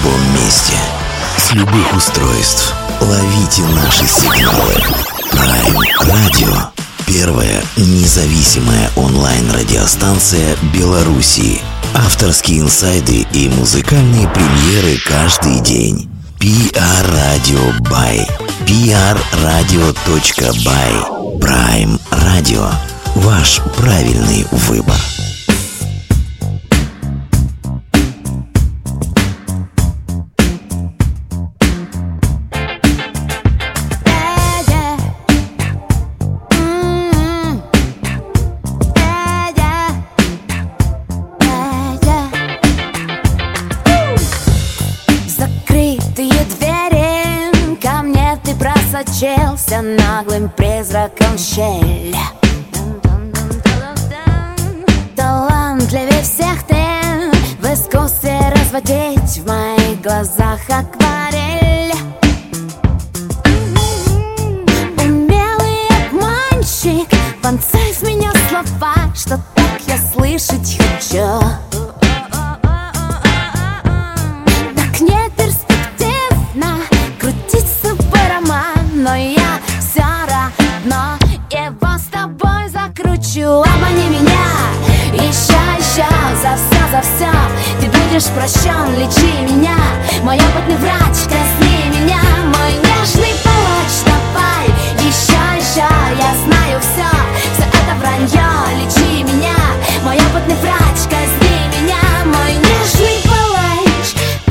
любом месте, с любых устройств. Ловите наши сигналы. Prime Radio. Первая независимая онлайн-радиостанция Белоруссии. Авторские инсайды и музыкальные премьеры каждый день. PR Radio by prradio.by. Prime Radio. Ваш правильный выбор. Сочился наглым призраком в щель. Талантливее всех ты в искусстве разводить в моих глазах акварель. Умелый обманщик, вонзай в меня слова, что так я слышать хочу. Так не перспективно крутить с собой роман, но я все равно его с тобой закручу. Обмани меня еще за все ты будешь прощен, лечи меня. Мой опытный врач, казни меня. Мой нежный палач, давай еще, я знаю все это вранье, лечи меня. Мой опытный врач, казни меня. Мой нежный палач,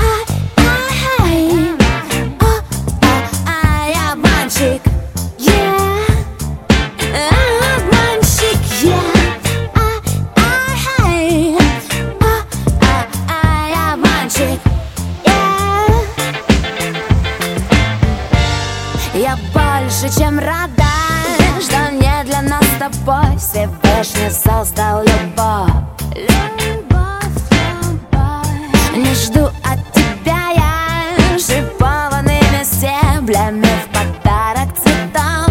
обманщик, обманщик, обманщик, я больше, чем рада, что не для нас с тобой Всевышний создал любовь. Не жду от тебя я шипованными стеблями в подарок цветов.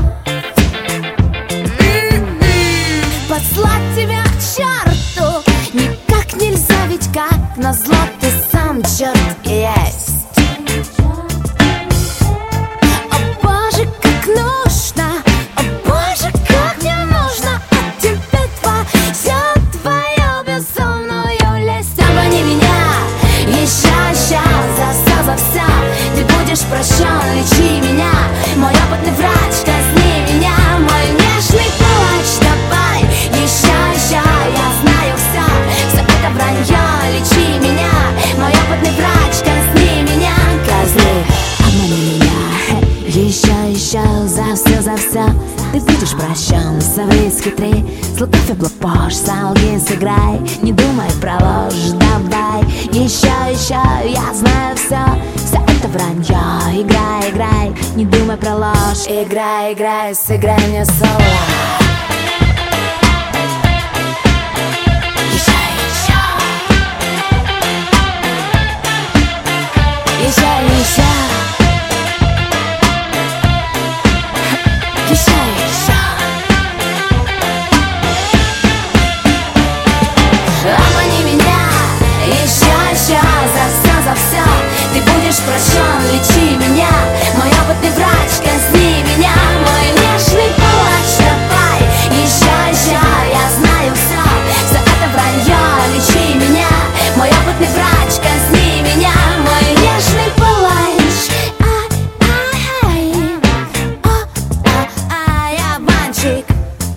Послать тебя к черту никак нельзя, ведь как назло ты сам черт есть. О боже, как нужно, о боже, как мне нужно от тебя твою безумную лесть. Обмани меня еще за все ты будешь прощен, лечи меня. Мой опытный врач, казни меня. Мой нежный палач, давай еще, я знаю все это вранье, лечи меня. Мой опытный врач, казни меня, казни. Обмани меня еще за все ты будешь прощен. Соври, схитри, слукавь, облапошь, солги, сыграй, не думай про ложь, давай еще, я знаю все это вранье. Играй, не думай про ложь. Играй, сыграй мне соло. Обмани меня еще за все ты будешь прощен, лечи меня. Мой опытный врач, казни меня. Мой нежный палач, давай еще, я знаю все это вранье, лечи меня. Мой опытный врач, казни меня. Мой нежный палач, обманщик,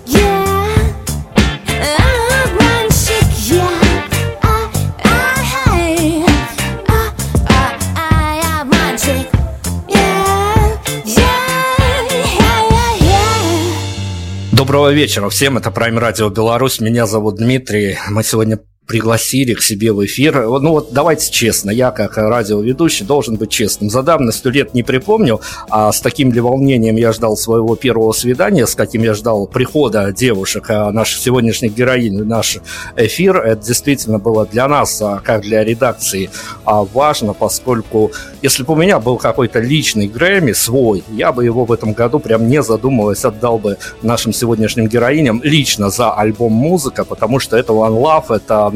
Доброго вечера всем, это Prime Radio Беларусь, меня зовут Дмитрий, мы сегодня пригласили к себе в эфир. Ну вот давайте честно, я как радиоведущий должен быть честным. За давностью лет не припомню, а с таким ли волнением я ждал своего первого свидания, с каким я ждал прихода девушек, наших сегодняшних героинь в наш эфир. Это действительно было для нас, как для редакции, важно, поскольку если бы у меня был какой-то личный Грэмми свой, я бы его в этом году прям не задумываясь отдал бы нашим сегодняшним героиням лично за альбом «Музыка», потому что это One Love, это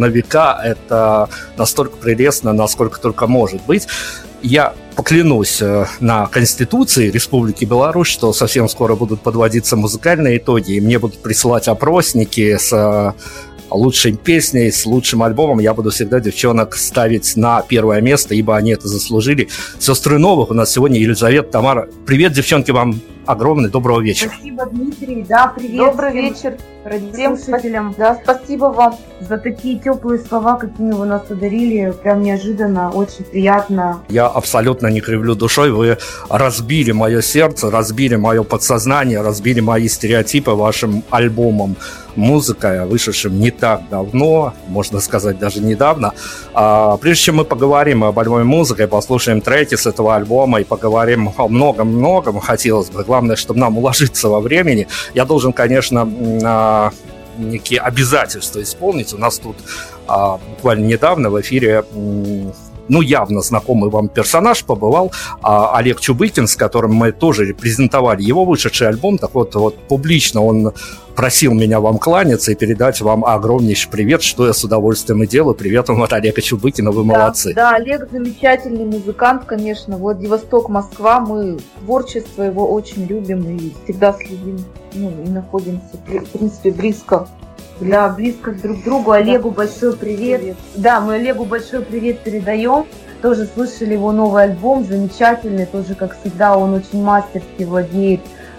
на века. Это настолько прелестно, насколько только может быть. Я поклянусь на Конституции Республики Беларусь, что совсем скоро будут подводиться музыкальные итоги, и мне будут присылать опросники с лучшей песней, с лучшим альбомом. Я буду всегда девчонок ставить на первое место, ибо они это заслужили. Сестры Новых у нас сегодня Елизавета, Тамара. Привет, девчонки, вам огромный доброго вечера. Спасибо, Дмитрий. Да, привет. Добрый вечер всем слушателям. Да, спасибо вам за такие теплые слова, какими вы нас одарили. Прям неожиданно, очень приятно. Я абсолютно не кривлю душой. Вы разбили мое сердце, разбили мое подсознание, разбили мои стереотипы вашим альбомом «Музыка», вышедшим не так давно, можно сказать, даже недавно. Прежде чем мы поговорим об альбоме «Музыка» и послушаем треки с этого альбома и поговорим о многом-многом, хотелось бы, главное, чтобы нам уложиться во времени, я должен, конечно, некие обязательства исполнить. У нас тут буквально недавно в эфире явно знакомый вам персонаж побывал, Олег Чубыкин, с которым мы тоже репрезентовали его вышедший альбом. Так вот публично он просил меня вам кланяться и передать вам огромнейший привет, что я с удовольствием и делаю. Привет вам от Олега Чубыкина, вы молодцы. Да, Олег замечательный музыкант, конечно. Владивосток, Москва, мы творчество его очень любим и всегда следим, и находимся, в принципе, близко. Да, близко друг к другу. Олегу большой привет. Да, мы Олегу большой привет передаем. Тоже слышали его новый альбом, замечательный. Тоже, как всегда, он очень мастерски владеет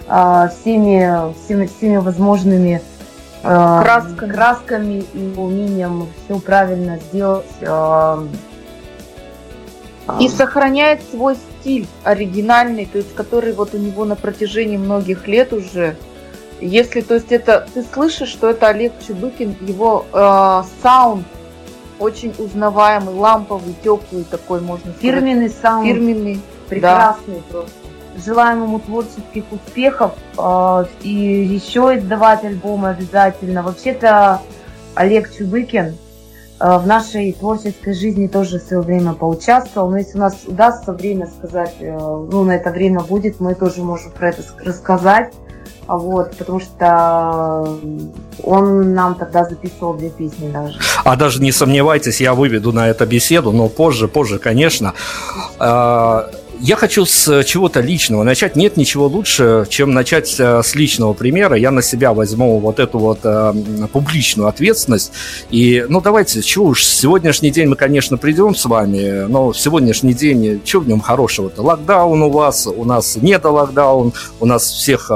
всеми возможными красками и умением все правильно сделать. И сохраняет свой стиль оригинальный, то есть который вот у него на протяжении многих лет уже. Если, то есть это ты слышишь, что это Олег Чубыкин, его саунд очень узнаваемый, ламповый, теплый такой, можно сказать. Фирменный саунд. Фирменный. Прекрасный, да. Просто. Желаем ему творческих успехов и еще издавать альбомы обязательно. Вообще-то Олег Чубыкин в нашей творческой жизни тоже в свое время поучаствовал. Но если у нас удастся время сказать, на это время будет, мы тоже можем про это рассказать. Потому что он нам тогда записывал 2 песни даже. Даже не сомневайтесь, я выведу на это беседу, но позже, конечно. Я хочу с чего-то личного начать. Нет ничего лучше, чем начать с личного примера. Я на себя возьму вот эту публичную ответственность. И, давайте, чего уж, сегодняшний день мы, конечно, придем с вами, но в сегодняшний день, что в нем хорошего-то? Локдаун у нас нет локдаун, у нас всех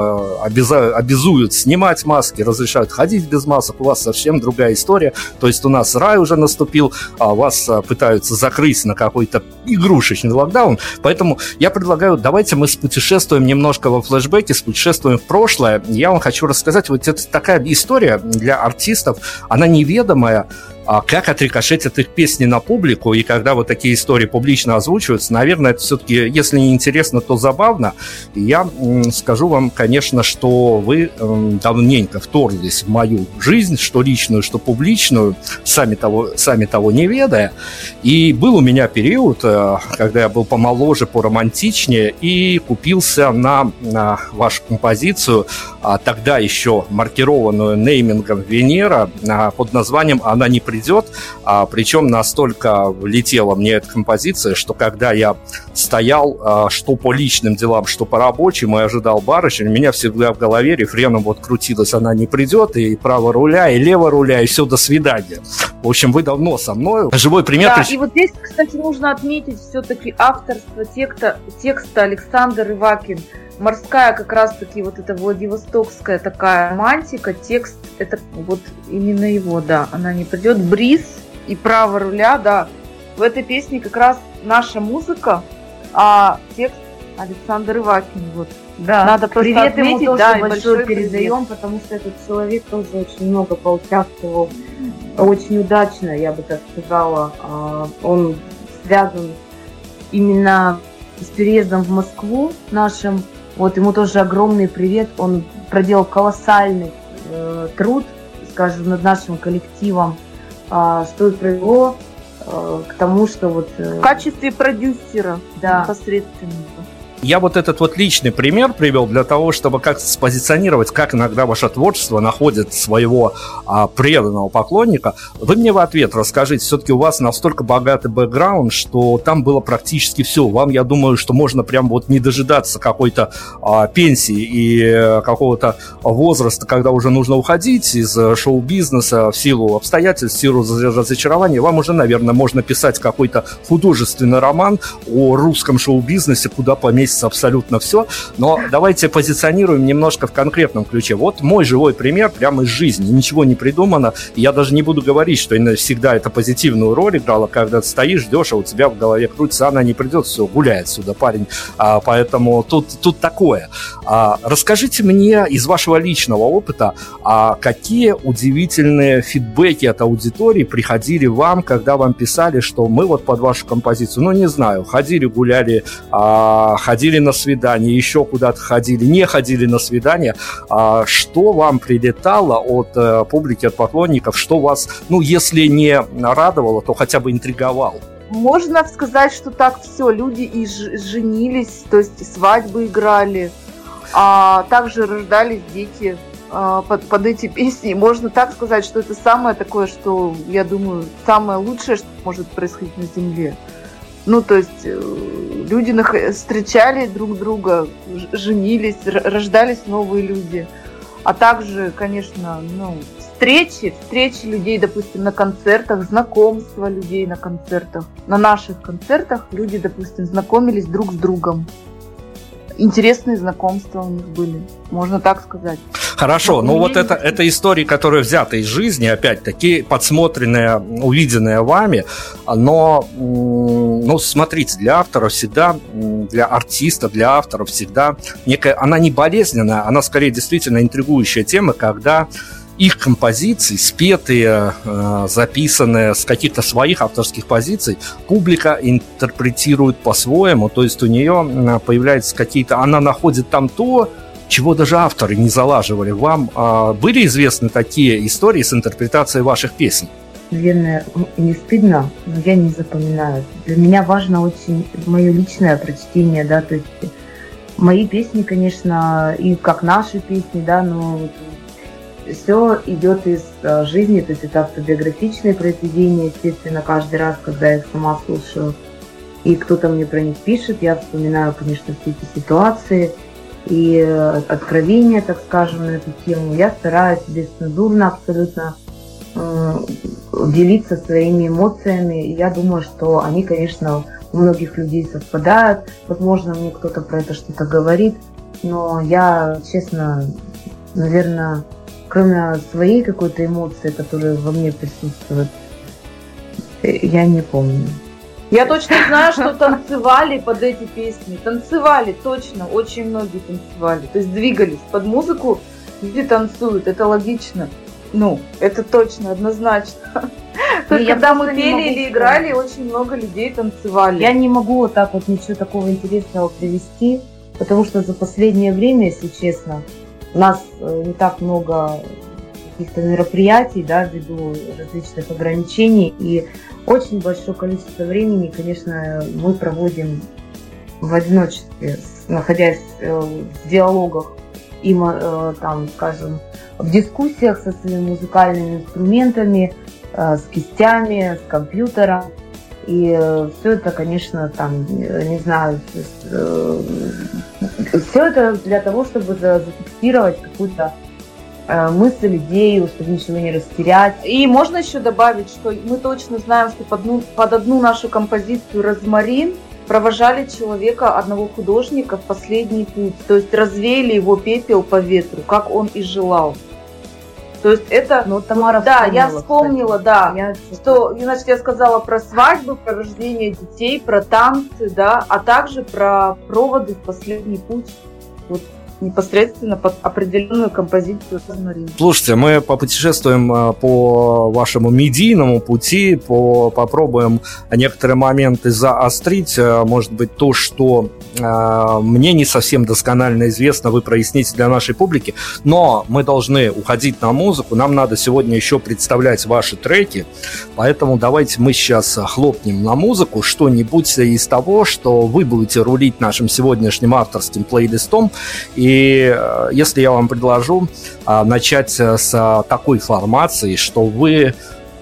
обязуют снимать маски, разрешают ходить без масок, у вас совсем другая история. То есть у нас рай уже наступил, а вас пытаются закрыть на какой-то игрушечный локдаун. Поэтому я предлагаю, давайте мы спутешествуем немножко во флешбеке, спутешествуем в прошлое. Я вам хочу рассказать, вот это такая история для артистов, она неведомая, как отрикошетят их песни на публику, и когда вот такие истории публично озвучиваются, наверное, это все-таки, если не интересно, то забавно. И я скажу вам, конечно, что вы давненько вторглись в мою жизнь, что личную, что публичную, сами того не ведая. И был у меня период, когда я был помоложе, поромантичнее, и купился на вашу композицию, тогда еще маркированную неймингом «Венера», под названием «Она не придет». Причем настолько влетела мне эта композиция, что когда я стоял, что по личным делам, что по рабочим, и ожидал барышень, у меня всегда в голове рефреном крутилась «Она не придет», и право руля, и лево руля, и все, до свидания. В общем, вы давно со мной. Живой пример. Да, и вот здесь, кстати, нужно отметить все-таки авторство текста Александр Ивакин. Морская как раз-таки вот эта владивостокская такая романтика, текст, это вот именно его, да, «Она не придет», бриз и право руля, да. В этой песне как раз наша музыка, а текст Александр Ивакин, вот. Да, надо просто привет отметить, ему тоже да, большой передаем, потому что этот человек тоже очень много поучаствовал, очень удачно, я бы так сказала. Он связан именно с переездом в Москву нашим. Вот ему тоже огромный привет. Он проделал колоссальный труд, скажем, над нашим коллективом, что и привело к тому, что в качестве продюсера, да, непосредственно. Я вот этот вот личный пример привел для того, чтобы как-то спозиционировать, как иногда ваше творчество находит своего преданного поклонника. Вы мне в ответ расскажите, все-таки у вас настолько богатый бэкграунд, что там было практически все. Вам, я думаю, что можно прям вот не дожидаться какой-то пенсии и какого-то возраста, когда уже нужно уходить из шоу-бизнеса в силу обстоятельств, в силу разочарования. Вам уже, наверное, можно писать какой-то художественный роман о русском шоу-бизнесе, куда поместится абсолютно все, но давайте позиционируем немножко в конкретном ключе. Вот мой живой пример прямо из жизни, ничего не придумано, я даже не буду говорить, что всегда это позитивную роль играла, когда ты стоишь, ждешь, а у тебя в голове крутится, она не придет, все, гуляй отсюда, парень, поэтому тут такое. Расскажите мне из вашего личного опыта, какие удивительные фидбэки от аудитории приходили вам, когда вам писали, что мы вот под вашу композицию, ну не знаю, ходили, гуляли, ходили на свидание, еще куда-то ходили, не ходили на свидание. Что вам прилетало от публики, от поклонников, что вас, ну, если не радовало, то хотя бы интриговало? Можно сказать, что так все, люди и женились, то есть свадьбы играли, а также рождались дети под эти песни. Можно так сказать, что это самое такое, что, я думаю, самое лучшее, что может происходить на Земле. Ну, то есть люди встречали друг друга, женились, рождались новые люди. А также, конечно, встречи людей, допустим, на концертах, знакомства людей на концертах. На наших концертах люди, допустим, знакомились друг с другом. Интересные знакомства у них были, можно так сказать. Хорошо, ну вот это истории, которые взяты из жизни, опять-таки, подсмотренные, увиденные вами, но, смотрите, для автора всегда, для артиста, для автора всегда некая, она не болезненная, она скорее действительно интригующая тема, когда их композиции, спетые, записанные с каких-то своих авторских позиций, публика интерпретирует по-своему, то есть у нее появляются какие-то, она находит там то, чего даже авторы не залаживали. Вам были известны такие истории с интерпретацией ваших песен? Наверное, не стыдно, но я не запоминаю. Для меня важно очень мое личное прочтение, да, то есть мои песни, конечно, и как наши песни, да, но все идет из жизни, то есть это автобиографичные произведения, естественно, каждый раз, когда я их сама слушаю, и кто-то мне про них пишет, я вспоминаю, конечно, все эти ситуации и откровения, так скажем, на эту тему. Я стараюсь бесцензурно абсолютно делиться своими эмоциями, и я думаю, что они, конечно, у многих людей совпадают. Возможно, мне кто-то про это что-то говорит, но я, честно, наверное, кроме своей какой-то эмоции, которая во мне присутствует, я не помню. Я точно знаю, что танцевали под эти песни. Танцевали, точно, очень многие танцевали. То есть двигались под музыку, люди танцуют, это логично. Это точно, однозначно. Когда мы пели или играли, очень много людей танцевали. Я не могу вот так вот ничего такого интересного привести, потому что за последнее время, если честно, у нас не так много каких-то мероприятий, да, ввиду различных ограничений, и очень большое количество времени, конечно, мы проводим в одиночестве, находясь в диалогах и, там, скажем, в дискуссиях со своими музыкальными инструментами, с кистями, с компьютером. И все это, конечно, там, не знаю, все это для того, чтобы зафиксировать какую-то мысль, идею, чтобы ничего не растерять. И можно еще добавить, что мы точно знаем, что под одну нашу композицию «Розмарин» провожали человека, одного художника, в последний путь. То есть развеяли его пепел по ветру, как он и желал. То есть это... Тамара вспомнила, я вспомнила, кстати. Что, значит, я сказала про свадьбы, про рождение детей, про танцы, да, а также про проводы в последний путь. Вот непосредственно под определенную композицию «Розмарин». Слушайте, мы попутешествуем по вашему медийному пути, попробуем некоторые моменты заострить. Может быть, то, что мне не совсем досконально известно, вы проясните для нашей публики. Но мы должны уходить на музыку. Нам надо сегодня еще представлять ваши треки. Поэтому давайте мы сейчас хлопнем на музыку что-нибудь из того, что вы будете рулить нашим сегодняшним авторским плейлистом. И если я вам предложу начать с такой формации, что вы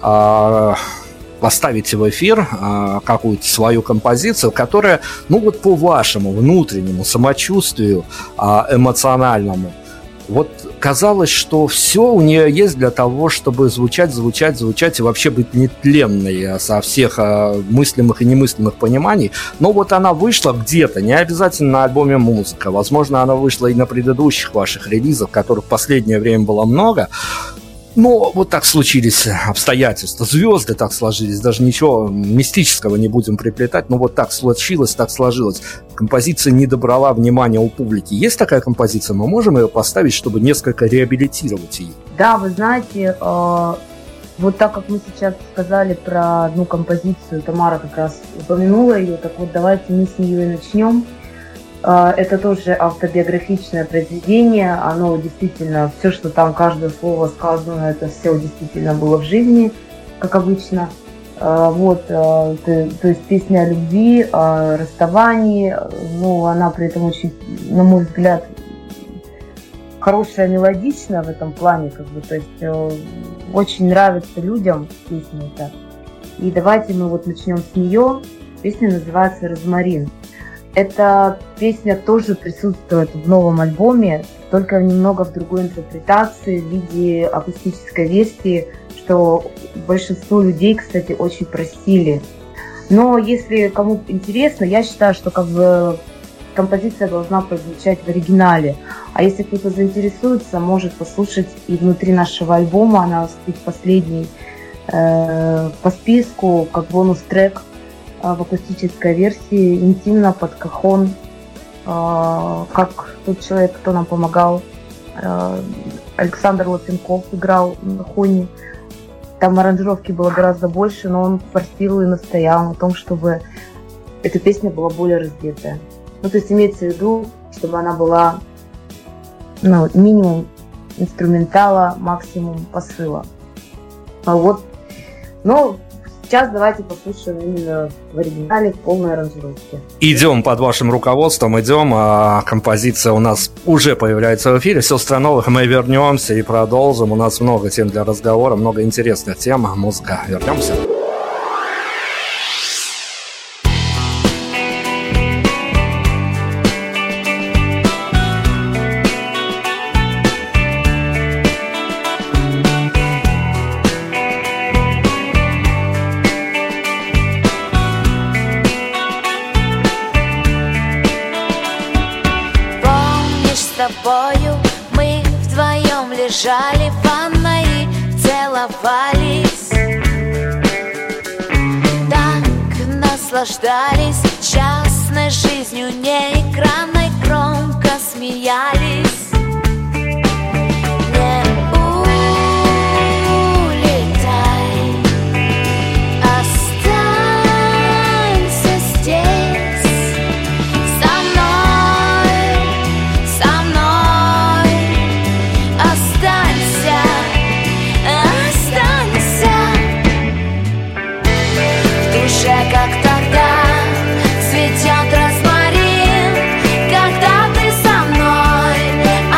поставите в эфир какую-то свою композицию, которая, ну вот по вашему внутреннему самочувствию эмоциональному, вот казалось, что все у нее есть для того, чтобы звучать и вообще быть нетленной со всех мыслимых и немыслимых пониманий. Но вот она вышла где-то, не обязательно на альбоме «Музыка». Возможно, она вышла и на предыдущих ваших релизах, которых в последнее время было много. Но вот так случились обстоятельства, звезды так сложились, даже ничего мистического не будем приплетать, но вот так случилось, так сложилось. Композиция не добрала внимания у публики. Есть такая композиция, мы можем ее поставить, чтобы несколько реабилитировать ее? Да, вы знаете, вот так как мы сейчас сказали про одну композицию, Тамара как раз упомянула ее, так вот давайте мы с нее и начнем. Это тоже автобиографичное произведение, оно действительно, все, что там, каждое слово сказано, это все действительно было в жизни, как обычно. Вот, то есть песня о любви, о расставании, ну, она при этом очень, на мой взгляд, хорошая, мелодичная в этом плане, как бы, то есть очень нравится людям песня эта. И давайте мы вот начнем с нее. Песня называется «Розмарин». Эта песня тоже присутствует в новом альбоме, только немного в другой интерпретации, в виде акустической версии, что большинство людей, кстати, очень просили. Но если кому интересно, я считаю, что как бы композиция должна прозвучать в оригинале. А если кто-то заинтересуется, может послушать и внутри нашего альбома, она стоит последней по списку, как бонус-трек в акустической версии, интимно под кахон, как тот человек, кто нам помогал, Александр Лапенков играл на кахоне. Там аранжировки было гораздо больше, но он форсировал и настоял на том, чтобы эта песня была более раздетая. Ну, то есть имеется в виду, чтобы она была, ну, минимум инструментала, максимум посыла. Вот. Но сейчас давайте послушаем именно в оригинале, в полной аранжировке. Идем под вашим руководством, идем. Композиция у нас уже появляется в эфире. Сестры Новых, мы вернемся и продолжим. У нас много тем для разговора, много интересных тем. Музыка. Вернемся. Мы вдвоем лежали в ванной, целовались, так наслаждались частной жизнью, не экранной, громко смеялись. Как тогда цветет розмарин, когда ты со мной.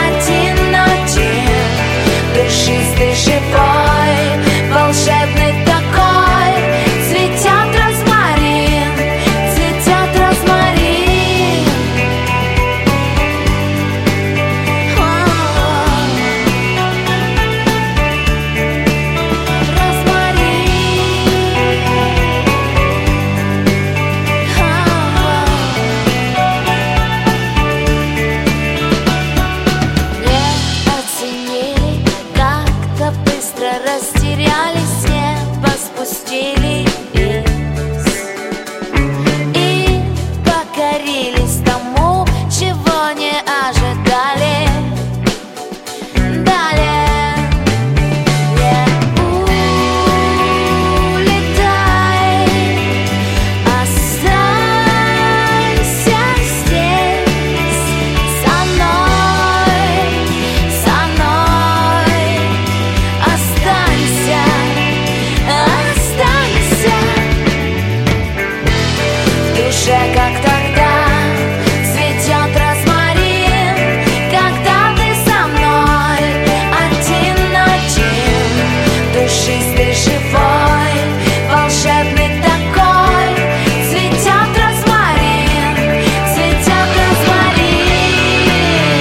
душе, как тогда, цветет розмарин, когда ты со мной один-один, душистый, живой, волшебный такой, цветет розмарин, цветет розмарин.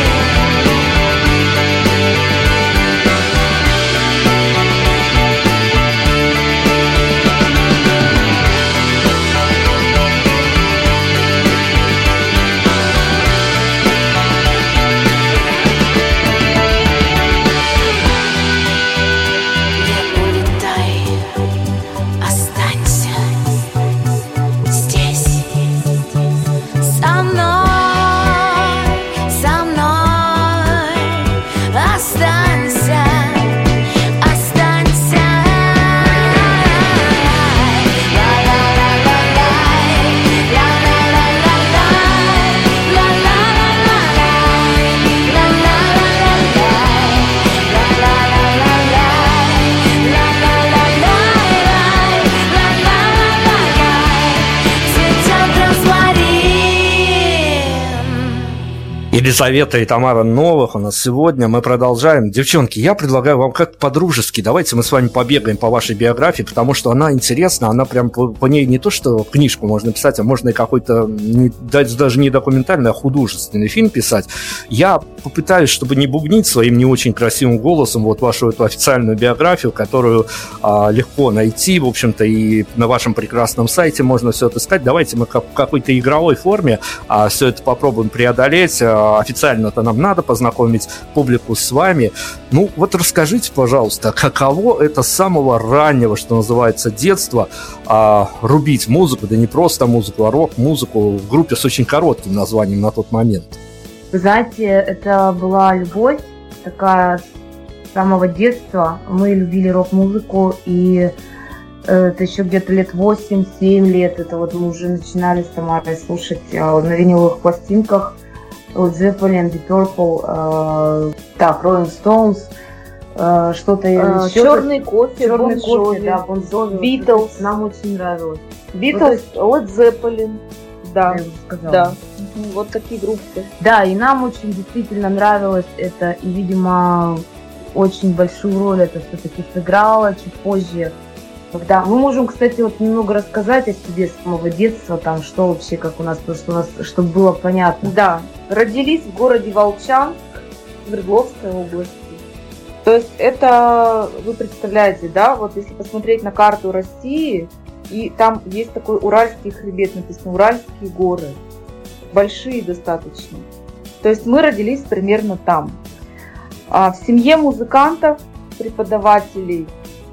Не улетай, останься здесь со мной, останься, останься. Цветет розмарин. Елизавета и Тамара Новых у нас сегодня. Мы продолжаем. Девчонки, я предлагаю вам как по-дружески, давайте мы с вами побегаем по вашей биографии, потому что она интересна, она прям по ней не то, что книжку можно писать, а можно и какой-то, даже не документальный, а художественный фильм писать. Я попытаюсь, чтобы не бубнить своим не очень красивым голосом вот вашу эту официальную биографию, которую легко найти, в общем-то, и на вашем прекрасном сайте можно все отыскать. Давайте мы в какой-то игровой форме все это попробуем преодолеть. Официально-то нам надо познакомить публику с вами. Ну, вот расскажите, пожалуйста, каково это с самого раннего, что называется, детства, рубить музыку, да не просто музыку, а рок-музыку в группе с очень коротким названием на тот момент? Вы знаете, это была любовь такая с самого детства. Мы любили рок-музыку, и это еще где-то лет 8-7 лет. Это вот мы уже начинали с Тамарой слушать на виниловых пластинках Led Zeppelin, Deep Purple, так, Rolling Stones, что-то еще. Черный кофе, Черный Bon кофе, Jovi, да, Bon Jovi. Beatles. Нам очень нравилось. Beatles, Led Zeppelin. Да, Я бы сказала. да. Вот такие группы. Да, и нам очень действительно нравилось это, и, видимо, очень большую роль это все-таки сыграло чуть позже. Когда мы можем, кстати, вот немного рассказать о себе с самого детства, там, что вообще, как у нас, чтобы было понятно. Да, родились в городе Волчанск, Свердловской области. То есть это, вы представляете, да, вот если посмотреть на карту России, и там есть такой Уральский хребет, написано Уральские горы, большие достаточно. То есть мы родились примерно там. В семье музыкантов, преподавателей,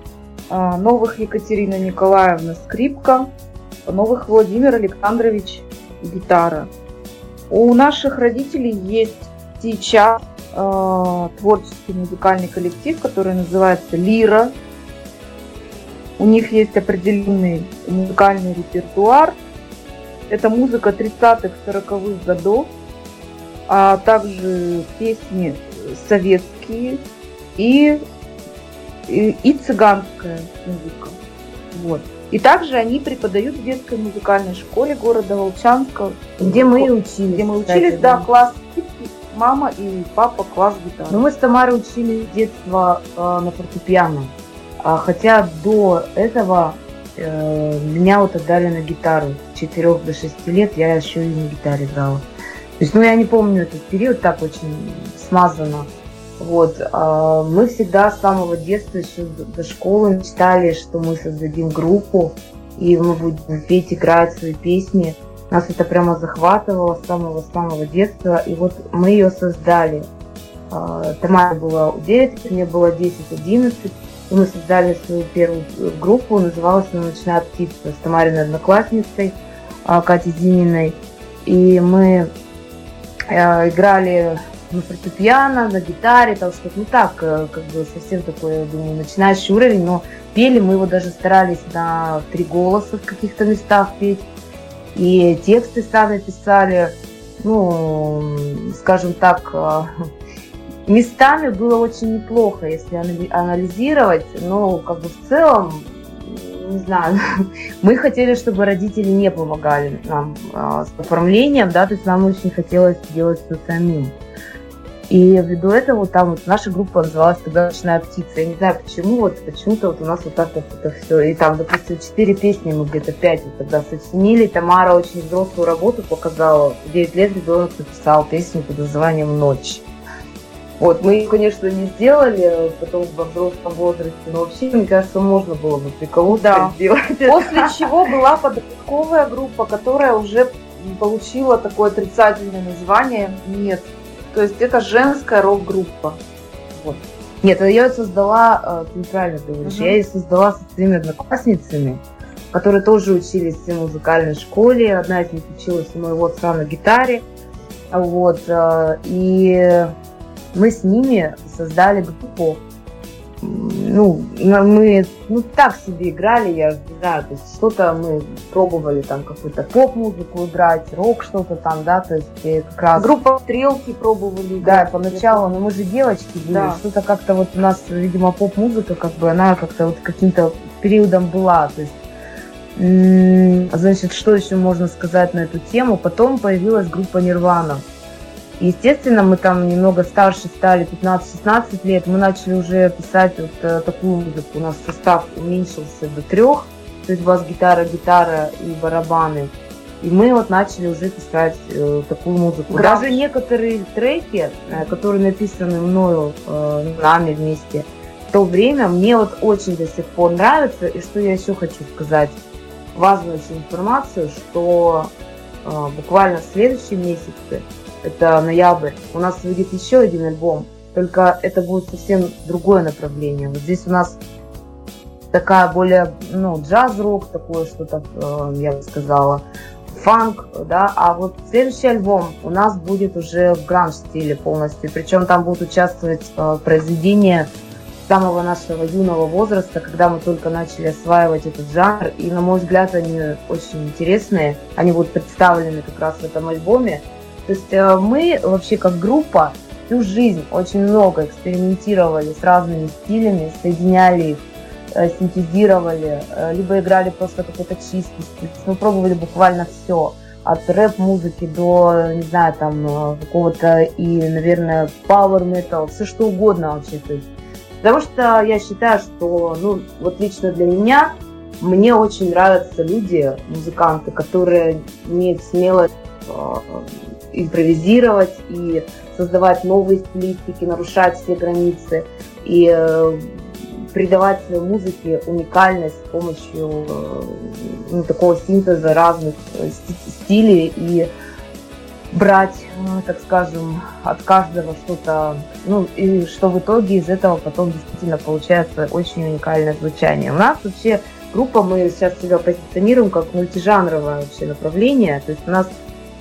Новых Екатерина Николаевна скрипка, Новых Владимир Александрович гитара. У наших родителей есть сейчас творческий музыкальный коллектив, который называется «Лира». У них есть определенный музыкальный репертуар. Это музыка 30-х, 40-х годов, а также песни советские и цыганская музыка. Вот. И также они преподают в детской музыкальной школе города Волчанска, Где мы и учились. где мы кстати, учились, да, класс скрипки, мама и папа класс гитары. Но мы с Тамарой учились с детства на фортепиано. Хотя до этого меня вот отдали на гитару. С 4 до 6 лет я еще и на гитаре играла. То есть, я не помню этот период так очень смазанно. Вот. Мы всегда с самого детства, еще до школы, мечтали, что мы создадим группу, и мы будем петь, играть свои песни. Нас это прямо захватывало с самого детства, и вот мы ее создали. Тамаре было 9, мне было 10-11, и мы создали свою первую группу, называлась она «Ночная птица», с Тамариной одноклассницей Катей Зининой. И мы играли на фортепиано, на гитаре, там что-то, так, как бы совсем такой, я думаю, начинающий уровень, но пели мы его даже старались на 3 голоса в каких-то местах петь, и тексты сами писали, скажем так, местами было очень неплохо, если анализировать, но как бы в целом не знаю, мы хотели, чтобы родители не помогали нам с оформлением, да, то есть нам очень хотелось делать все самим. И ввиду этого там вот наша группа называлась тогда «Ночная птица». Я не знаю почему, вот почему-то вот у нас вот так вот это все. И там, допустим, 4 песни мы где-то 5 вот тогда сочинили. Тамара очень взрослую работу показала. В 9 лет ребенок написал песню под названием «Ночь». Вот, мы ее, конечно, не сделали потом во взрослом возрасте, но вообще, мне кажется, можно было бы приколоться сделать. После чего была подростковая группа, которая уже получила такое отрицательное название «Нет». То есть это женская рок-группа. Вот. Нет, я ее создала, ты неправильно говоришь, я ее создала со своими одноклассницами, которые тоже учились в музыкальной школе. Одна из них училась у моего отца на гитаре. Вот, и мы с ними создали группу. Ну, мы так себе играли, я не знаю, то есть что-то мы пробовали там какую-то поп-музыку играть, рок что-то там, да, то есть как раз... Группа «Стрелки» пробовали играть. Да, поначалу, но мы же девочки были, да. Что-то как-то вот у нас, видимо, поп-музыка, как бы она как-то вот каким-то периодом была, то есть, значит, что еще можно сказать на эту тему? Потом появилась группа «Нирвана». Естественно, мы там немного старше стали, 15-16 лет, мы начали уже писать вот такую музыку. У нас состав уменьшился до 3, то есть бас-гитара, гитара и барабаны. И мы вот начали уже писать такую музыку. Даже некоторые треки, которые написаны мною, нами вместе, в то время мне вот очень до сих пор нравится. И что я еще хочу сказать, важную очень информацию, что буквально в следующем месяце, это ноябрь, у нас выйдет еще один альбом, только это будет совсем другое направление. Вот здесь у нас такая более, джаз-рок, такое что-то, я бы сказала, фанк, да, а вот следующий альбом у нас будет уже в гранж-стиле полностью, причем там будут участвовать произведения самого нашего юного возраста, когда мы только начали осваивать этот жанр, и, на мой взгляд, они очень интересные, они будут представлены как раз в этом альбоме. То есть мы вообще как группа всю жизнь очень много экспериментировали с разными стилями, соединяли их, синтезировали, либо играли просто какой-то чистый стиль. Мы пробовали буквально все, от рэп-музыки до, не знаю, там какого-то и, наверное, power metal, все что угодно вообще. То есть, потому что я считаю, что, вот лично для меня, мне очень нравятся люди, музыканты, которые имеют смелость импровизировать и создавать новые стилистики, нарушать все границы и придавать своей музыке уникальность с помощью такого синтеза разных стилей и брать, так скажем, от каждого что-то, и что в итоге из этого потом действительно получается очень уникальное звучание. У нас вообще группа, мы сейчас себя позиционируем как мультижанровое вообще направление, то есть у нас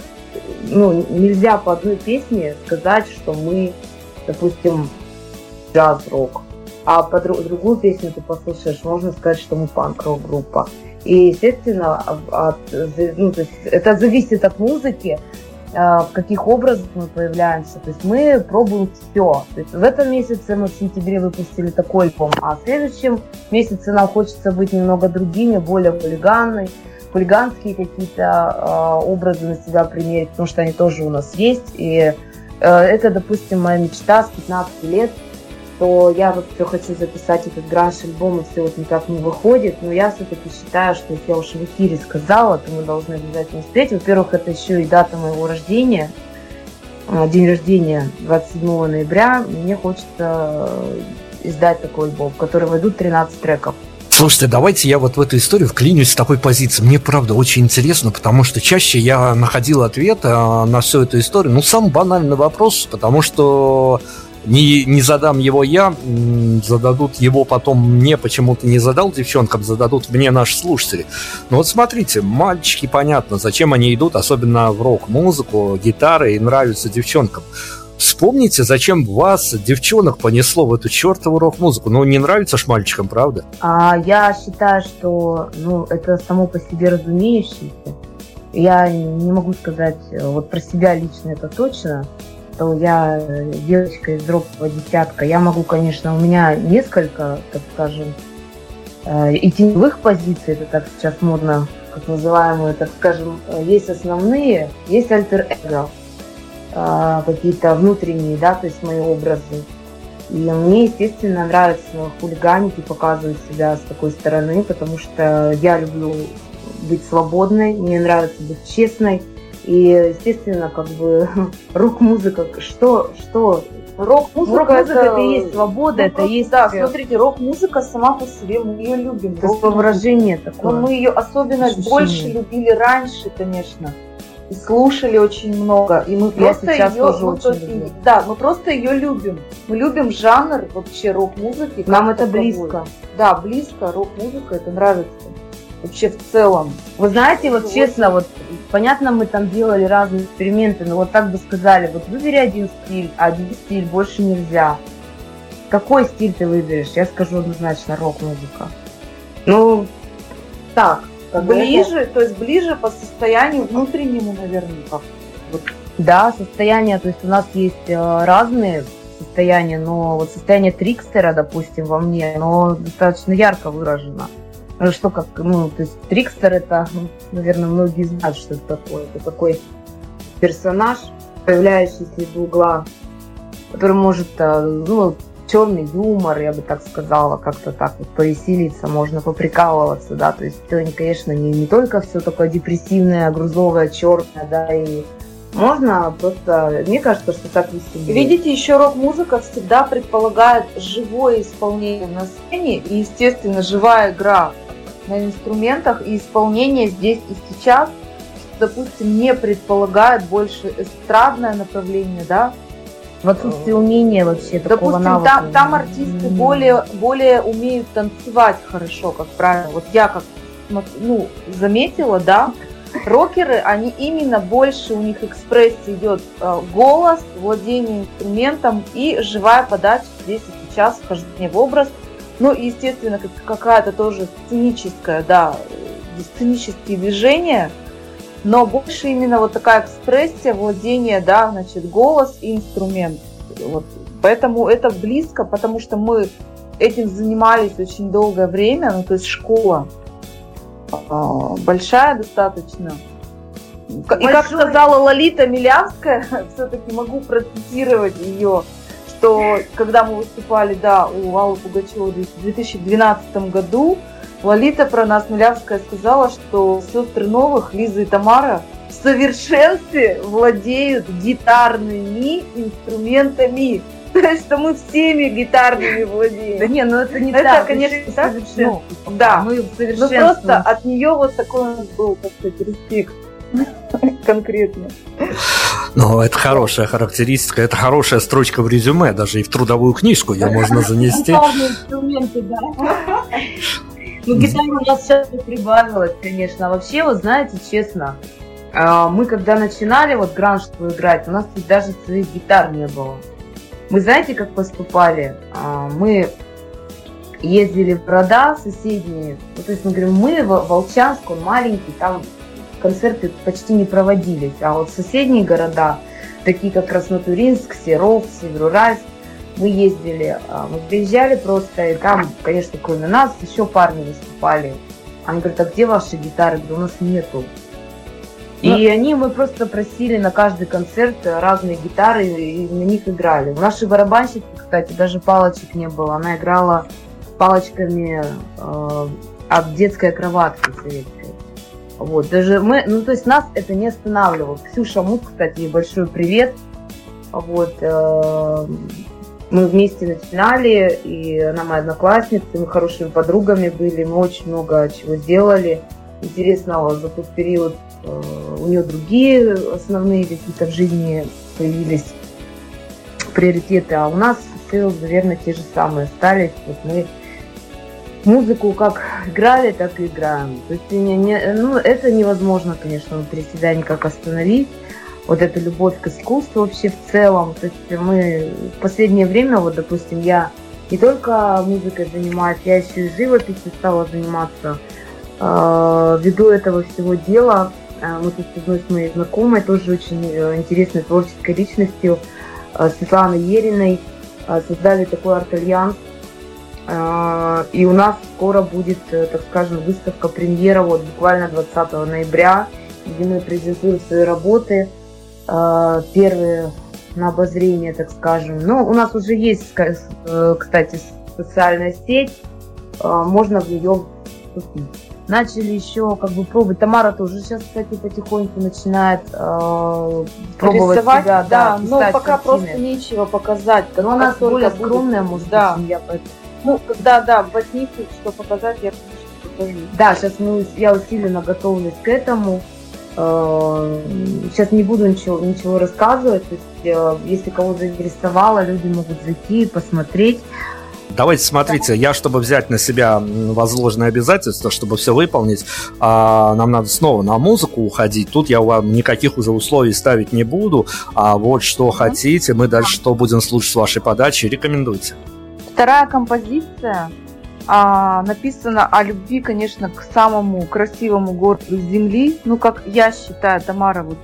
нельзя по одной песне сказать, что мы, допустим, джаз-рок, а по другую песню ты послушаешь, можно сказать, что мы панк-рок группа. И, естественно, то есть это зависит от музыки, в каких образах мы появляемся. То есть мы пробуем все. То есть в этом месяце мы в сентябре выпустили такой альбом, а в следующем месяце нам хочется быть немного другими, более хулиганские какие-то образы на себя примерить, потому что они тоже у нас есть. И это, допустим, моя мечта с 15 лет, что я вот все хочу записать этот гранж-альбом, и все вот никак не выходит. Но я все-таки считаю, что если я уж в эфире сказала, то мы должны обязательно успеть. Во-первых, это еще и дата моего рождения, день рождения 27 ноября. Мне хочется издать такой альбом, в который войдут 13 треков. Слушайте, давайте я вот в эту историю вклинюсь с такой позиции. Мне, правда, очень интересно, потому что чаще я находил ответ на всю эту историю. Самый банальный вопрос, потому что не задам его я, зададут его потом мне, почему-то не задал девчонкам, зададут мне наши слушатели. Но вот смотрите, мальчики, понятно, зачем они идут, особенно в рок-музыку, гитары, и нравятся девчонкам. Вспомните, зачем вас, девчонок, понесло в эту чертову рок-музыку. Не нравится ж мальчикам, правда? Я считаю, что это само по себе разумеющееся. Я не могу сказать вот про себя лично это точно, что я девочка из рокового десятка. Я могу, конечно, у меня несколько, так скажем, и теневых позиций, это так сейчас модно, как называемые, так скажем, есть основные, есть альтер-эго, какие-то внутренние, да, то есть мои образы. И мне, естественно, нравится хулиганить и показывать себя с такой стороны, потому что я люблю быть свободной, мне нравится быть честной. И, естественно, как бы рок-музыка, что? Рок-музыка это и есть свобода, это и есть... Да, смотрите, рок-музыка сама по себе, мы ее любим. Это выражение такое. Но мы ее особенно больше любили раньше, конечно. И слушали очень много. И мы просто сейчас ее, тоже очень люблю. Да, мы просто ее любим. Мы любим жанр вообще рок-музыки. Нам это близко. Да, близко. Рок-музыка, это нравится. Вообще в целом. Вы знаете, вот честно, вот понятно, мы там делали разные эксперименты, но вот так бы сказали, вот выбери один стиль больше нельзя. Какой стиль ты выберешь? Я скажу однозначно рок-музыка. Ну, так. Ближе, то есть ближе по состоянию внутреннему, наверное, как. Вот. Да, состояние, то есть у нас есть разные состояния, но вот состояние Трикстера, допустим, во мне, оно достаточно ярко выражено. Что как, то есть Трикстер, это, наверное, многие знают, что это такое. Это такой персонаж, появляющийся из угла, который может, черный юмор, я бы так сказала, как-то так вот повеселиться, можно поприкалываться, да, то есть это, конечно, не только все такое депрессивное, грузовое, черное, да, и можно просто, мне кажется, что так веселее. Видите, еще рок-музыка всегда предполагает живое исполнение на сцене и, естественно, живая игра на инструментах и исполнение здесь и сейчас, что, допустим, не предполагает больше эстрадное направление, да? В отсутствии умения вообще такого навыка. Допустим, там артисты более умеют танцевать хорошо, как правило. Вот я как заметила, да, рокеры, они именно больше, у них экспрессия идет голос, владение инструментом и живая подача здесь и сейчас, вхождение в образ. Ну, и, естественно, какая-то тоже сценическая, да, сценические движения, но больше именно вот такая экспрессия, владение, да, значит, голос и инструмент. Вот. Поэтому это близко, потому что мы этим занимались очень долгое время, то есть школа большая достаточно. И как сказала Лолита Милявская, все-таки могу процитировать ее, что когда мы выступали, да, у Аллы Пугачевой в 2012 году, Лолита про нас Милявская сказала, что сестры Новых, Лиза и Тамара, в совершенстве владеют гитарными инструментами. То есть, что мы всеми гитарными владеем. Да не, это не это, так. Конечно, так. Да, мы в совершенстве. Но просто от нее вот такой у нас был, так сказать, респект конкретно. Ну, это хорошая характеристика, это хорошая строчка в резюме, даже и в трудовую книжку ее можно занести. Гитарные инструменты, да. Ну, гитара у нас сейчас прибавилась, конечно. А вообще, вот знаете, честно, мы когда начинали вот гранжку играть, у нас тут даже своих гитар не было. Мы знаете, как поступали? Мы ездили в города соседние. То есть мы говорим, мы в Волчанск, он маленький, там концерты почти не проводились. А вот соседние города, такие как Краснотуринск, Серов, Североуральск, мы ездили, мы приезжали просто, и там, конечно, кроме нас, еще парни выступали. Они говорят, а где ваши гитары? Я говорю, у нас нету. И мы просто просили на каждый концерт разные гитары и на них играли. У нашей барабанщицы, кстати, даже палочек не было. Она играла палочками от детской кроватки советской. Вот, даже мы, то есть нас это не останавливало. Ксюша Мут, кстати, ей большой привет. Вот, мы вместе начинали, и она моя одноклассница, мы хорошими подругами были, мы очень много чего сделали интересного за тот период. У нее другие основные какие-то в жизни появились приоритеты, а у нас все, наверное, те же самые остались. Вот мы музыку как играли, так и играем. То есть это невозможно, конечно, внутри себя никак остановить. Вот эта любовь к искусству вообще в целом. То есть мы в последнее время, вот, допустим, я не только музыкой занимаюсь, я еще и живописью стала заниматься. Ввиду этого всего дела мы тут с одной с моей знакомой, тоже очень интересной творческой личностью, Светланой Ериной, создали такой арт-альянс. И у нас скоро будет, так скажем, выставка премьера, вот буквально 20 ноября, где мы презентуем свои работы, первые на обозрение, так скажем. Но у нас уже есть, кстати, социальная сеть, можно в нее вступить. Начали еще как бы пробовать. Тамара тоже сейчас, кстати, потихоньку начинает пробовать рисовать, себя. Да, но пока картины. просто нечего показать. Но она более скромная, может да. быть, семья, поэтому. Ну, да, возникнет, что показать, я, конечно, покажу. Да, сейчас я усиленно готовлюсь к этому. Сейчас не буду ничего рассказывать. То есть, если кого заинтересовало, люди могут зайти и посмотреть. Давайте, смотрите, я, чтобы взять на себя возложенные обязательства, чтобы все выполнить, нам надо снова на музыку уходить. Тут я вам никаких уже условий ставить не буду. А вот что хотите, мы дальше что будем слушать с вашей подачи, рекомендуйте. Вторая композиция написана о любви, конечно, к самому красивому городу Земли. Ну, как я считаю, Тамара, вот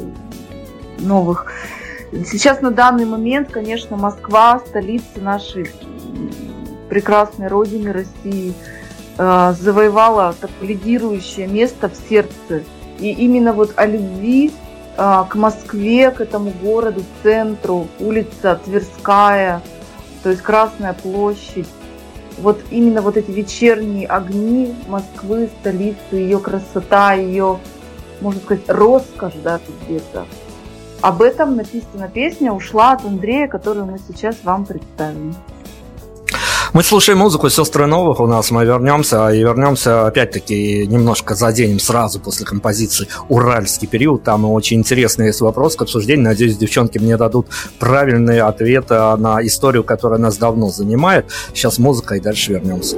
новых. Сейчас на данный момент, конечно, Москва, столица нашей прекрасной родины России, завоевала такое лидирующее место в сердце. И именно вот о любви к Москве, к этому городу, центру, улица Тверская, то есть Красная площадь. Вот именно вот эти вечерние огни Москвы, столицы, ее красота, ее, можно сказать, роскошь, да, тут где-то. Об этом написана песня «Ушла от Андрея», которую мы сейчас вам представим. Мы слушаем музыку «Сестры Новых» у нас, мы вернемся, и вернемся опять-таки немножко заденем сразу после композиции «Уральский период». Там очень интересный есть вопрос к обсуждению. Надеюсь, девчонки мне дадут правильные ответы на историю, которая нас давно занимает. Сейчас музыка, и дальше вернемся.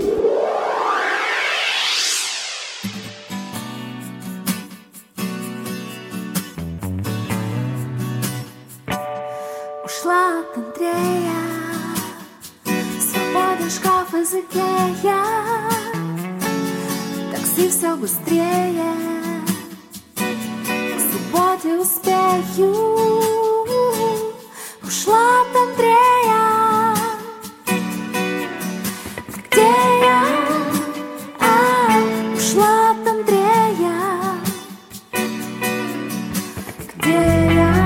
Ушла от Андрея, свободен шкаф из Икея, такси все быстрее, к субботе успею. Ушла от Андрея, где я? Ушла от Андрея, где я?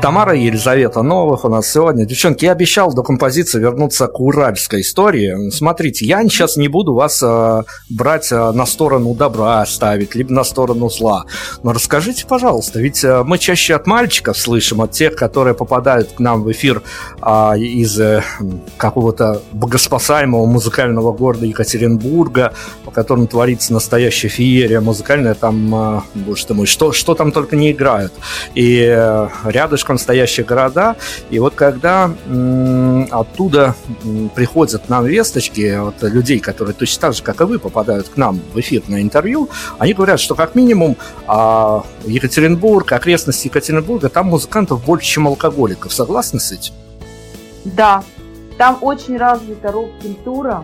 Тамара и Елизавета Новых у нас сегодня. Девчонки, я обещал до композиции вернуться к уральской истории. Смотрите, я сейчас не буду вас брать на сторону добра ставить, либо на сторону зла. Но расскажите, пожалуйста, ведь мы чаще от мальчиков слышим, от тех, которые попадают к нам в эфир из какого-то богоспасаемого музыкального города Екатеринбурга, в котором творится настоящая феерия музыкальная, там, боже ты мой, что там только не играют. И рядышком стоящие города. И вот когда оттуда приходят нам весточки от людей, которые точно так же, как и вы, попадают к нам в эфир на интервью, они говорят, что как минимум Екатеринбург, окрестности Екатеринбурга, там музыкантов больше, чем алкоголиков. Согласны с этим? Да, там очень развита рок-культура.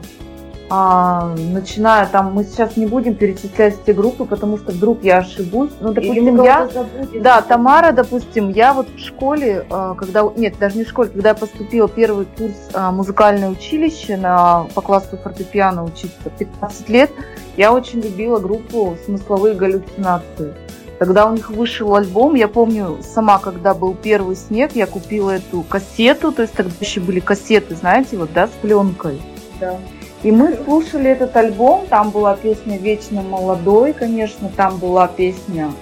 Начиная там, мы сейчас не будем перечислять те группы, потому что вдруг я ошибусь. Ну, допустим, да, Тамара, допустим, я вот в школе, даже не в школе, когда я поступила в первый курс музыкальное училище по классу фортепиано учиться 15 лет, я очень любила группу «Смысловые галлюцинации». Тогда у них вышел альбом, я помню, сама, когда был первый снег, я купила эту кассету, то есть тогда еще были кассеты, знаете, вот, да, с пленкой. Да. И мы слушали этот альбом, там была песня «Вечно молодой», конечно, там была песня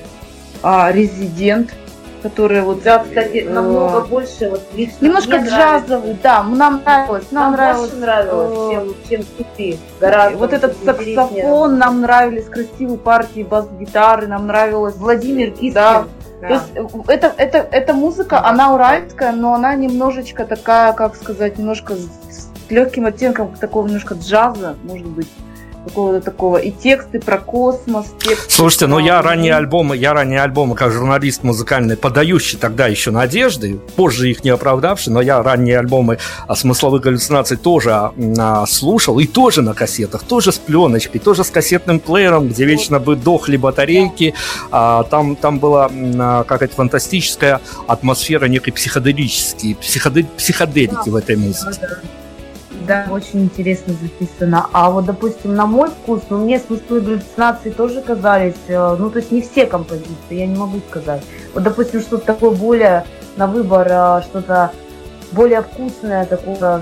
«Резидент», которая вот... Да, кстати, намного больше вот немножко джазовый, да, нам нравилось. Нам больше нравилось, чем «Цветы». Гораздо вот этот саксофон, нам нравились красивые партии бас-гитары, нам нравилось... Владимир Кискин. Да. То есть эта музыка, она уральская, но она немножечко такая, как сказать, немножко с легким оттенком такого немножко джаза, может быть, какого-то такого. И тексты про космос, тексты. Слушайте, ну я ранние альбомы, как журналист музыкальный, подающий тогда еще надежды, позже их не оправдавший, но я ранние альбомы смысловых галлюцинаций тоже слушал, и тоже на кассетах, тоже с пленочкой, тоже с кассетным плеером, где вечно бы дохли батарейки. Там была какая-то фантастическая атмосфера некой психоделики в этой музыке. Да, очень интересно записано. А вот, допустим, на мой вкус, мне смысловые галлюцинации тоже казались, то есть не все композиции, я не могу сказать. Вот, допустим, что-то такое более на выбор, что-то более вкусное, такое,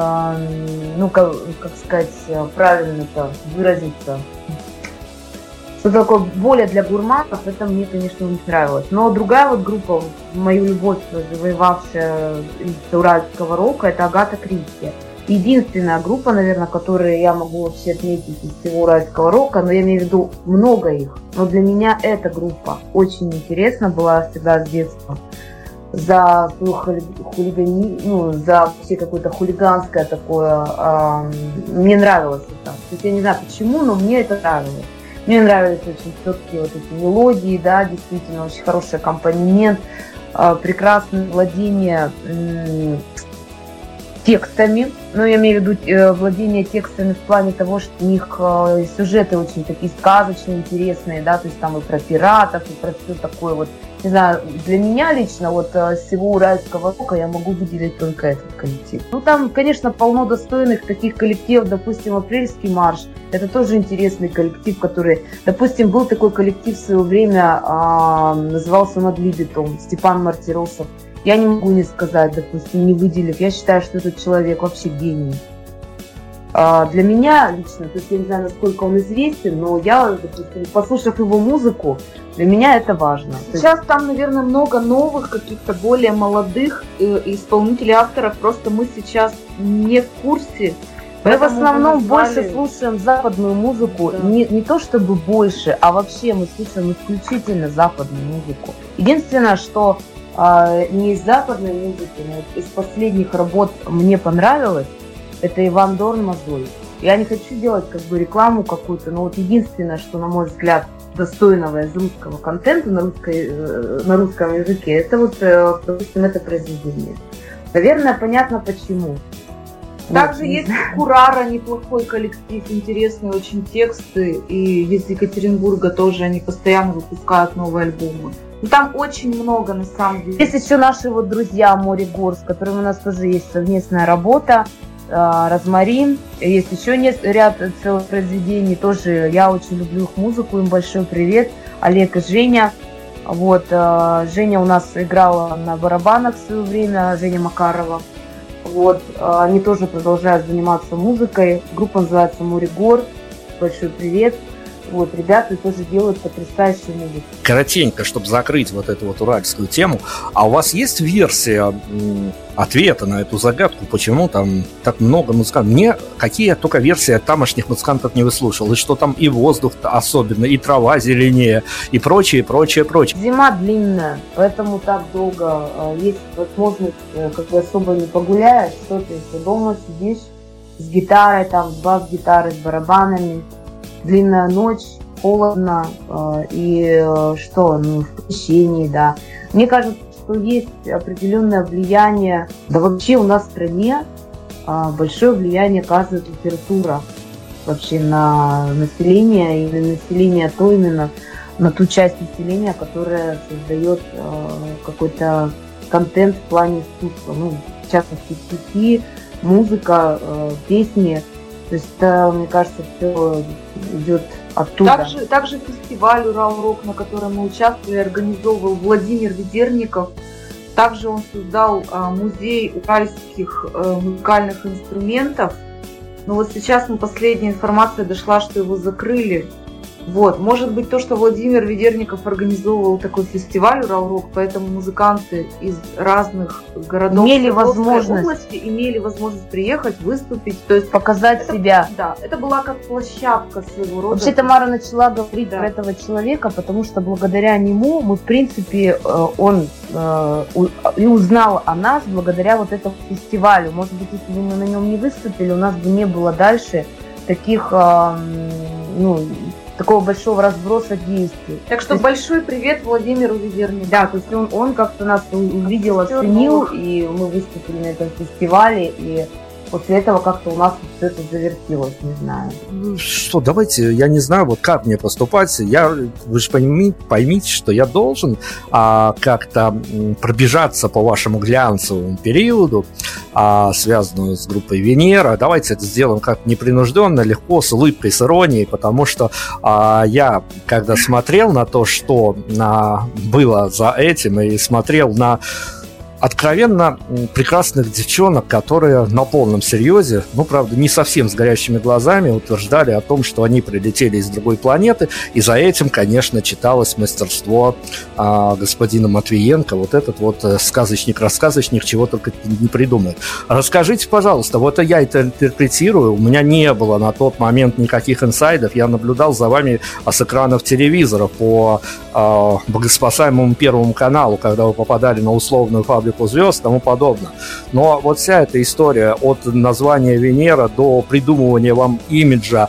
как сказать, правильно-то выразиться. Что-то такое более для гурманов, это мне, конечно, не нравилось. Но другая вот группа, мою любовь завоевавшая из уральского рока, это Агата Кристи. Единственная группа, наверное, которую я могу вообще отметить из всего уральского рока, но я имею в виду много их. Но для меня эта группа очень интересна была всегда с детства. За свою за все какое-то хулиганское такое. Мне нравилось это. То есть я не знаю почему, но мне это нравилось. Мне нравились очень четкие вот эти мелодии, да, действительно очень хороший аккомпанемент, прекрасное владение текстами, но я имею в виду владение текстами в плане того, что у них сюжеты очень такие сказочные, интересные, да, то есть там и про пиратов, и про все такое вот, не знаю, для меня лично вот с всего уральского рока я могу выделить только этот коллектив. Ну там, конечно, полно достойных таких коллективов, допустим, «Апрельский марш», это тоже интересный коллектив, который, допустим, был такой коллектив в свое время, назывался «Над Либетом», Степан Мартиросов. Я не могу не сказать, допустим, не выделив. Я считаю, что этот человек вообще гений. Для меня лично, то есть я не знаю, насколько он известен, но я, допустим, послушав его музыку, для меня это важно. Сейчас там, наверное, много новых, каких-то более молодых исполнителей, авторов. Просто мы сейчас не в курсе. Мы в основном больше слушаем западную музыку. Да. Не то чтобы больше, а вообще мы слушаем исключительно западную музыку. Единственное, что не из западной музыки, но из последних работ мне понравилось, это Иван Дорн «Мозоль». Я не хочу делать как бы рекламу какую-то, но вот единственное, что, на мой взгляд, достойного из русского контента на русском языке, это вот, допустим, это произведение. Наверное, понятно почему. Также вот, есть Курара, неплохой коллектив, интересные очень тексты, и из Екатеринбурга тоже они постоянно выпускают новые альбомы. Там очень много, на самом деле. Есть еще наши вот друзья «Море гор», с которыми у нас тоже есть совместная работа. «Розмарин». Есть еще ряд целых произведений. Тоже я очень люблю их музыку. Им большой привет. Олег и Женя. Вот, Женя у нас играла на барабанах в свое время, Женя Макарова. Вот, они тоже продолжают заниматься музыкой. Группа называется Муригор. Большой привет. Вот, ребята тоже делают потрясающую музыку. Коротенько, чтобы закрыть вот эту вот уральскую тему, а у вас есть версия ответа на эту загадку, почему там так много музыкантов? Мне какие только версии от тамошних музыкантов не выслушал, и что там и воздух особенно, и трава зеленее, и прочее, прочее, прочее. Зима длинная, поэтому так долго. Есть возможность, когда особо не погуляешь, что ты дома сидишь с гитарой, там, с бас-гитарой, с барабанами. Длинная ночь, холодно, и что, в помещении, да. Мне кажется, что есть определенное влияние, да вообще у нас в стране большое влияние оказывает температура вообще на население, и на население то именно на ту часть населения, которая создает какой-то контент в плане искусства, в частности стихи, музыка, песни. То есть это, мне кажется, все идет оттуда. Также фестиваль «Урал-Рок», на котором мы участвовали, организовывал Владимир Ведерников. Также он создал музей уральских музыкальных инструментов. Но вот сейчас последняя информация дошла, что его закрыли. Вот. Может быть, то, что Владимир Ведерников организовывал такой фестиваль «Урал-Рок», поэтому музыканты из разных городов области имели возможность приехать, выступить, то есть показать себя. Да, это была как площадка своего рода. Вообще Тамара начала говорить про этого человека, потому что благодаря нему мы, в принципе, он и узнал о нас благодаря вот этому фестивалю. Может быть, если бы мы на нем не выступили, у нас бы не было дальше таких, такого большого разброса действий. Так что большой привет Владимиру Ведерникову. Да, то есть он как-то нас увидел, оценил, и мы выступили на этом фестивале, и после этого как-то у нас все это завертелось, не знаю. Что, давайте, я не знаю, вот как мне поступать. Вы же поймите, что я должен как-то пробежаться по вашему глянцевому периоду, связанную с группой Венера. Давайте это сделаем как непринужденно, легко, с улыбкой, с иронией, потому что я, когда смотрел на то, что было за этим, и смотрел на откровенно прекрасных девчонок, которые на полном серьезе, правда, не совсем с горящими глазами, утверждали о том, что они прилетели из другой планеты, и за этим, конечно, читалось мастерство господина Матвиенко, вот этот вот сказочник-рассказочник, чего только не придумает. Расскажите, пожалуйста, вот я это интерпретирую, у меня не было на тот момент никаких инсайдов, я наблюдал за вами с экранов телевизора по богоспасаемому Первому каналу, когда вы попадали на условную фабрику звезд и тому подобное. Но вот вся эта история от названия Венера до придумывания вам имиджа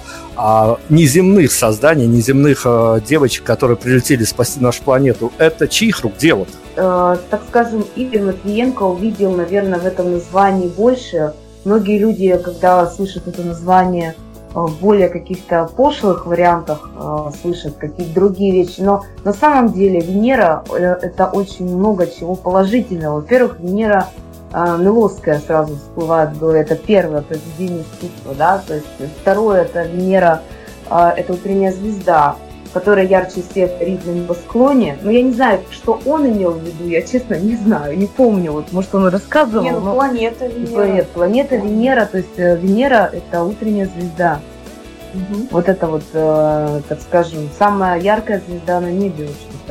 неземных созданий, неземных девочек, которые прилетели спасти нашу планету, это чьих рук дело-то? Так скажем, Игорь Матвиенко увидел, наверное, в этом названии больше. Многие люди, когда слышат это название в более каких-то пошлых вариантах, слышат какие-то другие вещи. Но на самом деле Венера – это очень много чего положительного. Во-первых, Венера Милосская сразу всплывает в голове. Это первое произведение искусства. Да? То есть, второе – это Венера, это утренняя звезда, которая ярче всех горит на небосклоне. Но я не знаю, что он имел в виду, я честно не знаю, не помню. Вот, может, он рассказывал. Планета Венера. Планета Венера, то есть Венера – это утренняя звезда. Угу. Вот это вот, так скажем, самая яркая звезда на небе, в общем-то.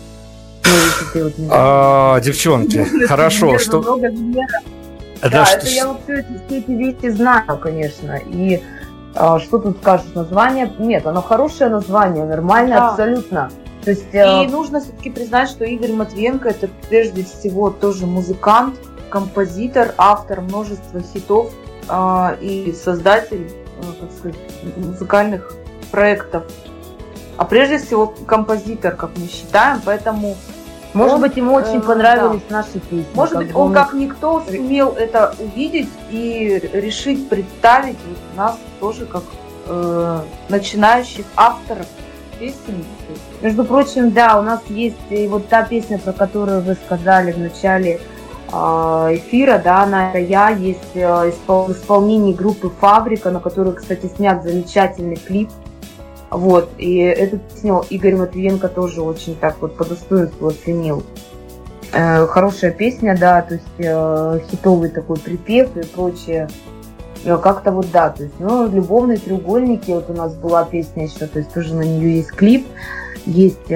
Девчонки, хорошо, что... Много Венера. Да, это я вот все эти вещи знаю, конечно. И что тут скажешь, название? Нет, оно хорошее название, нормальное, да. Абсолютно. То есть, и нужно все-таки признать, что Игорь Матвиенко это прежде всего тоже музыкант, композитор, автор множества хитов и создатель, так сказать, музыкальных проектов. А прежде всего композитор, как мы считаем, поэтому... Может быть, ему очень понравились наши песни. Может быть, он как никто сумел это увидеть и решить представить нас тоже как начинающих авторов песен. Между прочим, да, у нас есть и вот та песня, про которую вы сказали в начале эфира, да, она это я, есть в исполнении группы «Фабрика», на которую, кстати, снят замечательный клип. Вот, и эту песню Игорь Матвиенко тоже очень так вот по достоинству оценил. Хорошая песня, да, то есть хитовый такой припев и прочее. Как-то вот, да, то есть, ну, «Любовные треугольники», вот у нас была песня еще, то есть тоже на нее есть клип, есть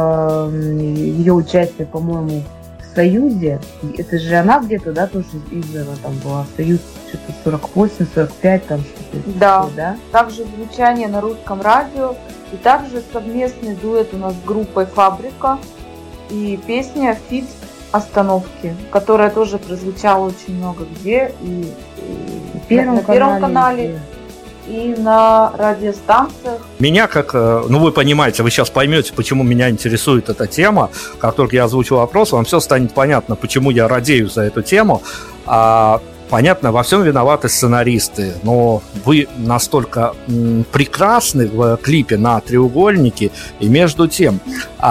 ее участие, по-моему, в «Союзе», это же она где-то, да, тоже издана там была, «Союз», что-то 48-45, там что-то. Да, такое, да, также звучание на русском радио, и также совместный дуэт у нас с группой «Фабрика», и песня «Фит остановки», которая тоже прозвучала очень много где, и на Первом канале, и на радиостанциях. Меня как, ну вы понимаете, вы сейчас поймете, почему меня интересует эта тема. Как только я озвучу вопрос, вам все станет понятно, почему я радею за эту тему. Понятно, во всем виноваты сценаристы, но вы настолько прекрасны в клипе на треугольнике, и между тем,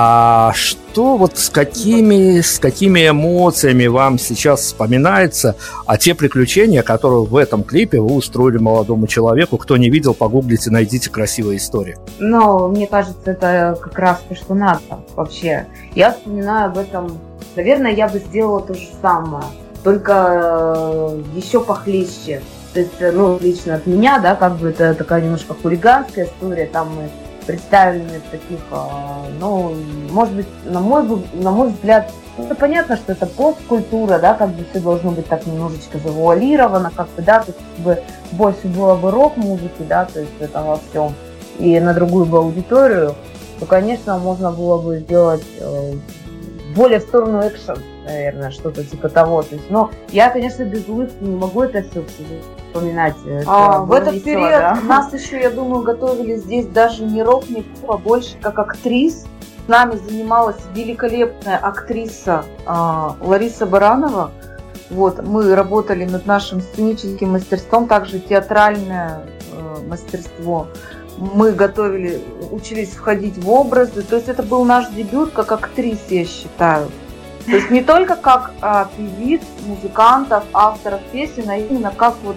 что вот с какими эмоциями вам сейчас вспоминается те приключения, которые в этом клипе вы устроили молодому человеку? Кто не видел, погуглите, найдите красивые истории. Но мне кажется, это как раз то, что надо вообще. Я вспоминаю об этом, наверное, я бы сделала то же самое, только еще похлеще. То есть, ну, лично от меня, да, как бы это такая немножко хулиганская история, там мы представлены в таких, ну, может быть, на мой взгляд, ну, понятно, что это посткультура, да, как бы все должно быть так немножечко завуалировано, как бы, да, то есть, как бы больше было бы рок-музыки, да, то есть это во всем, и на другую бы аудиторию, то, конечно, можно было бы сделать более в сторону экшен, наверное, что-то типа того. То есть, но я, конечно, без улыбки не могу это все вспоминать. В этот период, да? Нас еще, я думаю, готовили здесь даже не рок, не поп, а больше как актрис. С нами занималась великолепная актриса Лариса Баранова. Вот, мы работали над нашим сценическим мастерством, также театральное мастерство. Мы готовили, учились входить в образы. То есть это был наш дебют как актрис, я считаю. То есть не только как певиц, музыкантов, авторов песен, а именно как вот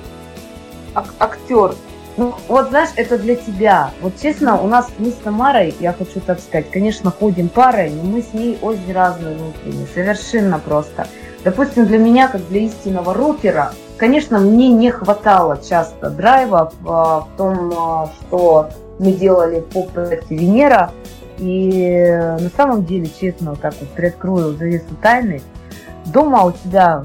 актер. Ну, вот знаешь, это для тебя. Вот честно, у нас мы с Тамарой, я хочу так сказать, конечно, ходим парой, но мы с ней очень разные внутренние, совершенно просто. Допустим, для меня, как для истинного рокера, конечно, мне не хватало часто драйва в том, что мы делали в поп-проекте «Венера». И на самом деле, честно, вот так вот приоткрою завесу тайны, дома у тебя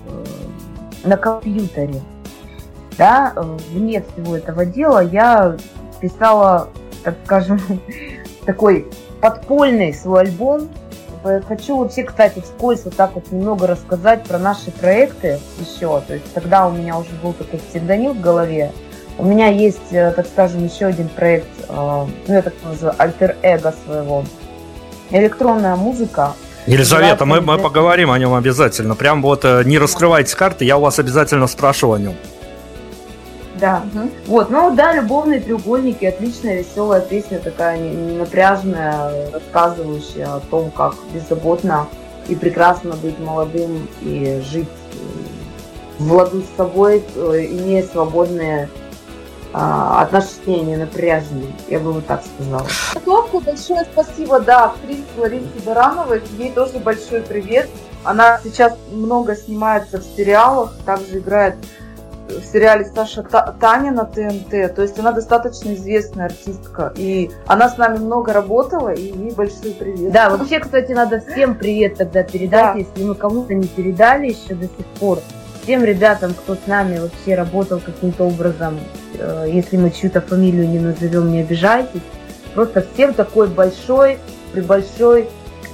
на компьютере, да, вне всего этого дела, я писала, так скажем, такой подпольный свой альбом. Хочу вообще, кстати, вскользь вот так вот немного рассказать про наши проекты еще. То есть тогда у меня уже был такой псевдоним в голове. У меня есть, так скажем, еще один проект, ну я так называю, альтер-эго своего. Электронная музыка. Елизавета, мы поговорим о нем обязательно. Прям вот не раскрывайте карты, я у вас обязательно спрошу о нем. Да. Вот, ну да, «Любовные треугольники», отличная, веселая песня, такая ненапряжная, рассказывающая о том, как беззаботно и прекрасно быть молодым и жить в ладу с собой, имея свободные отношения, напряженные, я бы вот так сказала. Готовку большое спасибо, да, актрисе Ларисе Барановой, ей тоже большой привет. Она сейчас много снимается в сериалах, также играет в сериале «Саша Таня» на ТНТ, то есть она достаточно известная артистка, и она с нами много работала, и ей большой привет. Да, вообще, кстати, надо всем привет тогда передать, да. Если мы кому-то не передали еще до сих пор, всем ребятам, кто с нами вообще работал каким-то образом, если мы чью-то фамилию не назовем, не обижайтесь, просто всем такой большой, прибольшой,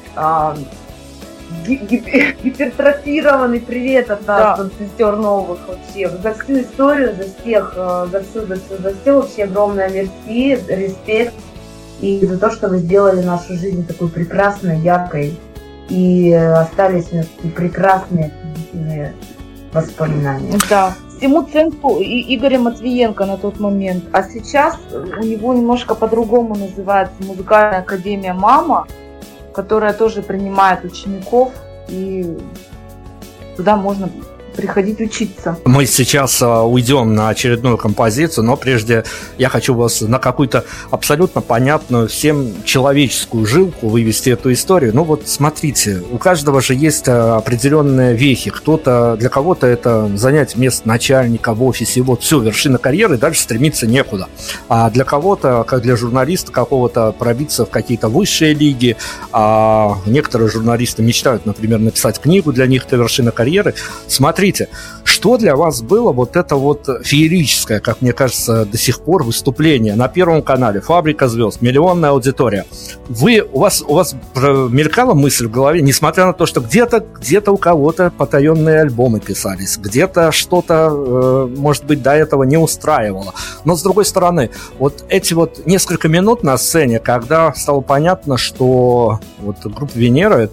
гипертрофированный привет от нас, да. Сестер новых вообще, за всю историю, за всех, за все вообще огромное мерси, респект, и за то, что вы сделали нашу жизнь такой прекрасной, яркой, и остались у нас такие прекрасные, позитивные воспоминания. Да. Всему центру Игоря Матвиенко на тот момент, а сейчас у него немножко по-другому называется музыкальная академия «Мама», которая тоже принимает учеников, и туда можно приходить учиться. Мы сейчас уйдем на очередную композицию, но прежде я хочу вас на какую-то абсолютно понятную всем человеческую жилку вывести эту историю. Ну вот смотрите, у каждого же есть определенные вехи. Для кого-то это занять место начальника в офисе, вот все, вершина карьеры, дальше стремиться некуда. А для кого-то, как для журналиста какого-то, пробиться в какие-то высшие лиги. А некоторые журналисты мечтают, например, написать книгу, для них это вершина карьеры. Смотрите, что для вас было вот это вот феерическое, как мне кажется, до сих пор выступление на Первом канале, «Фабрика звезд», миллионная аудитория. У вас мелькала мысль в голове, несмотря на то, что где-то у кого-то потаенные альбомы писались, где-то что-то, может быть, до этого не устраивало. Но, с другой стороны, вот эти вот несколько минут на сцене, когда стало понятно, что вот группа «Венера» — это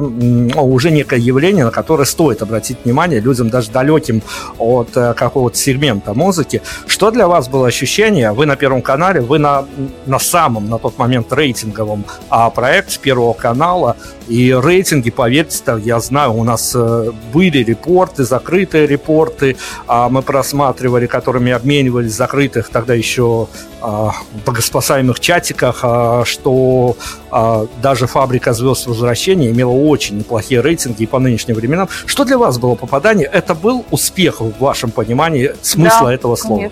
уже некое явление, на которое стоит обратить внимание людям, даже далеким от какого-то сегмента музыки. Что для вас было ощущение? Вы на Первом канале, вы на самом, на тот момент, рейтинговом проекте Первого канала, и рейтинги, поверьте, я знаю, у нас были репорты, закрытые репорты, мы просматривали, которыми обменивались в закрытых тогда еще богоспасаемых чатиках, что даже «Фабрика звезд. Возвращение» имела очень неплохие рейтинги и по нынешним временам. Что для вас было попадание? Это был успех в вашем понимании смысла этого слова?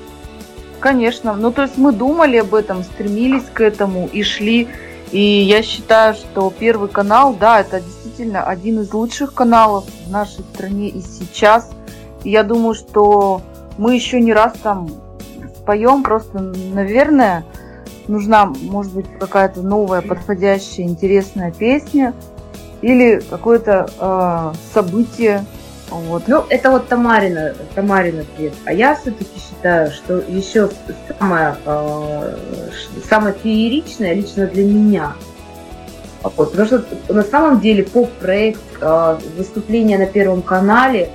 Конечно. Ну, то есть мы думали об этом, стремились к этому и шли. И я считаю, что Первый канал, да, это действительно один из лучших каналов в нашей стране и сейчас. И я думаю, что мы еще не раз там споем. Просто, наверное, нужна, может быть, какая-то новая, подходящая, интересная песня или какое-то событие. Вот. Ну, это вот Тамарин ответ. А я все-таки считаю, что еще самое фееричное лично для меня. Вот, потому что на самом деле поп-проект, выступление на Первом канале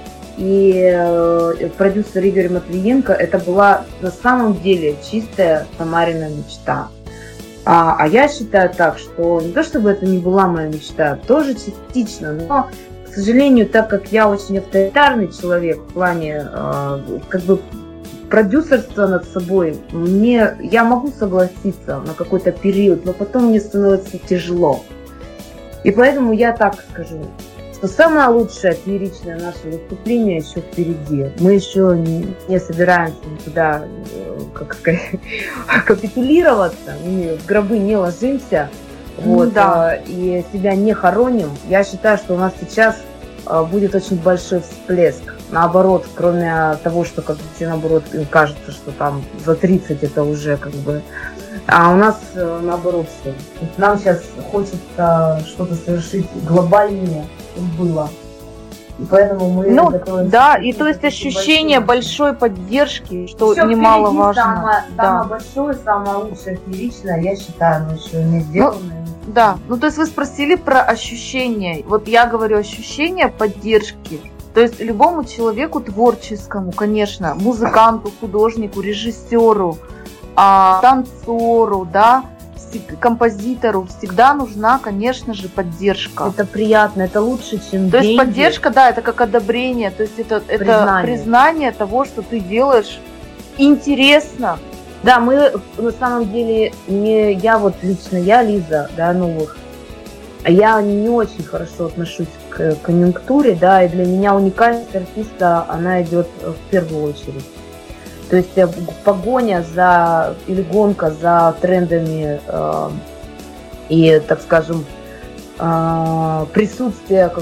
и продюсер Игорь Матвиенко, это была на самом деле чистая Тамарина мечта. А я считаю так, что не то чтобы это не была моя мечта, тоже частично, но, к сожалению, так как я очень авторитарный человек в плане продюсерства над собой, я могу согласиться на какой-то период, но потом мне становится тяжело. И поэтому я так скажу, что самое лучшее фееричное наше выступление еще впереди. Мы еще не собираемся никуда, как сказать, капитулироваться, в гробы не ложимся, вот, да. И себя не хороним. Я считаю, что у нас сейчас будет очень большой всплеск. Наоборот, кроме того, что как бы наоборот им кажется, что там за 30 это уже как бы... А у нас наоборот все. Нам сейчас хочется что-то совершить глобальнее, чем было. И поэтому мы готовимся... Да, и то есть ощущение большой поддержки, что еще немаловажно. Самое большое, самое лучшее, фееричное, я считаю, мы еще не сделано. Да, то есть вы спросили про ощущения. Вот я говорю ощущения поддержки. То есть любому человеку творческому, конечно, музыканту, художнику, режиссеру, танцору, да, композитору всегда нужна, конечно же, поддержка. Это приятно, это лучше, чем деньги. То есть поддержка, да, это как одобрение, то есть это признание того, что ты делаешь интересно. Да, мы на самом деле, я, Лиза, да, Новых, я не очень хорошо отношусь к конъюнктуре, да, и для меня уникальность артиста, она идет в первую очередь. То есть погоня или гонка за трендами и, так скажем, присутствие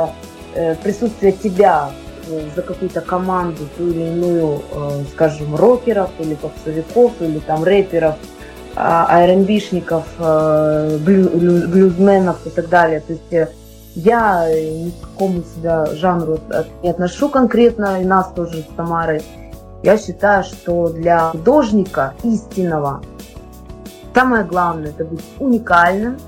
тебя за какую-то команду, ту или иную, скажем, рокеров или попсовиков, или там рэперов, R&B-шников, блюзменов и так далее. То есть я ни к какому себя жанру не отношу конкретно, и нас тоже с Тамарой. Я считаю, что для художника истинного самое главное – это быть уникальным,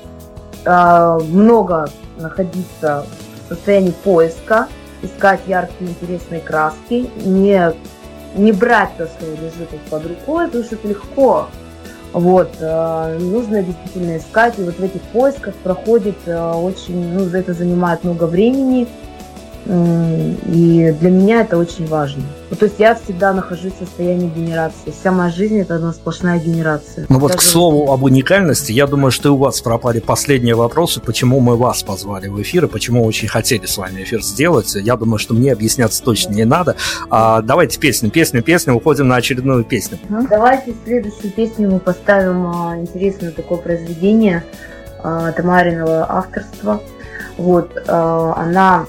много находиться в состоянии поиска, искать яркие, интересные краски, не брать то, что лежит под рукой, потому что это легко. Вот, нужно действительно искать, и вот в этих поисках проходит очень, это занимает много времени, И для меня это очень важно. То есть я всегда нахожусь в состоянии генерации. Вся моя жизнь – это одна сплошная генерация. Ну вот, к слову об уникальности, я думаю, что и у вас пропали последние вопросы, почему мы вас позвали в эфир и почему очень хотели с вами эфир сделать. Я думаю, что мне объясняться точно не надо. Давайте песню, уходим на очередную песню. Давайте следующую песню мы поставим интересное такое произведение Тамариного авторства. Вот, она...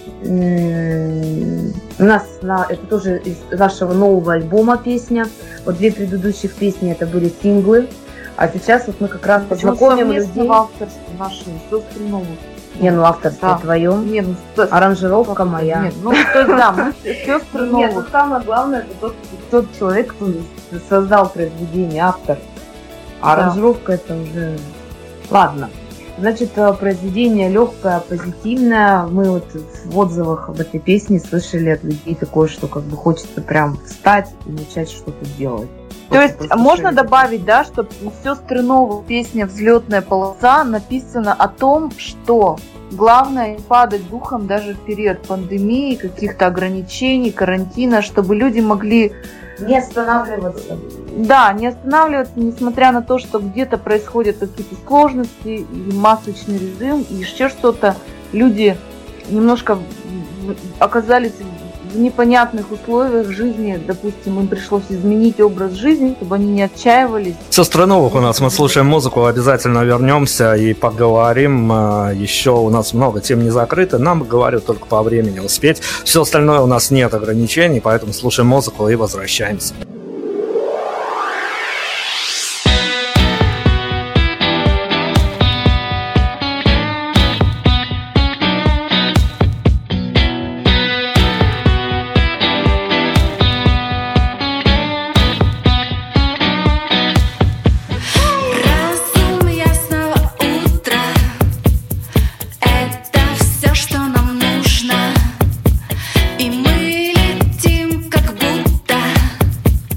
У нас это тоже из нашего нового альбома песня. Вот 2 предыдущих песни это были синглы, а сейчас вот мы как раз познакомим людей. Авторство наше, сестры новых. Не, авторство твое. Аранжировка моя. Нет, то есть да, мы сестры новых. Нет, самое главное это тот человек, кто создал произведение, автор. А аранжировка это уже... Ладно. Значит, произведение легкое, позитивное. Мы вот в отзывах об этой песне слышали от людей такое, что как бы хочется прям встать и начать что-то делать. То есть можно добавить, да, что «Сестры новых» песня «Взлетная полоса» написана о том, что главное не падать духом даже в период пандемии, каких-то ограничений, карантина, чтобы люди могли... Не останавливаться. Да, не останавливаться, несмотря на то, что где-то происходят какие-то сложности, или масочный режим, и еще что-то. Люди немножко оказались в непонятных условиях жизни. Допустим, им пришлось изменить образ жизни, чтобы они не отчаивались. Сестры новых у нас, мы слушаем музыку, обязательно вернемся и поговорим. Еще у нас много тем не закрыто, нам, говорю, только по времени успеть. Все остальное у нас нет ограничений, поэтому слушаем музыку и возвращаемся. И мы летим, как будто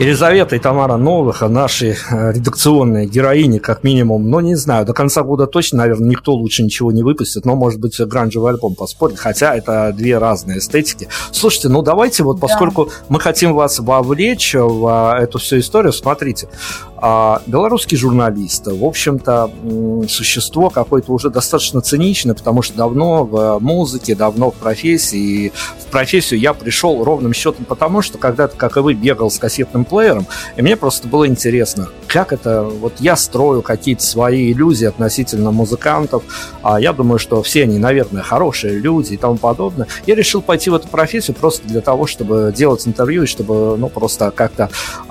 Елизавета и Тамара Новых, наши редакционные героини, как минимум, ну, не знаю, до конца года точно, наверное, никто лучше ничего не выпустит, но, может быть, гранжевый альбом поспорит, хотя это две разные эстетики. Слушайте, ну, давайте вот, поскольку мы хотим вас вовлечь в эту всю историю, смотрите, белорусский журналист, в общем-то, существо какое-то уже достаточно циничное, потому что давно в музыке, давно в профессии, и в профессию я пришел ровным счетом потому, что когда-то, как и вы, бегал с кассетным плеером, и мне просто было интересно, как это, вот я строю какие-то свои иллюзии относительно музыкантов, я думаю, что все они, наверное, хорошие люди и тому подобное. Я решил пойти в эту профессию просто для того, чтобы делать интервью и чтобы, ну, просто как-то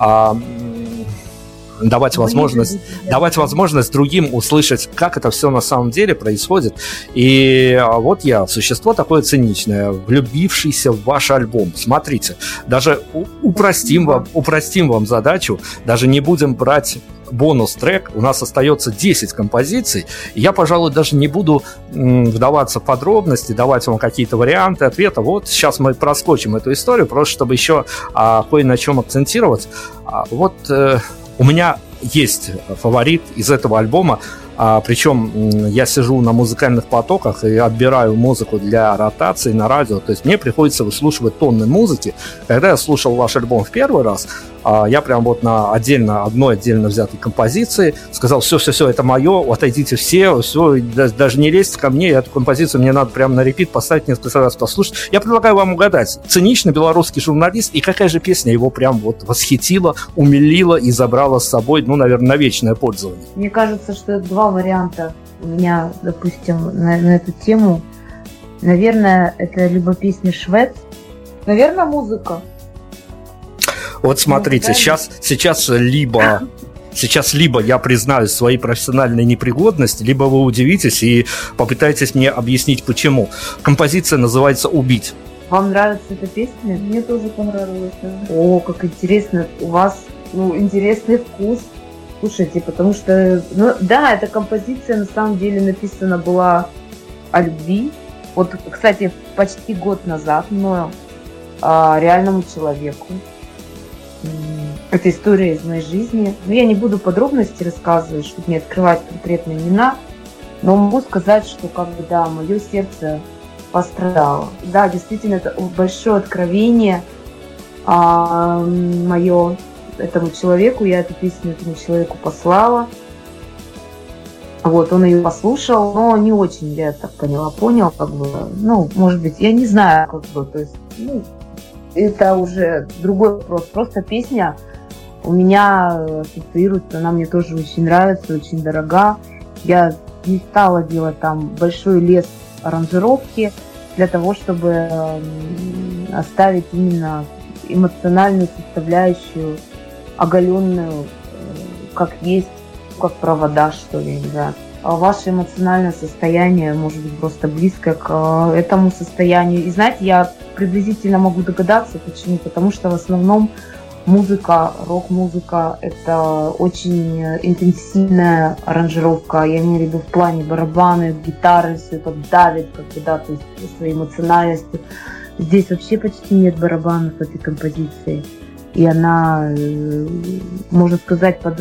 давать возможность другим услышать, как это все на самом деле происходит. И вот я, существо такое циничное, влюбившееся в ваш альбом. Смотрите, даже упростим вам задачу, даже не будем брать бонус-трек, у нас остается 10 композиций, и я, пожалуй, даже не буду вдаваться в подробности, давать вам какие-то варианты ответа. Вот сейчас мы проскочим эту историю, просто чтобы еще кое на чем акцентировать. У меня есть фаворит из этого альбома, причем я сижу на музыкальных потоках и отбираю музыку для ротации на радио, то есть мне приходится выслушивать тонны музыки. Когда я слушал ваш альбом в первый раз, я прям вот на одной отдельно взятой композиции сказал: все, это мое, отойдите все, даже не лезьте ко мне, эту композицию мне надо прям на репит поставить, несколько раз послушать. Я предлагаю вам угадать, циничный белорусский журналист, и какая же песня его прям вот восхитила, умилила и забрала с собой, ну, наверное, на вечное пользование. Мне кажется, что два варианта у меня, допустим, на эту тему. Наверное, это либо песня «Швец», наверное, музыка. Вот смотрите, сейчас либо я признаюсь в своей профессиональной непригодности, либо вы удивитесь и попытаетесь мне объяснить, почему. Композиция называется «Убить». Вам нравится эта песня? Мне тоже понравилось. Да. О, как интересно. У вас, интересный вкус. Слушайте, потому что, эта композиция на самом деле написана была о любви. Вот, кстати, почти год назад мною реальному человеку. Это история из моей жизни. Я не буду подробности рассказывать, чтобы не открывать конкретные имена, но могу сказать, что когда мое сердце пострадало. Да, действительно, это большое откровение мое этому человеку. Я эту песню этому человеку послала. Вот, он ее послушал, но не очень, я так понял, может быть, я не знаю, то есть, это уже другой вопрос. Просто песня у меня ассоциируется, она мне тоже очень нравится, очень дорога. Я не стала делать там большой лес аранжировки для того, чтобы оставить именно эмоциональную составляющую, оголенную, как есть, как провода, что ли, не знаю. Ваше эмоциональное состояние может быть просто близко к этому состоянию. И знаете, я приблизительно могу догадаться, почему. Потому что в основном музыка, рок-музыка – это очень интенсивная аранжировка. Я имею в виду в плане барабаны, гитары, все это давит, то есть своей эмоциональностью. Здесь вообще почти нет барабанов в этой композиции. И она, можно сказать, под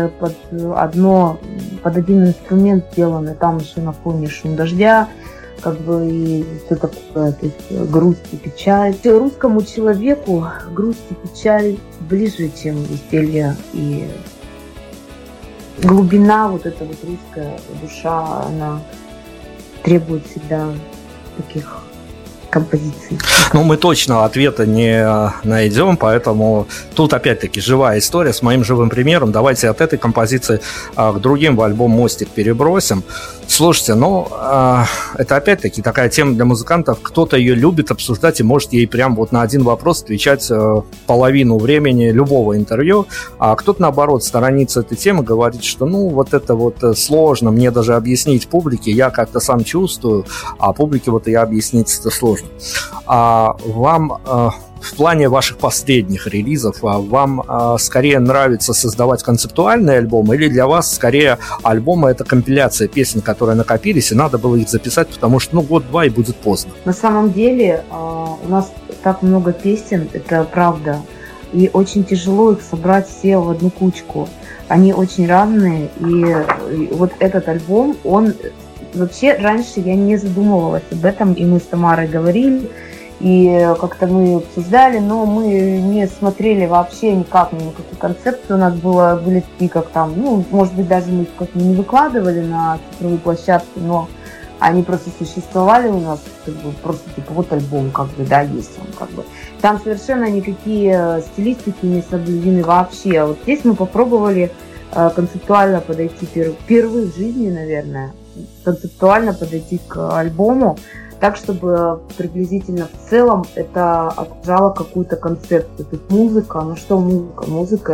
один инструмент сделана. Там еще на фоне шум дождя, и все такое, то есть грусть и печаль. Русскому человеку грусть и печаль ближе, чем веселье. И глубина, эта русская душа, она требует всегда таких композиций. Мы точно ответа не найдем, поэтому тут опять-таки живая история с моим живым примером. Давайте от этой композиции к другим в альбом «Мостик» перебросим. Слушайте, это опять-таки такая тема для музыкантов. Кто-то ее любит обсуждать и может ей прям на один вопрос отвечать половину времени любого интервью, а кто-то, наоборот, сторонится этой темы, говорит, что это сложно мне даже объяснить публике, я как-то сам чувствую, а публике я объяснить это сложно. А вам в плане ваших последних релизов, вам скорее нравится создавать концептуальный альбом, или для вас скорее альбомы — это компиляция песен, которые накопились, и надо было их записать, потому что год-два и будет поздно? На самом деле у нас так много песен, это правда. и очень тяжело их собрать все в одну кучку. Они очень разные, и вот этот альбом, он вообще раньше я не задумывалась об этом, и мы с Тамарой говорили, и как-то мы обсуждали, но мы не смотрели вообще никак на никакие концепции. У нас были такие, как там, ну, может быть, даже мы как-то не выкладывали на цифровые площадки, но они просто существовали у нас, как бы, просто типа вот альбом, как бы, да, есть он, как бы. Там совершенно никакие стилистики не соблюдены вообще. А вот здесь мы попробовали концептуально подойти, впервые в жизни, наверное, концептуально подойти к альбому, так, чтобы приблизительно в целом это отражало какую-то концепцию. То есть музыка, ну что музыка? Музыка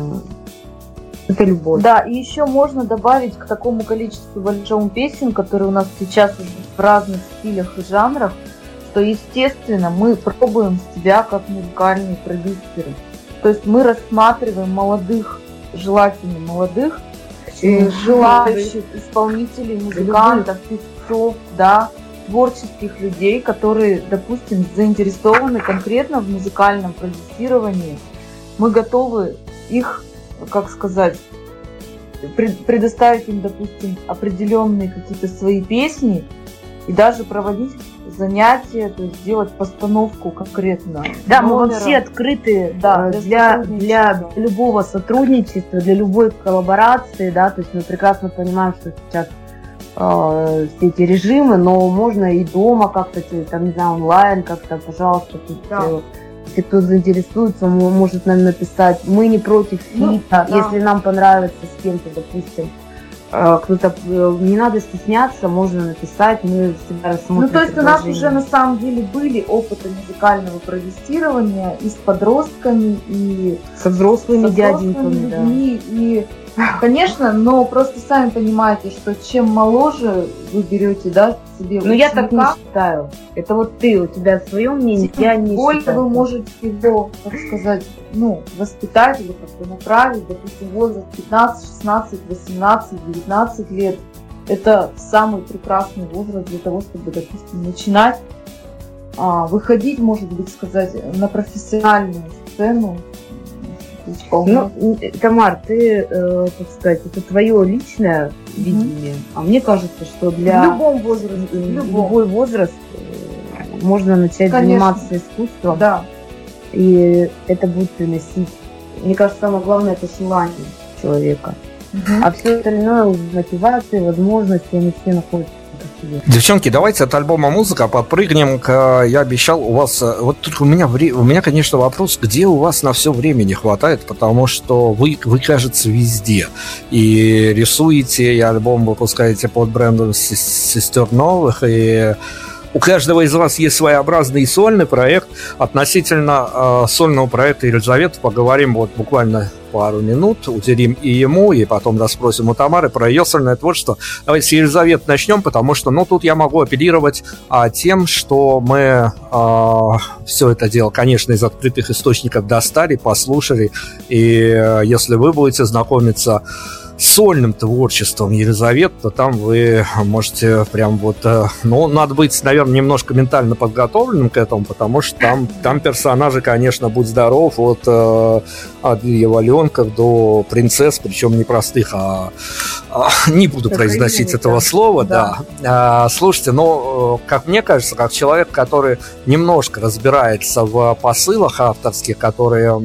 это любовь. Да, и еще можно добавить к такому количеству большому песен, которые у нас сейчас уже в разных стилях и жанрах, что, естественно, мы пробуем себя как музыкальные продюсеры. То есть мы рассматриваем молодых, желательно молодых, желающих исполнителей, музыкантов, певцов, да, творческих людей, которые, допустим, заинтересованы конкретно в музыкальном продюсировании. Мы готовы их, как сказать, предоставить им, допустим, определенные какие-то свои песни и даже проводить занятия, то есть делать постановку конкретно. Да, мы вообще открыты, да, для любого сотрудничества, для любой коллаборации, да, то есть мы прекрасно понимаем, что сейчас все эти режимы, но можно и дома как-то, там, не знаю, онлайн как-то, пожалуйста, если кто заинтересуется, может нам написать. Мы не против фита, если нам понравится с кем-то, допустим, кто-то, не надо стесняться, можно написать, мы всегда рассмотрим. Ну, то есть у нас уже на самом деле были опыты музыкального продюсирования и с подростками, и со взрослыми дяденьками, да. И, конечно, но просто сами понимаете, что чем моложе вы берете, да, себе ученика. Ну, я так не считаю. Это вот ты, у тебя свое мнение, я не более считаю. Вы можете его, так сказать, воспитать или как-то направить, допустим, возраст 15, 16, 18, 19 лет. Это самый прекрасный возраст для того, чтобы, допустим, начинать выходить, может быть, сказать, на профессиональную сцену. Ну, Тамар, ты, так сказать, это твое личное видение, а мне кажется, что для в любом возрасте, любой возраст можно начать заниматься искусством, да. И это будет приносить. Мне кажется, самое главное это желание человека, а все остальное, мотивации, возможности, они все находятся. Девчонки, давайте от альбома «Музыка» подпрыгнем к... Я обещал у вас... Вот тут у меня, конечно, вопрос, где у вас на все время не хватает, потому что вы, кажется, везде. И рисуете, и альбом выпускаете под брендом «Сестер Новых», и... У каждого из вас есть своеобразный сольный проект. Относительно сольного проекта Елизаветы поговорим вот буквально пару минут. Уделим и ему, и потом расспросим у Тамары про ее сольное творчество. Давайте с Елизаветы начнем, потому что тут я могу апеллировать тем, что мы все это дело, конечно, из открытых источников достали, послушали. И если вы будете знакомиться сольным творчеством Елизаветы, то там вы можете прям вот... надо быть, наверное, немножко ментально подготовленным к этому, потому что там персонажи, конечно, будь здоров, от Еваленков до принцесс, причем не простых, не буду произносить этого слова, да. Слушайте, как мне кажется, как человек, который немножко разбирается в посылах авторских, которые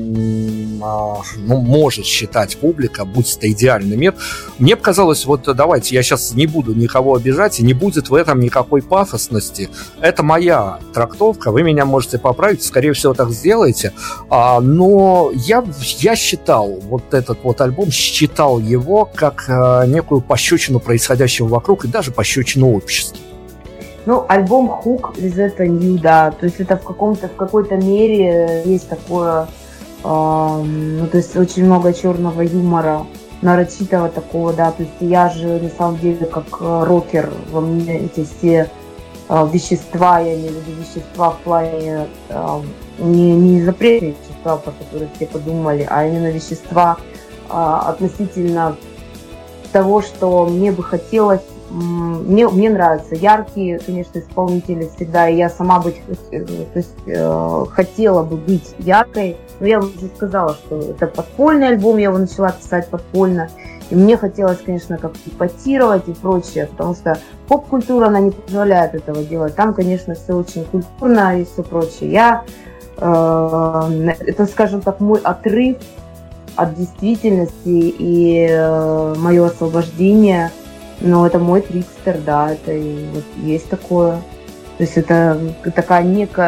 может считать публика, будь это идеальный мир, мне показалось, давайте, я сейчас не буду никого обижать, и не будет в этом никакой пафосности. Это моя трактовка, вы меня можете поправить, скорее всего, так сделаете. Но я считал этот альбом, считал его как некую пощечину происходящего вокруг и даже пощечину обществу. Альбом «Хук» Лизетта Нью, да, то есть это в какой-то мере есть такое, то есть очень много черного юмора, нарочитого такого, да, то есть я же на самом деле как рокер, во мне эти все вещества, я имею в виду вещества в плане не запретные вещества, про которые все подумали, а именно вещества относительно того, что мне бы хотелось Мне нравятся яркие, конечно, исполнители всегда, и я сама хотела бы быть яркой, но я уже сказала, что это подпольный альбом, я его начала писать подпольно, и мне хотелось, конечно, как-то эпатировать и прочее, потому что поп-культура, она не позволяет этого делать, там, конечно, все очень культурно и все прочее. Это, скажем так, мой отрыв от действительности и мое освобождение. Но это мой трикстер, да, это вот есть такое. То есть это такая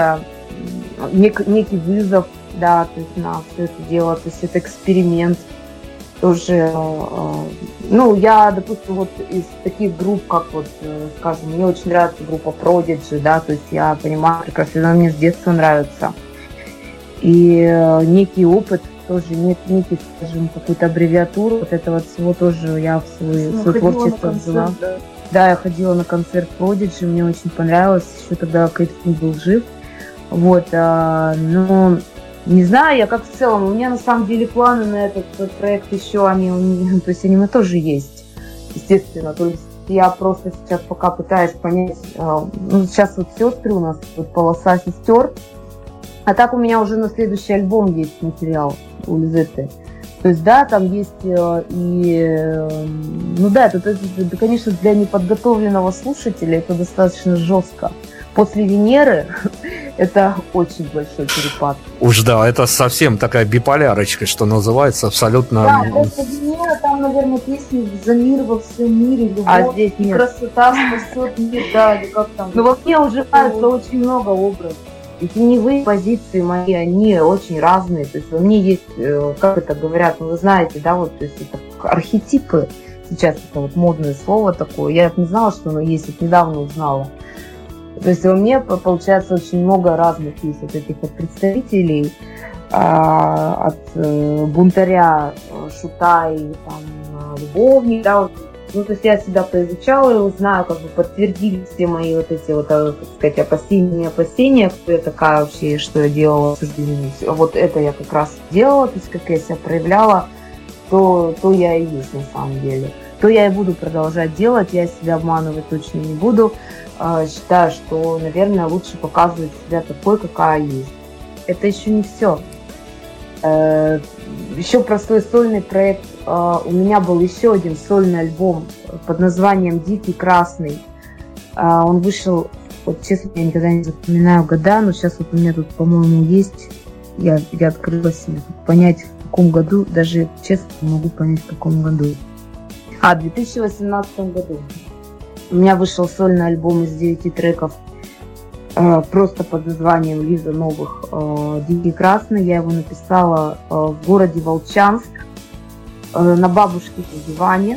некий вызов, да, то есть на все это дело, то есть это эксперимент тоже. Ну, я, допустим, вот из таких групп, как вот, скажем, мне очень нравится группа Prodigy, да, то есть я понимаю прекрасно, она мне с детства нравится. И некий опыт, тоже некий, скажем, какую-то аббревиатуру вот этого всего тоже я в свое творчество взяла. Да, я ходила на концерт Prodigy, мне очень понравилось, еще тогда Кейт Фун был жив. Вот, но не знаю, я как в целом, у меня на самом деле планы на этот проект еще, то есть они у меня тоже есть, естественно, то есть я просто сейчас пока пытаюсь понять, ну, сейчас вот сестры у нас, вот полоса сестер, а так у меня уже на следующий альбом есть материал у Лизетты. То есть, да, там есть ну да, это, конечно, для неподготовленного слушателя это достаточно жестко. После Венеры это очень большой перепад. Уж да, это совсем такая биполярочка, что называется, абсолютно... Да, просто Венера, там, наверное, песни «За мир во всем мире», «Любовь», а здесь и нет. «Красота спасет мир», да, или как там. Но во мне уживается очень много образов. И теневые позиции мои, они очень разные. То есть во мне есть, как это говорят, ну вы знаете, да, вот, то есть это архетипы. Сейчас это вот модное слово такое. Я не знала, что оно есть, вот недавно узнала. То есть во мне, получается, очень много разных есть вот этих вот представителей. От бунтаря, шута и там любовника, да, вот. Ну, то есть я себя поизучала и узнаю, как бы подтвердили все мои вот эти вот, так сказать, опасения, кто я такая вообще, что я делала. Вот это я как раз делала, то есть как я себя проявляла, то я и есть на самом деле. То я и буду продолжать делать, я себя обманывать точно не буду. Считаю, что, наверное, лучше показывать себя такой, какая есть. Это еще не все. Еще про свой сольный проект. У меня был еще один сольный альбом под названием «Дикий красный». Он вышел, вот честно, я никогда не запоминаю года, но сейчас вот у меня тут, по-моему, есть. Я открыла себе понять, в каком году, даже честно не могу понять, в каком году. В 2018 году. У меня вышел сольный альбом из 9 треков, просто под названием «Лиза Новых», «Дикий красный». Я его написала в городе Волчанск, на бабушке в диване.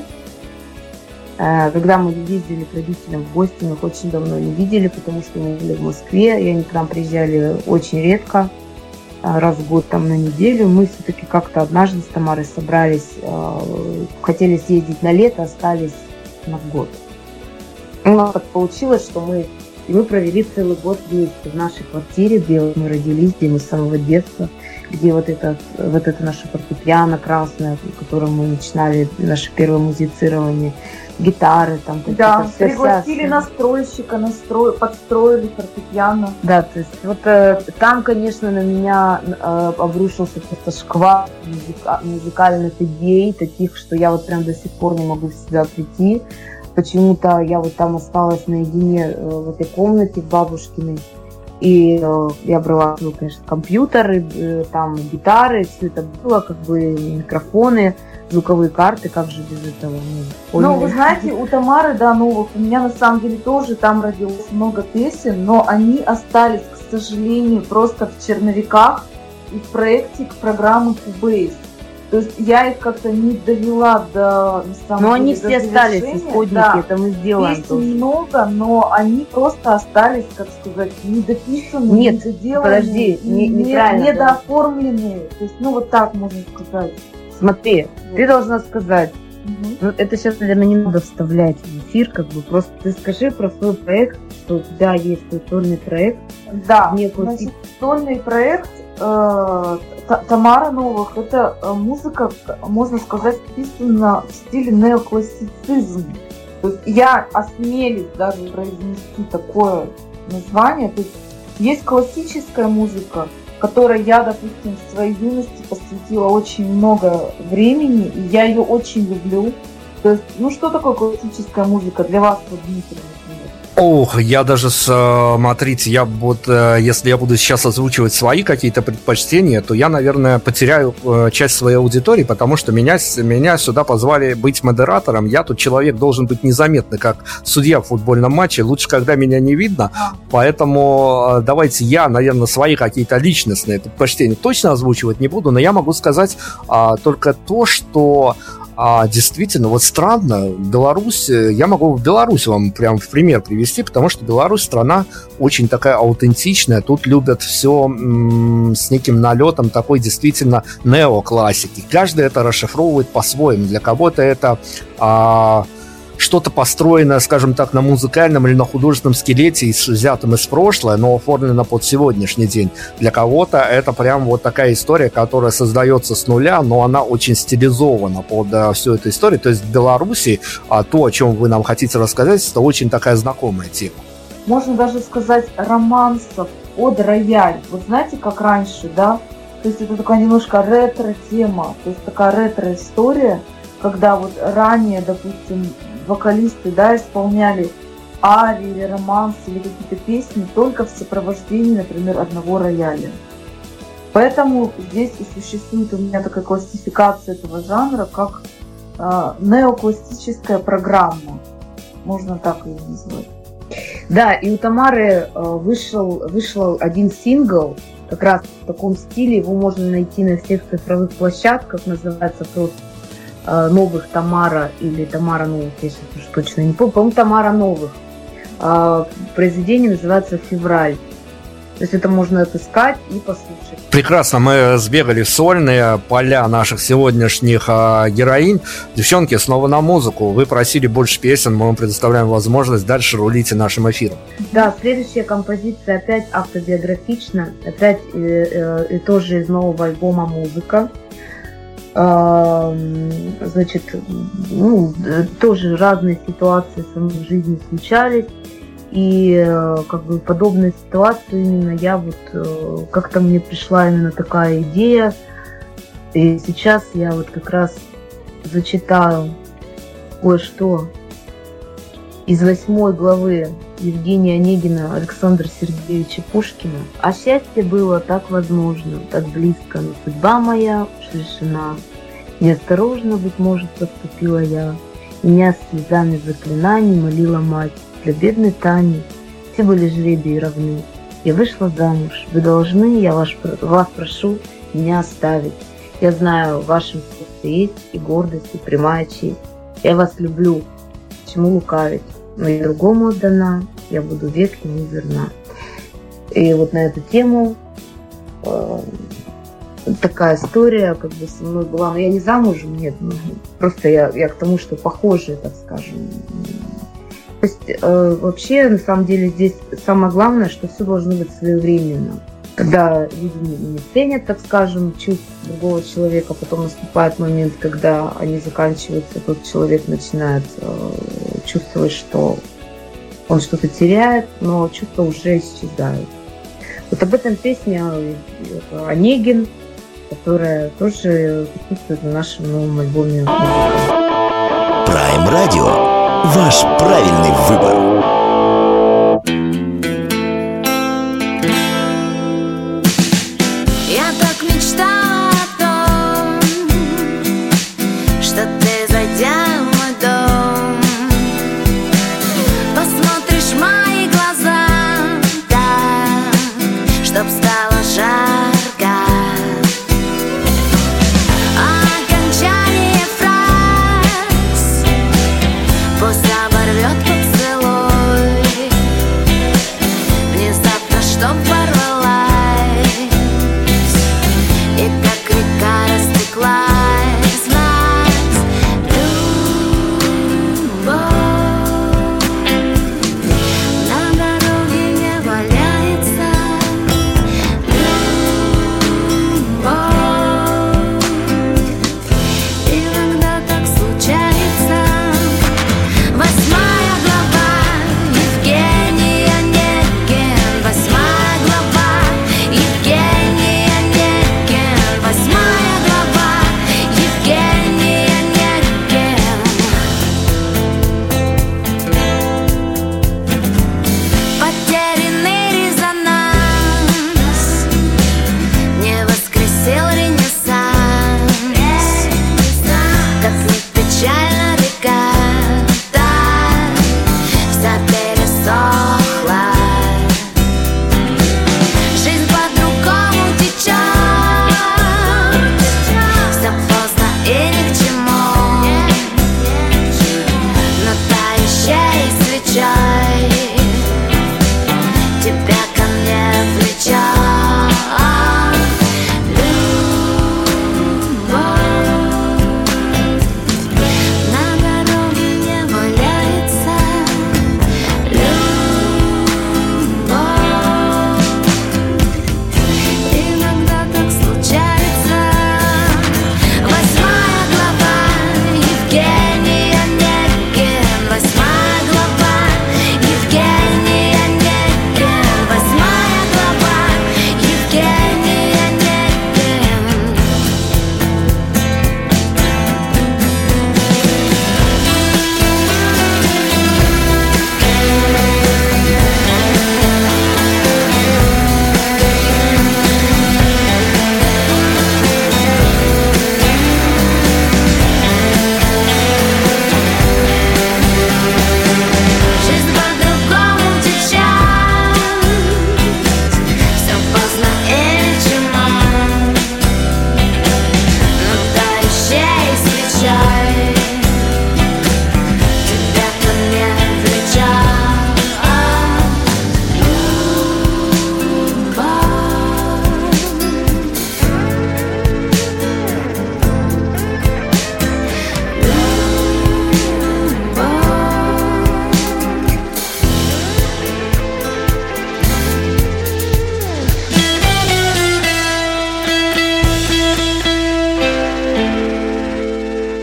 Когда мы ездили к родителям в гости, мы их очень давно не видели, потому что мы были в Москве, и они к нам приезжали очень редко, раз в год, там на неделю. Мы все-таки как-то однажды с Тамарой собрались, хотели съездить на лето, остались на год. У нас так получилось, что мы провели целый год вместе в нашей квартире, где мы родились, где мы с самого детства, где вот это наше фортепиано красное, в котором мы начинали наше первое музицирование, гитары там. Да, пригласили настройщика, подстроили фортепиано. Да, то есть вот там, конечно, на меня обрушился просто шквал музыкальных идей, таких, что я вот прям до сих пор не могу в себя прийти. Почему-то я вот там осталась наедине в этой комнате бабушкиной. И я брала, конечно, компьютеры, там гитары, все это было, как бы микрофоны, звуковые карты, как же без этого? Ну, вы знаете, у Тамары, да, Новых, у меня на самом деле тоже там родилось много песен, но они остались, к сожалению, просто в черновиках и в проекте к программы Cubase. То есть я их как-то не довела до... Но они все остались, исходники, да. Это мы сделаем. Песен много, но они просто остались, как сказать, недописанные, нет, недоделанные, подожди, неправильно, недооформленные. То есть, ну вот так можно сказать. Смотри, ты должна сказать, ну, это сейчас, наверное, не надо вставлять в эфир, как бы, просто ты скажи про свой проект, что у тебя есть твой сольный проект. Да, значит, сольный проект Тамара Новых, это музыка, можно сказать, написана в стиле неоклассицизм. То есть я осмелюсь даже произнести такое название. То есть классическая музыка, которой я, допустим, в своей юности посвятила очень много времени, и я ее очень люблю. То есть, что такое классическая музыка для вас, Дмитрий, например? Ох, я даже, смотрите, если я буду сейчас озвучивать свои какие-то предпочтения, то я, наверное, потеряю часть своей аудитории, потому что меня сюда позвали быть модератором. Я тут человек должен быть незаметный, как судья в футбольном матче. Лучше, когда меня не видно. Поэтому давайте я, наверное, свои какие-то личностные предпочтения точно озвучивать не буду, но я могу сказать только то, что действительно, вот странно, Беларусь, я могу Беларусь вам прям в пример привести, потому что Беларусь страна очень такая аутентичная, тут любят все с неким налетом такой действительно неоклассики. Каждый это расшифровывает по-своему. Для кого-то это что-то построенное, скажем так, на музыкальном или на художественном скелете, взятом из прошлого, но оформлено под сегодняшний день. Для кого-то это прям вот такая история, которая создается с нуля, но она очень стилизована под всю эту историю. То есть в Беларуси то, о чем вы нам хотите рассказать, это очень такая знакомая тема. Можно даже сказать романсов под рояль. Вот знаете, как раньше, да? То есть это такая немножко ретро-тема, то есть такая ретро-история, когда вот ранее, допустим, вокалисты, да, исполняли арии или романсы или какие-то песни только в сопровождении, например, одного рояля. Поэтому здесь и существует у меня такая классификация этого жанра, как неоклассическая программа. Можно так ее назвать. Да, и у Тамары вышел один сингл, как раз в таком стиле, его можно найти на всех цифровых площадках, называется просто «Новых Тамара» или «Тамара новых», я сейчас уже точно не помню, по-моему, «Тамара новых». Произведение называется «Февраль». То есть это можно отыскать и послушать. Прекрасно, мы сбегали в сольные поля наших сегодняшних героинь. Девчонки, снова на музыку. Вы просили больше песен, мы вам предоставляем возможность дальше рулите нашим эфиром. Да, следующая композиция опять автобиографична, опять и тоже из нового альбома «Музыка». Значит, тоже разные ситуации со мной в жизни случались. И как бы подобную ситуацию именно я вот как-то мне пришла именно такая идея. И сейчас я вот как раз зачитаю кое-что из 8 главы Евгения Онегина Александра Сергеевича Пушкина. «А счастье было так возможно, так близко, но судьба моя уж лишена. Неосторожно, быть может, поступила я. Меня с слезами заклинаний молила мать. Для бедной Тани все были жребии равны. Я вышла замуж. Вы должны, я вас прошу, меня оставить. Я знаю, в вашем сердце есть и гордость, и прямая честь. Я вас люблю, чему лукавить. Но и другому отдана, я буду век ему верна». И вот на эту тему такая история как бы со мной была. Но я не замужем, нет. Просто я к тому, что похожие, так скажем. То есть вообще, на самом деле, здесь самое главное, что все должно быть своевременно. Когда люди не ценят, так скажем, чувств другого человека, потом наступает момент, когда они заканчиваются, тот человек начинает чувствовать, что он что-то теряет, но чувства уже исчезают. Вот об этом песня Онегин, которая тоже присутствует на нашем новом альбоме. Prime Radio. Ваш правильный выбор. Я так мечтала о том, что ты, зайдя в мой дом, посмотришь в мои глаза так, чтоб стало жарко. Окончание фраз пусть оборвет поцелуй.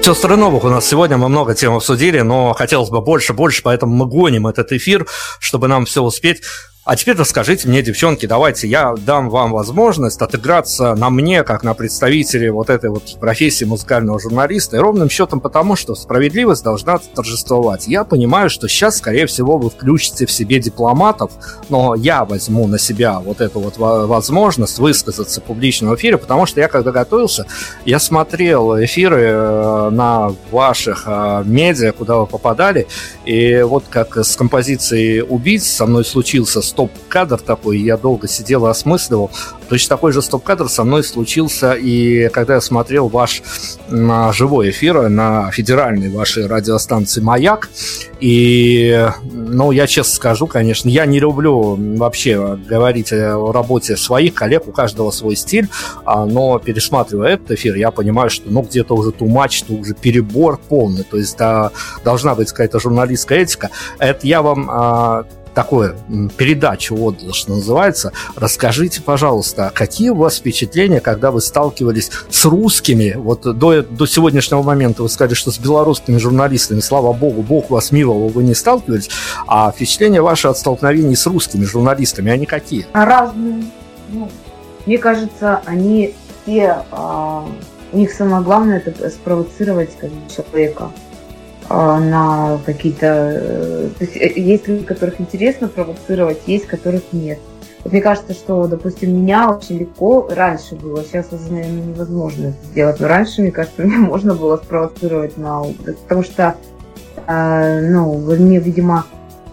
Сестры Новых у нас сегодня, мы много тем обсудили, но хотелось бы больше, поэтому мы гоним этот эфир, чтобы нам все успеть. А теперь расскажите мне, девчонки, давайте я дам вам возможность отыграться на мне, как на представителе вот этой вот профессии музыкального журналиста, и ровным счетом потому, что справедливость должна торжествовать. Я понимаю, что сейчас, скорее всего, вы включите в себе дипломатов, но я возьму на себя вот эту вот возможность высказаться в публичном эфире, потому что я, когда готовился, я смотрел эфиры на ваших медиа, куда вы попадали, и вот как с композицией «Убийц» со мной случился стоп-кадр такой, я долго сидел и осмысливал. Точно такой же стоп-кадр со мной случился и когда я смотрел ваш живой эфир на федеральной вашей радиостанции «Маяк». И, ну, я честно скажу, конечно, я не люблю вообще говорить о работе своих коллег, у каждого свой стиль, но пересматривая этот эфир, я понимаю, что, ну, где-то уже too much, что уже перебор полный, то есть должна быть какая-то журналистская этика. Это я вам... такую передачу отдал, что называется. Расскажите, пожалуйста, какие у вас впечатления, когда вы сталкивались с русскими, вот до сегодняшнего момента вы сказали, что с белорусскими журналистами, слава богу, Бог вас миловал, вы не сталкивались, а впечатления ваши от столкновений с русскими журналистами, они какие? Разные. Ну, мне кажется, они все, у них самое главное это спровоцировать человека на какие-то... То есть люди, которых интересно провоцировать, есть, которых нет. Вот мне кажется, что, допустим, меня очень легко раньше было, сейчас уже, наверное, невозможно это сделать, но раньше, мне кажется, меня можно было спровоцировать на... Потому что, мне, видимо,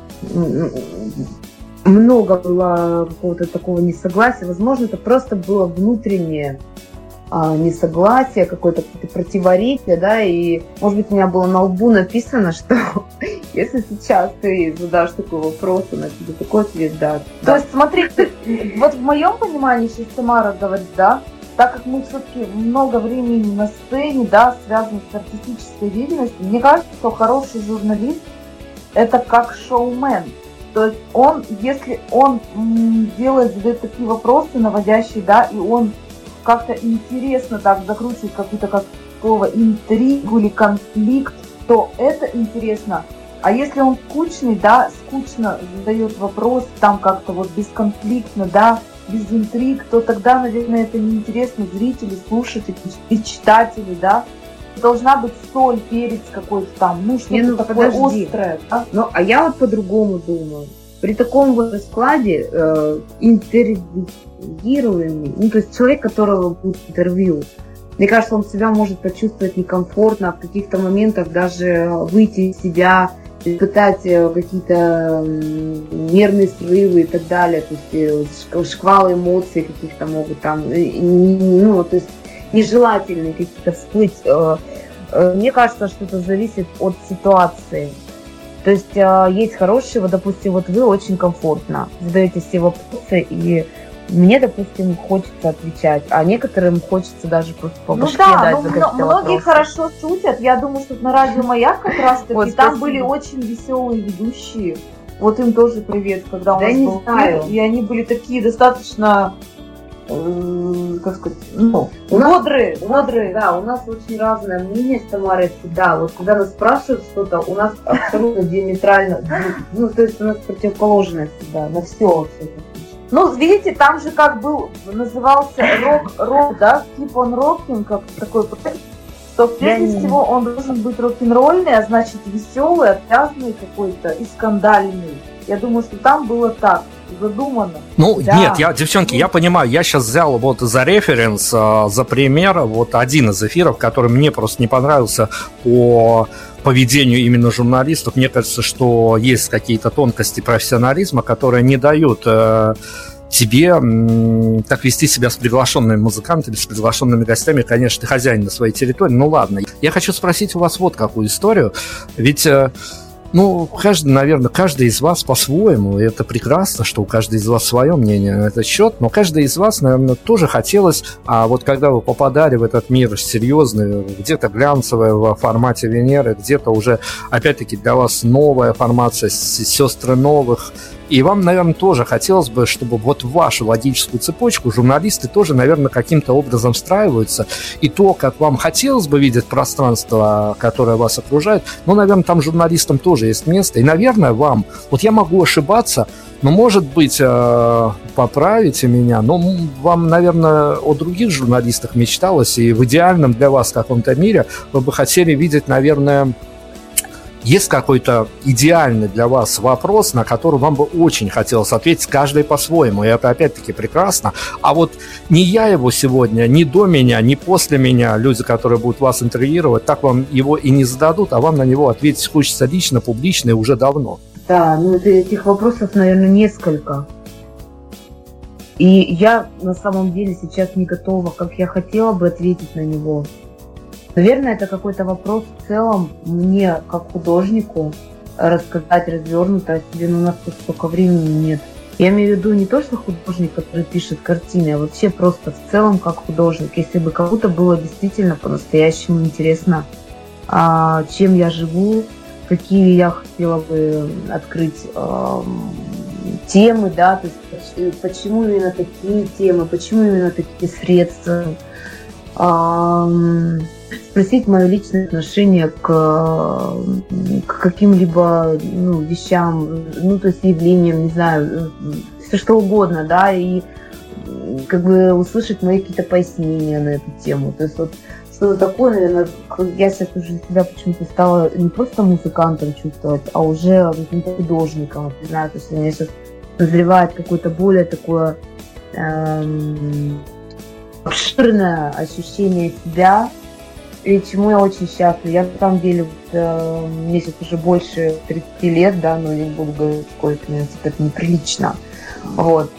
много было какого-то такого несогласия. Возможно, это просто было внутреннее несогласие, какое-то противоречие, да, и, может быть, у меня было на лбу написано, что если сейчас ты задашь такой вопрос, на тебе такой ответ даст. То есть, смотрите, вот в моем понимании, сейчас Тамара говорит, да, так как мы все-таки много времени на сцене, да, связаны с артистической деятельностью, мне кажется, что хороший журналист – это как шоумен. То есть он, если он задает такие вопросы наводящие, да, и он как-то интересно так закручивает какую-то как слово интригу или конфликт, то это интересно. А если он скучный, да, скучно задает вопрос, там как-то вот бесконфликтно, да, без интриг, то тогда, наверное, это неинтересно зрителю, слушателю и читателю, да. Должна быть соль, перец какой-то там, ну что-то такое острое. Да? Ну, а я вот по-другому думаю. При таком вот раскладе интервьюируемый, ну, то есть человек, которого будет интервью, мне кажется, он себя может почувствовать некомфортно, в каких-то моментах даже выйти из себя, испытать какие-то нервные срывы и так далее, то есть шквалы эмоций каких-то могут там, ну, то есть нежелательные какие-то всплыть. Мне кажется, что это зависит от ситуации. То есть есть хорошие, вот, допустим, вот вы очень комфортно задаете все вопросы, и мне, допустим, хочется отвечать, а некоторым хочется даже просто по башке дать за какие-то многие вопросы. хорошо шутят. Я думаю, что на радио «Маяк» как раз-таки вот, там были очень веселые ведущие. Вот им тоже привет, когда у нас был эфир, и они были такие достаточно... как сказать, ну, бодрые. Да, у нас очень разное мнение с Тамарой всегда. Вот когда нас спрашивают что-то, у нас абсолютно диаметрально, ну, то есть у нас противоположное всегда, на все. Ну, видите, там же как был, назывался рок, да, Keep on Rocking, как такой проект, что прежде всего он должен быть рок-н-ролльный, а значит веселый, отвязный какой-то и скандальный. Я думаю, что там было так задумано. Ну, да. Нет, девчонки, я понимаю, я сейчас взял вот за референс, за пример, вот один из эфиров, который мне просто не понравился по поведению именно журналистов. Мне кажется, что есть какие-то тонкости профессионализма, которые не дают тебе так вести себя с приглашенными музыкантами, с приглашенными гостями. Конечно, ты хозяин на своей территории, ну ладно. Я хочу спросить у вас вот какую историю, ведь... Ну, каждый из вас по-своему, и это прекрасно, что у каждого из вас свое мнение на этот счет, но каждый из вас, наверное, тоже хотелось, а вот когда вы попадали в этот мир серьезный, где-то глянцевый в формате Венеры, где-то уже, опять-таки, для вас новая формация, сестры новых, И вам, наверное, тоже хотелось бы, чтобы вот в вашу логическую цепочку журналисты тоже, наверное, каким-то образом встраиваются. И то, как вам хотелось бы видеть пространство, которое вас окружает, ну, наверное, там журналистам тоже есть место. И, наверное, вам, вот я могу ошибаться, но, может быть, поправите меня, но вам, наверное, о других журналистах мечталось, и в идеальном для вас каком-то мире вы бы хотели видеть, наверное... Есть какой-то идеальный для вас вопрос, на который вам бы очень хотелось ответить, каждый по-своему, и это опять-таки прекрасно. А вот не я его сегодня, ни до меня, ни после меня, люди, которые будут вас интервьюировать, так вам его и не зададут, а вам на него ответить хочется лично, публично и уже давно. Да, ну этих вопросов, наверное, несколько. И я на самом деле сейчас не готова, как я хотела бы ответить на него. Наверное, это какой-то вопрос в целом мне, как художнику, рассказать развернуто о себе, но у нас тут столько времени нет. Я имею в виду не то, что художник, который пишет картины, а вообще просто в целом как художник. Если бы кому-то было действительно по-настоящему интересно, чем я живу, какие я хотела бы открыть темы, да, то есть почему именно такие темы, почему именно такие средства, спросить мое личное отношение к каким-либо вещам, то есть явлениям, не знаю, все что угодно, да, и как бы услышать мои какие-то пояснения на эту тему. То есть вот что-то такое, наверное, я сейчас уже себя почему-то стала не просто музыкантом чувствовать, а уже каким-то художником, не знаю, то есть у меня сейчас назревает какое-то более такое обширное ощущение себя, и чему я очень счастлива. Я на самом деле, мне сейчас уже больше 30 лет, да, но я не буду говорить, сколько, мне это неприлично. Вот.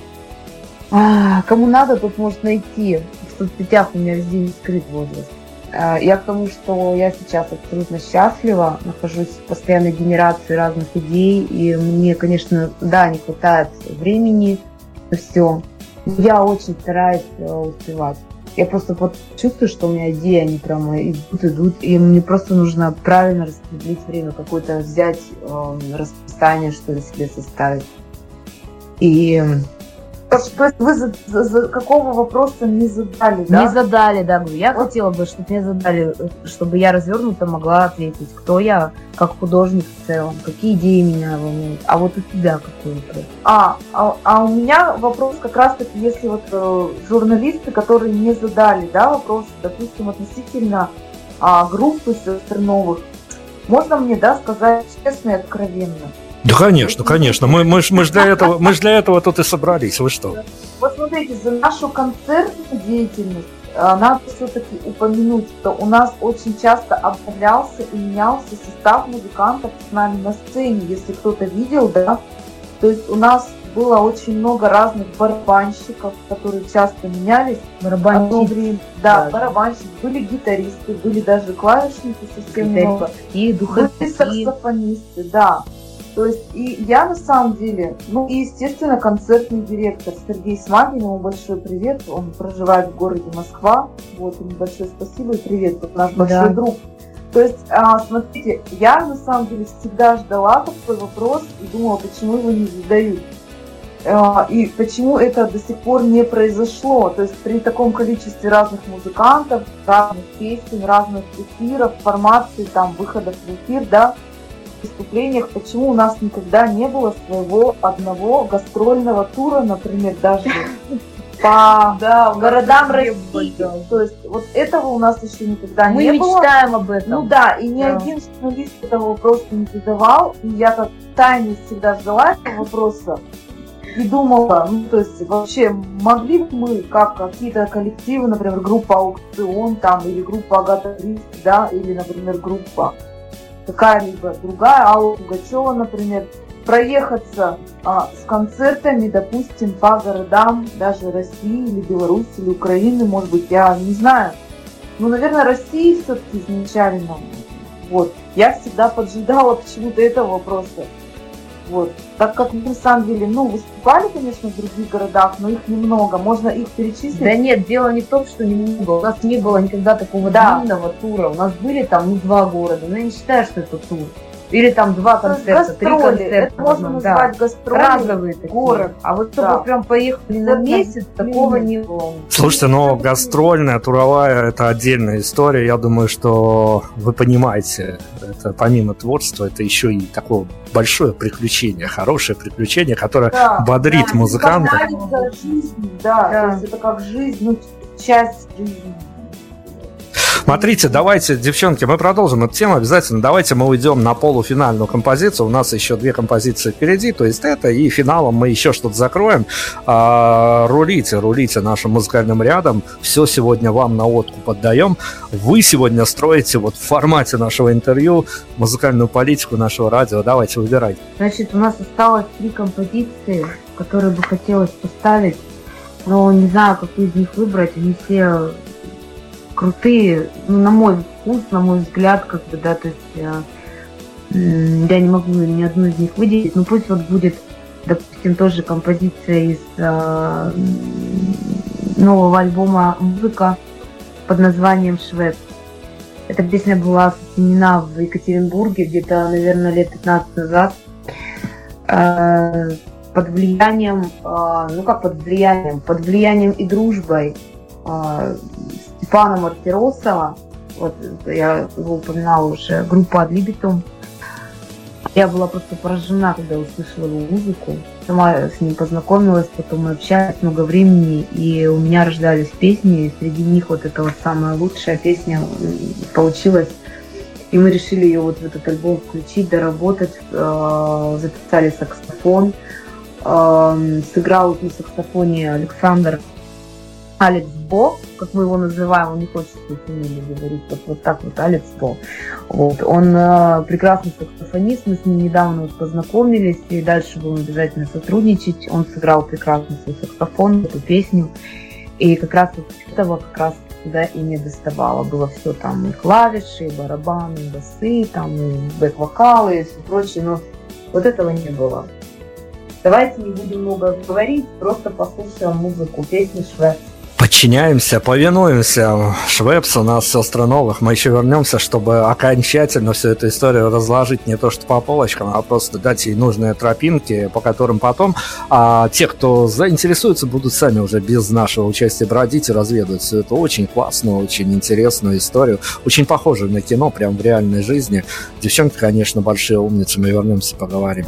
Кому надо, тот может найти. В соцсетях у меня везде не скрыт возраст. Я к тому, что я сейчас абсолютно счастлива, нахожусь в постоянной генерации разных идей, и мне, конечно, да, не хватает времени на все. Я очень стараюсь успевать. Я просто вот чувствую, что у меня идеи, они прямо идут, и мне просто нужно правильно распределить время, какое-то взять расписание, что ли, себе составить. И... То есть вы за какого вопроса не задали, да? Не задали, да. Я хотела бы, чтобы мне задали, чтобы я развернуто могла ответить, кто я как художник в целом, какие идеи меня волнуют. А вот у тебя какой вопрос? А у меня вопрос как раз-таки, если вот журналисты, которые не задали, да, вопрос, допустим, относительно группы сестр новых, можно мне, да, сказать честно и откровенно? Да, конечно, конечно. Мы ж для этого тут и собрались. Вы что? Вот смотрите, за нашу концертную деятельность надо все-таки упомянуть, что у нас очень часто обновлялся и менялся состав музыкантов с нами на сцене, если кто-то видел, да. То есть у нас было очень много разных барабанщиков, которые часто менялись. Барабанщики. Да, барабанщики. Были гитаристы, были даже клавишники совсем много. И духовики. Были саксофонисты, да. То есть и я на самом деле, и естественно концертный директор Сергей Смагин, ему большой привет, он проживает в городе Москва, вот, ему большое спасибо и привет, вот наш большой друг. То есть, смотрите, я на самом деле всегда ждала такой вопрос и думала, почему его не задают. И почему это до сих пор не произошло. То есть при таком количестве разных музыкантов, разных песен, разных эфиров, формаций, там, выходов в эфир, да, выступлениях, почему у нас никогда не было своего одного гастрольного тура, например, даже по городам России. То есть вот этого у нас еще никогда не было. Мы мечтаем об этом. Ну да, и ни один журналист этого вопроса не задавал, и я как тайно всегда ждала этого вопроса и думала, то есть вообще могли бы мы, как какие-то коллективы, например, группа Аукцион там, или группа Агата Кристи, да, или, например, группа какая-либо другая, Алла Пугачева, например, проехаться с концертами, допустим, по городам даже России или Беларуси или Украины, может быть, я не знаю. Наверное, России все-таки изначально. Вот. Я всегда поджидала почему-то этого вопроса. Вот. Так как мы на самом деле, выступали, конечно, в других городах, но их немного. Можно их перечислить? Да нет, дело не в том, что немного. У нас не было никогда такого длинного тура. У нас были там 2 города. Но я не считаю, что это тур. Или там 2 концерта, 3 гастроли. концерта. Это можно назвать гастроли. Разовые такие. Город. А вот чтобы Да. прям поехали на месяц, такого не было. Слушайте, но гастрольная, туровая – это отдельная история. Я думаю, что вы понимаете, это помимо творчества, это еще и такое большое приключение, хорошее приключение, которое бодрит музыканта. Это жизнь, то есть это как жизнь, ну, часть жизни. Смотрите, давайте, девчонки, мы продолжим эту тему обязательно. Давайте мы уйдем на полуфинальную композицию. У нас еще 2 композиции впереди, то есть это, и финалом мы еще что-то закроем. Рулите нашим музыкальным рядом. Все сегодня вам на откуп отдаем. Вы сегодня строите вот в формате нашего интервью музыкальную политику нашего радио. Давайте, выбирайте. Значит, у нас осталось 3 композиции, которые бы хотелось поставить, но не знаю, какую из них выбрать. Они все крутые, ну, на мой вкус, на мой взгляд, как бы, да, то есть я не могу ни одну из них выделить, но пусть вот будет, допустим, тоже композиция из нового альбома «Музыка» под названием «Швепс». Эта песня была сочинена в Екатеринбурге где-то, наверное, лет 15 назад под влиянием, под влиянием и дружбой Степана Мартиросова, вот я его упоминала уже, группа Ad Libitum. Я была просто поражена, когда услышала его музыку. Сама с ним познакомилась, потом мы общались много времени, и у меня рождались песни, и среди них вот эта вот самая лучшая песня получилась. И мы решили ее вот в этот альбом включить, доработать, записали саксофон, сыграл на саксофоне Алекс Бо, как мы его называем, он не хочет свою фамилию говорить, вот так вот, Алекс Бо. Вот. Он прекрасный саксофонист, мы с ним недавно вот познакомились, и дальше будем обязательно сотрудничать. Он сыграл прекрасно свой саксофон, эту песню, и как раз вот этого как раз туда и не доставало. Было все там, и клавиши, и барабаны, и басы, там, и бэк-вокалы, и все прочее, но вот этого не было. Давайте не будем много говорить, просто послушаем музыку, песню «Швепс». Подчиняемся, повинуемся. Швепс, у нас сестра новых. Мы еще вернемся, чтобы окончательно всю эту историю разложить не то что по полочкам, а просто дать ей нужные тропинки, по которым потом те, кто заинтересуется, будут сами уже без нашего участия бродить и разведывать всю эту очень классную, очень интересную историю, очень похожую на кино, прям в реальной жизни. Девчонки, конечно, большие умницы. Мы вернемся, поговорим.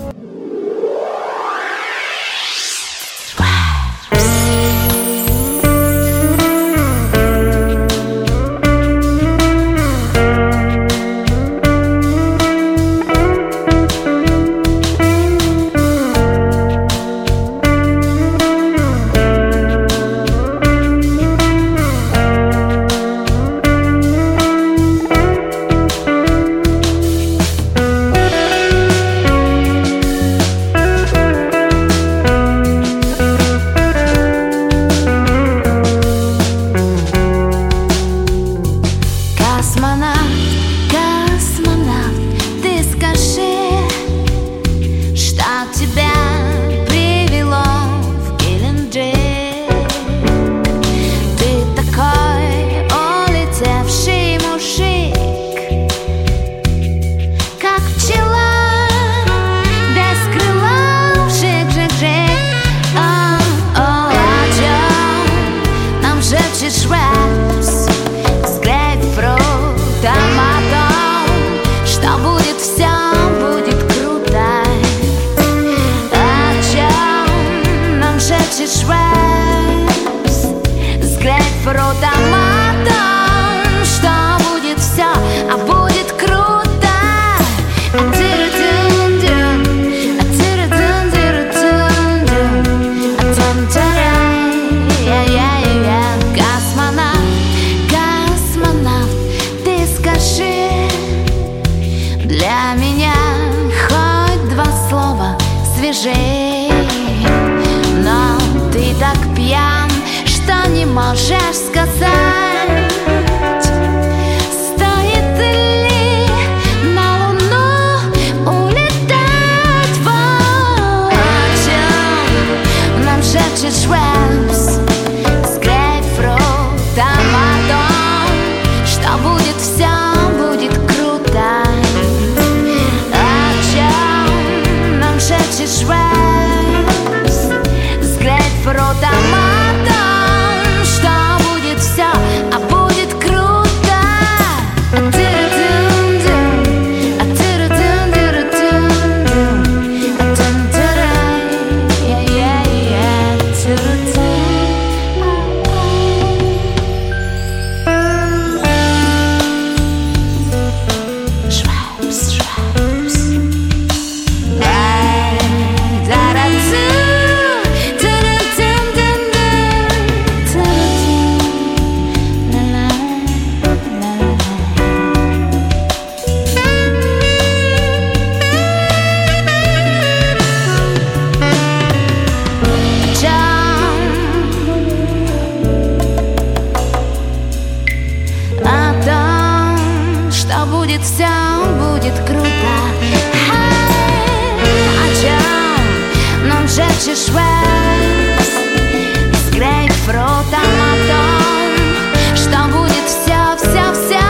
Швепс с грейпфрутом о том, что будет все-все-все.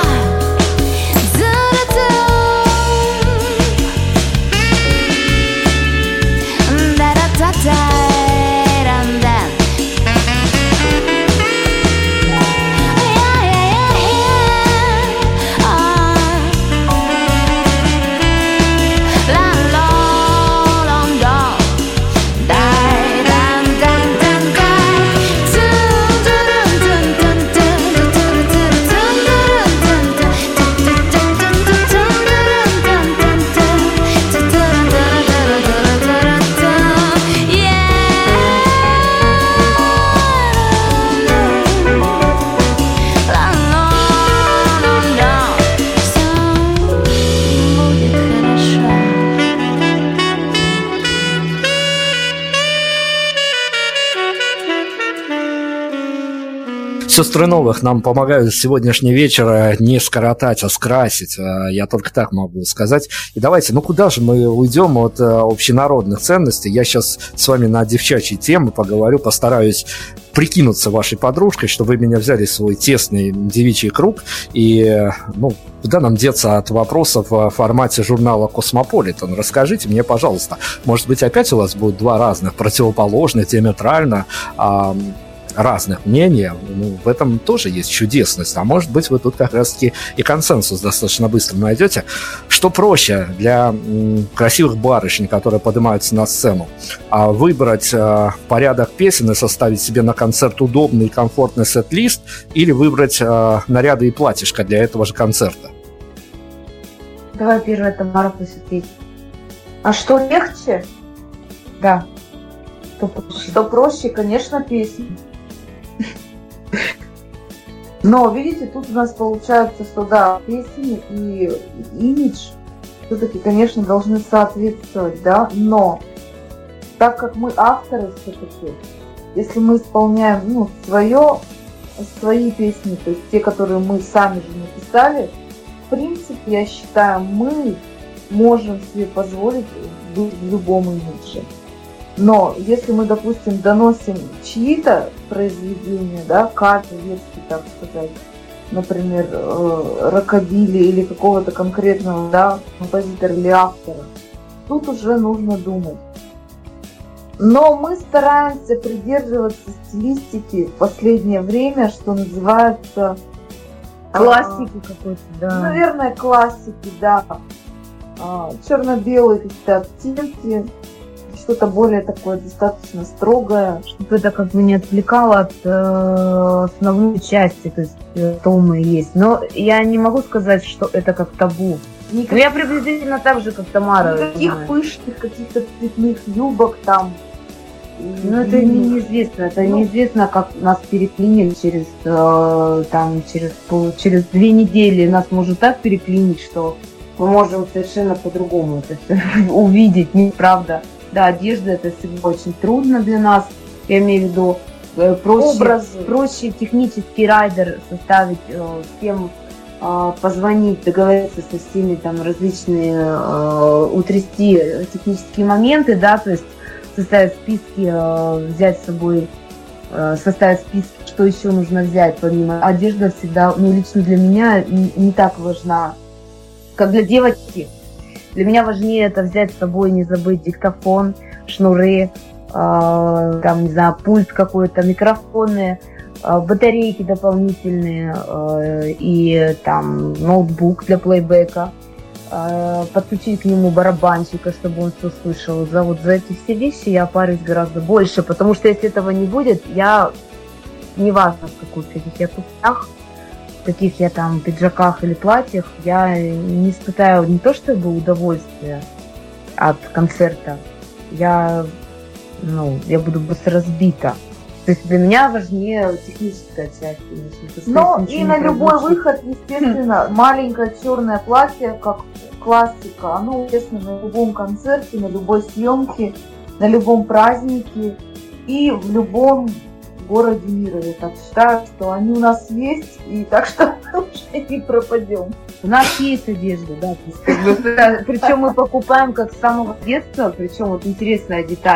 Сестры Новых нам помогают сегодняшний вечер не скоротать, а скрасить. Я только так могу сказать. И давайте, куда же мы уйдем от общенародных ценностей? Я сейчас с вами на девчачьи темы поговорю, постараюсь прикинуться вашей подружкой, чтобы вы меня взяли в свой тесный девичий круг. И, куда нам деться от вопросов в формате журнала «Космополитен»? Расскажите мне, пожалуйста, может быть, опять у вас будут два разных, противоположных, диаметрально разных мнений, в этом тоже есть чудесность, а может быть вы тут как раз-таки и консенсус достаточно быстро найдете. Что проще для красивых барышень, которые поднимаются на сцену, выбрать порядок песен и составить себе на концерт удобный и комфортный сет-лист, или выбрать наряды и платьишко для этого же концерта? Давай первое, Тамара, посвятить. А что легче? Да. Что проще, конечно, песни. Но, видите, тут у нас получается, что да, песни и имидж все-таки, конечно, должны соответствовать, да, но так как мы авторы все-таки, если мы исполняем, свои песни, то есть те, которые мы сами же написали, в принципе, я считаю, мы можем себе позволить быть в любом имидже. Но если мы, допустим, доносим чьи-то произведения, да, кавер-версии, так сказать, например, рокобили или какого-то конкретного, да, композитора или автора, тут уже нужно думать. Но мы стараемся придерживаться стилистики в последнее время, что называется... Классики какой-то, да. Наверное, классики, да. Черно-белые какие-то оттенки. Что-то более такое достаточно строгое. Чтобы это как бы не отвлекало от основной части, то есть томы есть. Но я не могу сказать, что это как табу. Но я приблизительно так же, как Тамара. Никаких пышных каких-то цветных юбок там. Ну это неизвестно. Это неизвестно, как нас переклинит через 2 недели. Нас может так переклинить, что мы можем совершенно по-другому это все увидеть. Неправда. Да, одежда это всегда очень трудно для нас. Я имею в виду проще технический райдер составить, всем позвонить, договориться со всеми там различные, утрясти технические моменты, да, то есть составить списки, взять с собой, составить списки, что еще нужно взять помимо. Одежда всегда, лично для меня не так важна, как для девочки. Для меня важнее это взять с собой, не забыть диктофон, шнуры, там, не знаю, пульт какой-то, микрофоны, батарейки дополнительные и там ноутбук для плейбека, подключить к нему барабанщика, чтобы он все слышал. За эти все вещи я парюсь гораздо больше, потому что если этого не будет, я, неважно в каких я туфлях, в каких я там пиджаках или платьях, я не испытаю не то чтобы удовольствия от концерта, я буду просто разбита. То есть для меня важнее техническая часть. Но и на любой выход, естественно, маленькое черное платье, как классика, оно уместно на любом концерте, на любой съемке, на любом празднике и в любом городе мира. Я так считаю, что они у нас есть, и так что мы уже не пропадем. У нас есть одежда, да. Причем мы покупаем как с самого детства, причем вот интересная деталь.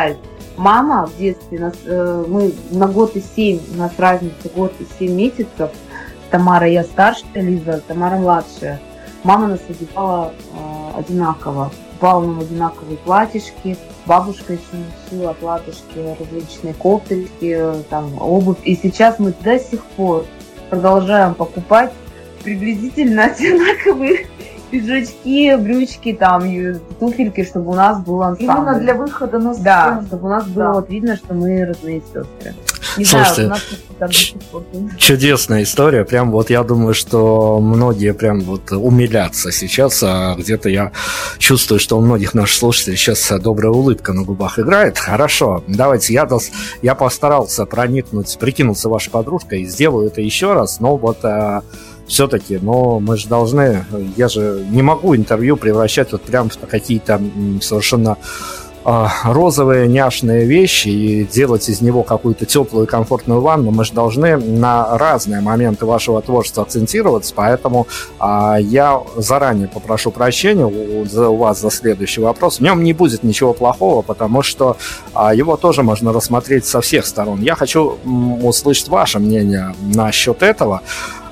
Мама в детстве, мы на год и 7, у нас разница год и 7 месяцев. Тамара, я старшая, Лиза, Тамара младшая. Мама нас одевала одинаково. Покупала нам одинаковые платьишки. Бабушка еще носила платьишки, различные кофточки, там, обувь. И сейчас мы до сих пор продолжаем покупать приблизительно одинаковые пиджачки, брючки, там, и туфельки, чтобы у нас был ансамбль. Именно для выхода на сцену. Да, чтобы у нас было вот видно, что мы родные сестры. Не Слушайте, знаю, у нас там до сих пор. чудесная история. Прям вот я думаю, что многие прям вот умилятся сейчас. А где-то я чувствую, что у многих наших слушателей сейчас добрая улыбка на губах играет. Хорошо, давайте я постарался прикинуться вашей подружкой и сделаю это еще раз. Но вот все-таки, мы же должны, я же не могу интервью превращать вот прям в какие-то совершенно розовые няшные вещи и делать из него какую-то теплую и комфортную ванну. Мы же должны на разные моменты вашего творчества акцентироваться, поэтому я заранее попрошу прощения у вас за следующий вопрос. В нем не будет ничего плохого, потому что его тоже можно рассмотреть со всех сторон. Я хочу услышать ваше мнение насчет этого.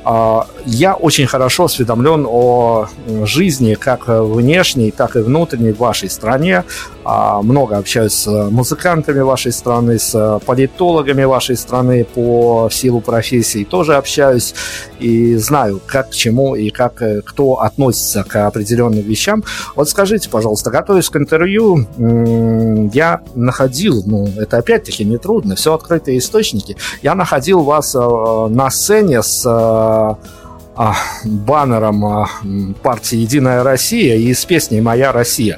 Я очень хорошо осведомлен о жизни как внешней, так и внутренней в вашей стране. Много общаюсь с музыкантами вашей страны, с политологами вашей страны по силу профессии. Тоже общаюсь и знаю, как к чему и как кто относится к определенным вещам. Вот скажите, пожалуйста, готовясь к интервью, я находил, это опять-таки нетрудно, все открытые источники, я находил вас на сцене с баннером партии «Единая Россия» и с песней «Моя Россия».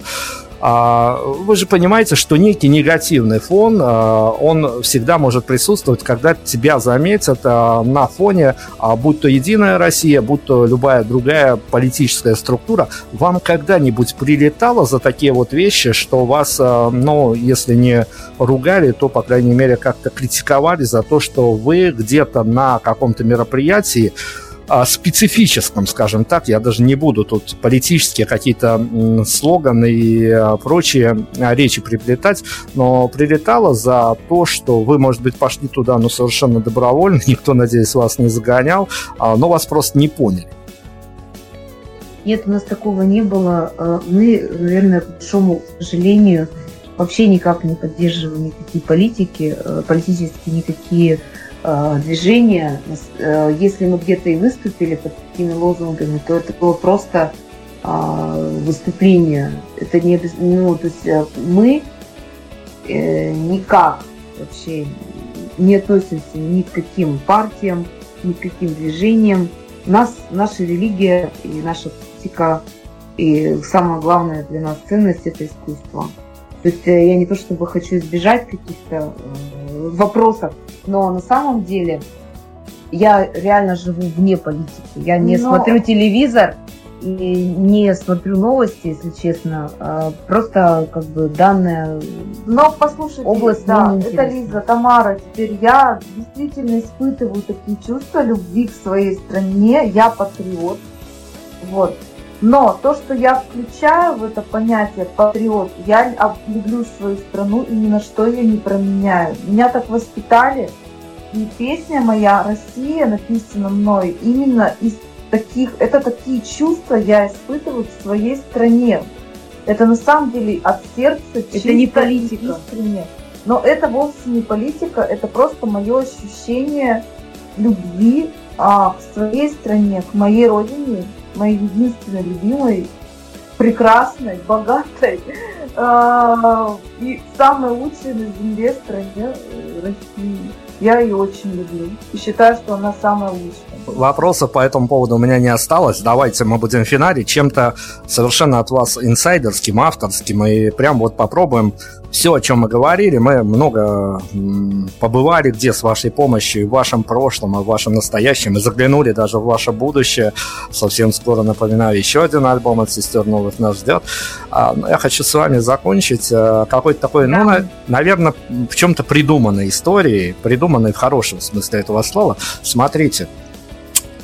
Вы же понимаете, что некий негативный фон, он всегда может присутствовать, когда тебя заметят на фоне, будь то «Единая Россия», будь то любая другая политическая структура. Вам когда-нибудь прилетало за такие вот вещи, что вас, если не ругали, то, по крайней мере, как-то критиковали за то, что вы где-то на каком-то мероприятии специфическом, скажем так, я даже не буду тут политические какие-то слоганы и прочие речи приплетать, но прилетало за то, что вы, может быть, пошли туда, совершенно добровольно, никто, надеюсь, вас не загонял, но вас просто не поняли. Нет, у нас такого не было. Мы, наверное, к большому сожалению, вообще никак не поддерживаем никакие политические никакие движения. Если мы где-то и выступили под такими лозунгами, то это было просто выступление. Это не, то есть мы никак вообще не относимся ни к каким партиям, ни к каким движениям. Наша религия и наша политика, и самое главное для нас ценность – это искусство. То есть я не то чтобы хочу избежать каких-то вопросов, но на самом деле я реально живу вне политики. Я не смотрю телевизор и не смотрю новости, если честно. Просто данная послушайте, область да, мне это Лиза, Тамара. Теперь я действительно испытываю такие чувства любви к своей стране. Я патриот. Вот. Но то, что я включаю в это понятие патриот, я люблю свою страну и ни на что ее не променяю. Меня так воспитали, и песня моя «Россия» написана мной именно из такие чувства я испытываю в своей стране. Это на самом деле от сердца, это не политика. Искренне. Но это вовсе не политика, это просто мое ощущение любви к своей стране, к моей родине, моей единственной любимой, прекрасной, богатой и самой лучшей на земле стране России. Я ее очень люблю и считаю, что она самая лучшая. Вопросов по этому поводу у меня не осталось. Давайте мы будем финалить чем-то совершенно от вас инсайдерским, авторским, и прям вот попробуем все, о чем мы говорили. Мы много побывали где с вашей помощью, в вашем прошлом, в вашем настоящем, и заглянули даже в ваше будущее. Совсем скоро, напоминаю, еще один альбом от «Сестер Новых» нас ждет. Я хочу с вами закончить какой-то такой, наверное, в чем-то придуманной историей, придуманной в хорошем смысле этого слова. Смотрите,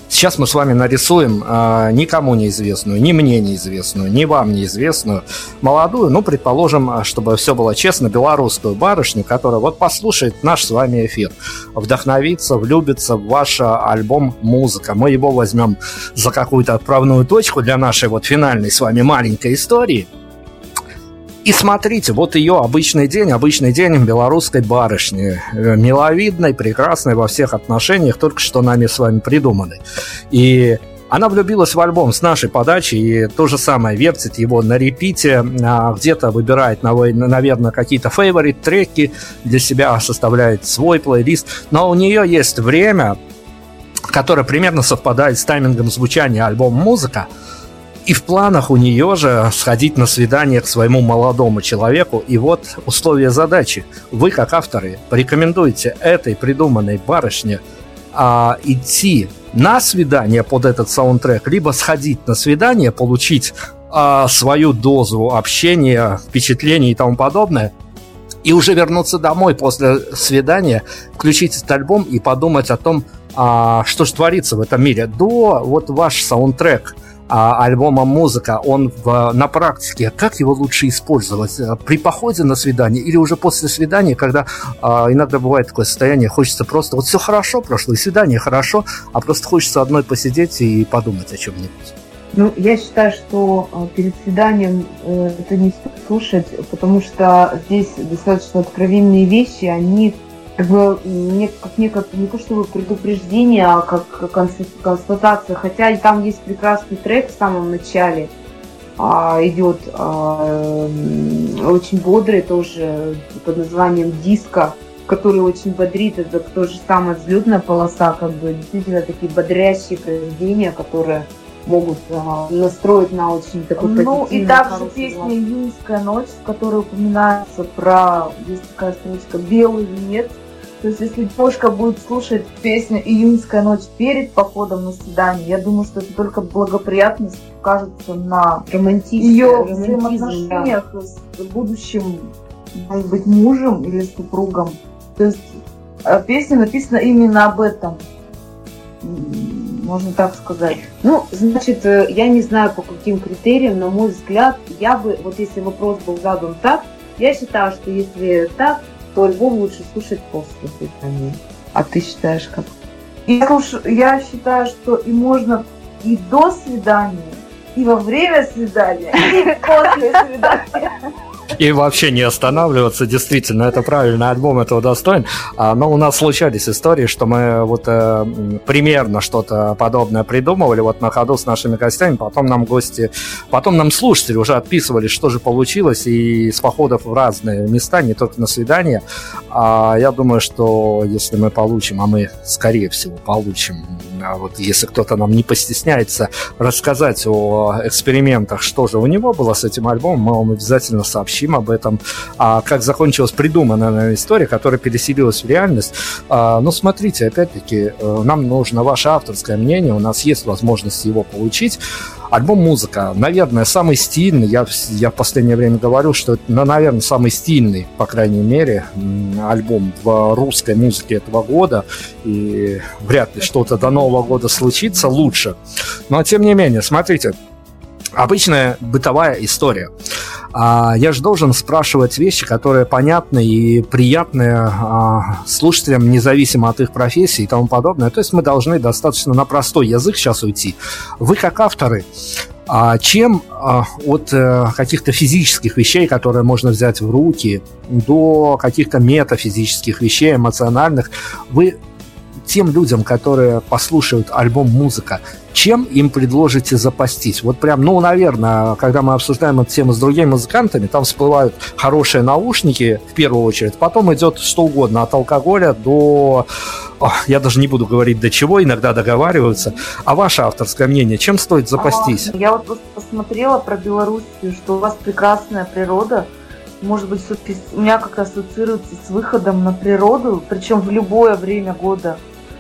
Сейчас мы с вами нарисуем никому неизвестную, ни мне неизвестную, ни вам неизвестную, молодую, ну, предположим, чтобы все было честно, белорусскую барышню, которая вот послушает наш с вами эфир, вдохновится, влюбится в ваш альбом «Музыка». Мы его возьмем за какую-то отправную точку для нашей вот финальной с вами маленькой истории. И смотрите, вот ее обычный день белорусской барышни, миловидной, прекрасной во всех отношениях, только что нами с вами придуманной. И она влюбилась в альбом с нашей подачи, и то же самое, вертит его на репите, где-то выбирает, наверное, какие-то фейворит-треки для себя, составляет свой плейлист, но у нее есть время, которое примерно совпадает с таймингом звучания альбома «Музыка», и в планах у нее же сходить на свидание к своему молодому человеку. И вот условия задачи. Вы, как авторы, порекомендуете этой придуманной барышне идти на свидание под этот саундтрек, либо сходить на свидание, получить свою дозу общения, впечатлений и тому подобное, и уже вернуться домой после свидания, включить этот альбом и подумать о том, что же творится в этом мире. Вот ваш саундтрек альбома «Музыка», он на практике, как его лучше использовать? При походе на свидание или уже после свидания, когда иногда бывает такое состояние, хочется просто, вот все хорошо прошло, и свидание хорошо, а просто хочется одной посидеть и подумать о чем-нибудь? Ну, я считаю, что перед свиданием это не стоит слушать, потому что здесь достаточно откровенные вещи, они как бы не то чтобы предупреждение, а как констатация. Хотя и там есть прекрасный трек в самом начале, идет очень бодрый тоже под названием «Диско», который очень бодрит. Это то же самое «Взлетная полоса», как бы действительно такие бодрящие произведения, которые могут настроить на очень такой позитивный. Ну и также песня «Июньская ночь», в которой упоминается есть такая строчка «Белый венец». То есть, если девушка будет слушать песню «Июньская ночь» перед походом на свидание, я думаю, что это только благоприятно скажется на ее взаимоотношениях с будущим, может быть, мужем или супругом. То есть, песня написана именно об этом, можно так сказать. Ну, значит, я не знаю, по каким критериям, на мой взгляд, вот если вопрос был задан так, я считаю, что если так, то альбом лучше слушать после свидания. А ты считаешь как? Я считаю, что и можно и до свидания, и во время свидания, и после свидания. И вообще не останавливаться, действительно, это правильный альбом, этого достоин. Но у нас случались истории, что мы вот примерно что-то подобное придумывали вот на ходу с нашими гостями, потом нам слушатели уже отписывали, что же получилось, и с походов в разные места, не только на свидания. Я думаю, что если мы получим, а мы, скорее всего, получим, вот если кто-то нам не постесняется рассказать о экспериментах, что же у него было с этим альбомом, мы вам обязательно сообщим об этом, как закончилась придуманная история, которая переселилась в реальность. Но смотрите, опять-таки, нам нужно ваше авторское мнение, у нас есть возможность его получить. Альбом «Музыка», наверное, самый стильный, я в последнее время говорю, что это, наверное, самый стильный, по крайней мере, альбом в русской музыке этого года, и вряд ли что-то до Нового года случится лучше. Но, тем не менее, смотрите, обычная бытовая история. Я же должен спрашивать вещи, которые понятны и приятны слушателям, независимо от их профессии и тому подобное. То есть мы должны достаточно на простой язык сейчас уйти. Вы, как авторы, чем от каких-то физических вещей, которые можно взять в руки, до каких-то метафизических вещей, эмоциональных, вы тем людям, которые послушают альбом «Музыка», чем им предложите запастись? Вот прям, наверное, когда мы обсуждаем эту тему с другими музыкантами, там всплывают хорошие наушники в первую очередь, потом идет что угодно, от алкоголя до... я даже не буду говорить до чего, иногда договариваются. А ваше авторское мнение, чем стоит запастись? Я вот просто посмотрела про Белоруссию, что у вас прекрасная природа. Может быть, все-таки у меня как-то ассоциируется с выходом на природу, причем в любое время года.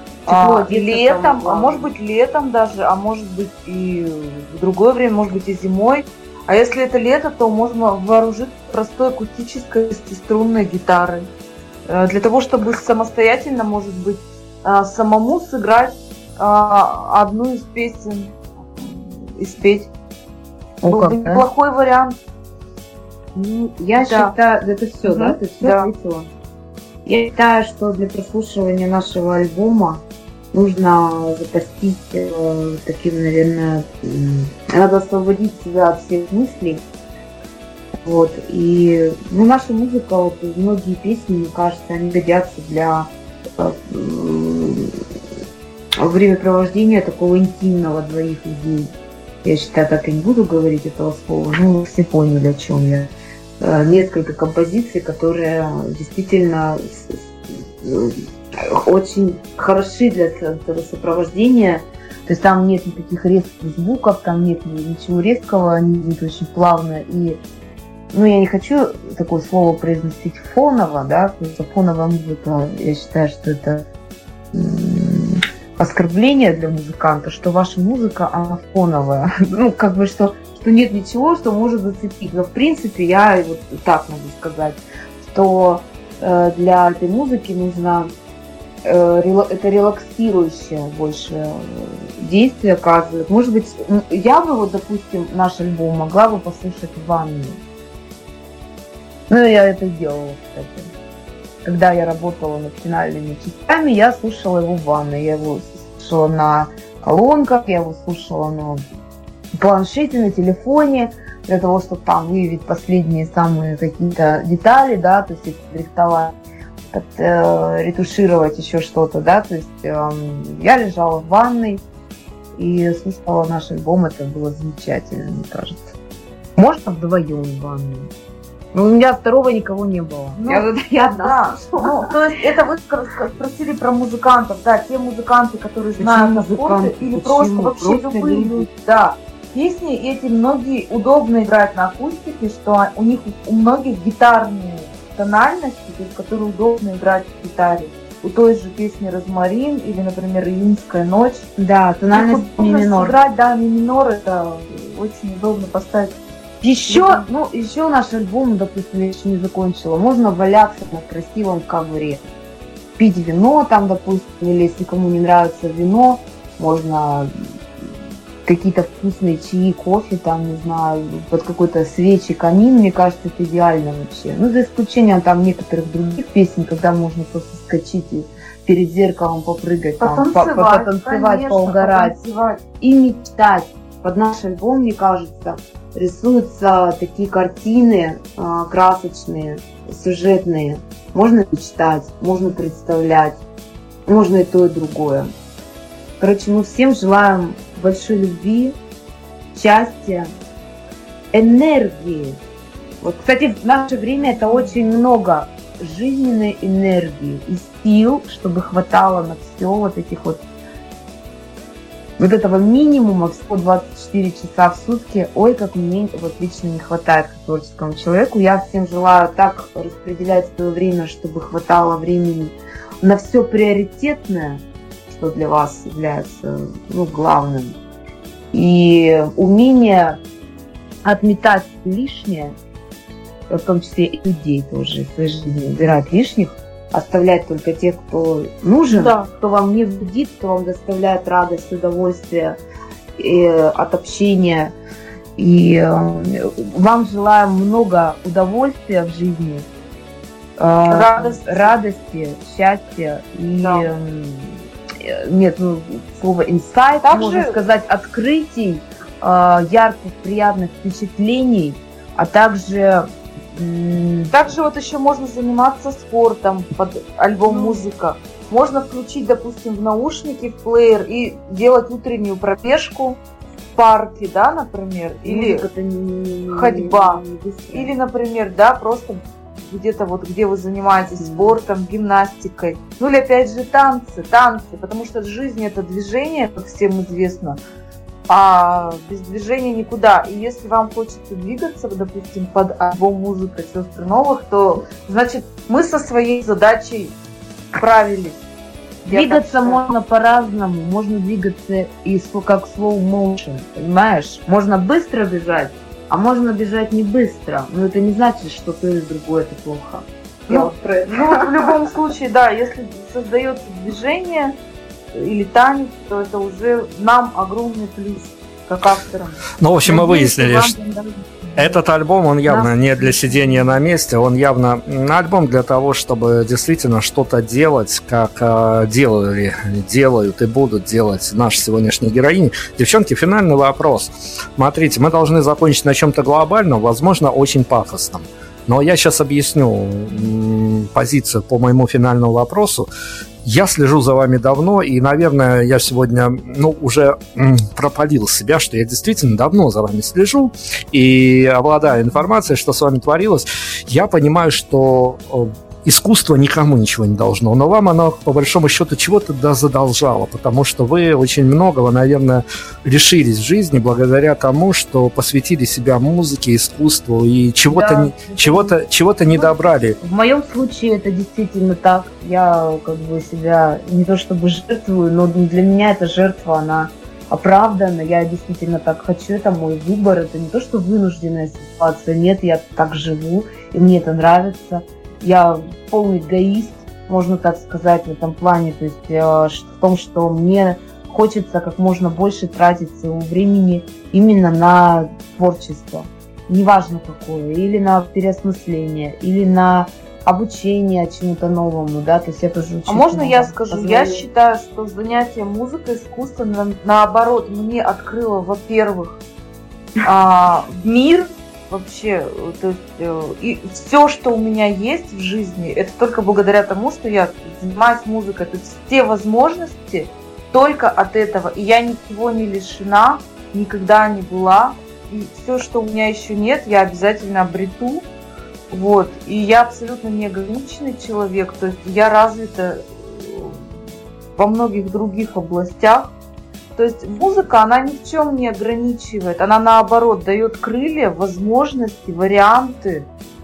Летом, может быть летом даже, а может быть и в другое время, может быть и зимой. А если это лето, то можно вооружить простой акустической шестиструнной гитарой. Для того, чтобы самостоятельно, может быть, самому сыграть одну из песен испеть. Был бы неплохой вариант. Ну, я считаю, это все, да? Ты все ответила? Я считаю, что для прослушивания нашего альбома нужно запастись таким, наверное, надо освободить себя от всех мыслей. Вот. И наша музыка, вот, многие песни, мне кажется, они годятся для времяпровождения такого интимного двоих людей. Я считаю, так и не буду говорить этого слова, но все поняли, о чем я. Несколько композиций, которые действительно очень хороши для этого сопровождения. То есть там нет никаких резких звуков, там нет ничего резкого, они идут очень плавно. И, я не хочу такое слово произносить фоново, да, потому что фоновая музыка, я считаю, что это оскорбление для музыканта, что ваша музыка, она фоновая. Что нет ничего, что может зацепить. Но в принципе я вот так могу сказать, что для этой музыки нужно это релаксирующее больше действие оказывает. Может быть, я бы вот, допустим, наш альбом могла бы послушать в ванной. Я это делала, кстати. Когда я работала над финальными частями, я слушала его в ванной. Я его слушала на колонках, я его слушала на планшете, на телефоне, для того, чтобы там выявить последние самые какие-то детали, да, то есть рихтовать, ретушировать еще что-то, да, то есть я лежала в ванной и слушала наш альбом, это было замечательно, мне кажется. Можно вдвоем в ванной. У меня второго никого не было. Я одна. То есть это вы спросили про музыкантов, да, те музыканты, которые знают аккорды, или просто вообще любые люди, да. Песни эти многие удобно играть на акустике, что у них у многих гитарные тональности, то есть, которые удобно играть в гитаре. У той же песни «Розмарин» или, например, «Июньская ночь». Да, тональность ми минор. Сыграть, да, ми минор, это очень удобно поставить. Еще наш альбом, допустим, я еще не закончила. Можно валяться на красивом ковре, пить вино там, допустим, или если кому не нравится вино, можно какие-то вкусные чаи, кофе, там, не знаю, под какой-то свечи, камин, мне кажется, это идеально вообще. За исключением там некоторых других песен, когда можно просто скачать и перед зеркалом попрыгать, потанцевать, поугарать и мечтать. Под наш альбом, мне кажется, рисуются такие картины красочные, сюжетные. Можно мечтать, можно представлять, можно и то, и другое. Короче, мы всем желаем большой любви, счастья, энергии. Вот, кстати, в наше время это очень много жизненной энергии и сил, чтобы хватало на все вот этих вот этого минимума, всего 24 часа в сутки. Ой, как мне вот лично не хватает как творческому человеку. Я всем желаю так распределять свое время, чтобы хватало времени на все приоритетное, что для вас является главным. И умение отметать лишнее, в том числе и людей тоже в своей жизни, убирать лишних, оставлять только тех, кто нужен, кто вам не вредит, кто вам доставляет радость, удовольствие от общения. И вам желаем много удовольствия в жизни, радости, счастья и слово инсайт, можно сказать, открытий, ярких, приятных впечатлений, а также вот еще можно заниматься спортом под альбом «Музыка». Можно включить, допустим, в наушники, в плеер и делать утреннюю пробежку в парке, да, например, или ходьба, или, например, да, просто где-то вот, где вы занимаетесь спортом, гимнастикой. Или опять же танцы, потому что жизнь это движение, как всем известно, а без движения никуда. И если вам хочется двигаться, допустим, под альбом «Музыка» сестры Новых, то значит мы со своей задачей справились. Двигаться можно по-разному. Можно двигаться и как slow motion, понимаешь? Можно быстро бежать, а можно бежать не быстро. Но это не значит, что то или другое это плохо. В любом случае, да, если создается движение, или танец, то это уже нам огромный плюс, как авторам. Ну, в общем, мы выяснили, вам что этот альбом, он явно не для сидения на месте, он явно альбом для того, чтобы действительно что-то делать, как делают и будут делать наши сегодняшние героини. Девчонки, финальный вопрос. Смотрите, мы должны закончить на чем-то глобальном, возможно, очень пафосном. Но я сейчас объясню позицию по моему финальному вопросу. Я слежу за вами давно, и, наверное, я сегодня уже пропалил себя, что я действительно давно за вами слежу, и, обладая информацией, что с вами творилось, я понимаю, что искусство никому ничего не должно, но вам оно, по большому счету, чего-то задолжало, потому что вы очень многого, наверное, лишились в жизни благодаря тому, что посвятили себя музыке, искусству и чего-то не добрали. В моем случае это действительно так. Я себя не то чтобы жертвую, но для меня эта жертва, она оправдана. Я действительно так хочу, это мой выбор, это не то, что вынужденная ситуация. Нет, я так живу, и мне это нравится. Я полный эгоист, можно так сказать, в этом плане. То есть в том, что мне хочется как можно больше тратить своего времени именно на творчество. Неважно какое. Или на переосмысление, или на обучение чему-то новому. Да? То есть я тоже А можно я скажу? Я считаю, что занятие музыкой, искусством, наоборот, мне открыло, во-первых, мир, вообще, то есть и все, что у меня есть в жизни, это только благодаря тому, что я занимаюсь музыкой. То есть все возможности только от этого. И я ничего не лишена, никогда не была. И все, что у меня еще нет, я обязательно обрету. Вот. И я абсолютно не ограниченный человек. То есть я развита во многих других областях. То есть музыка, она ни в чем не ограничивает, она наоборот дает крылья, возможности, варианты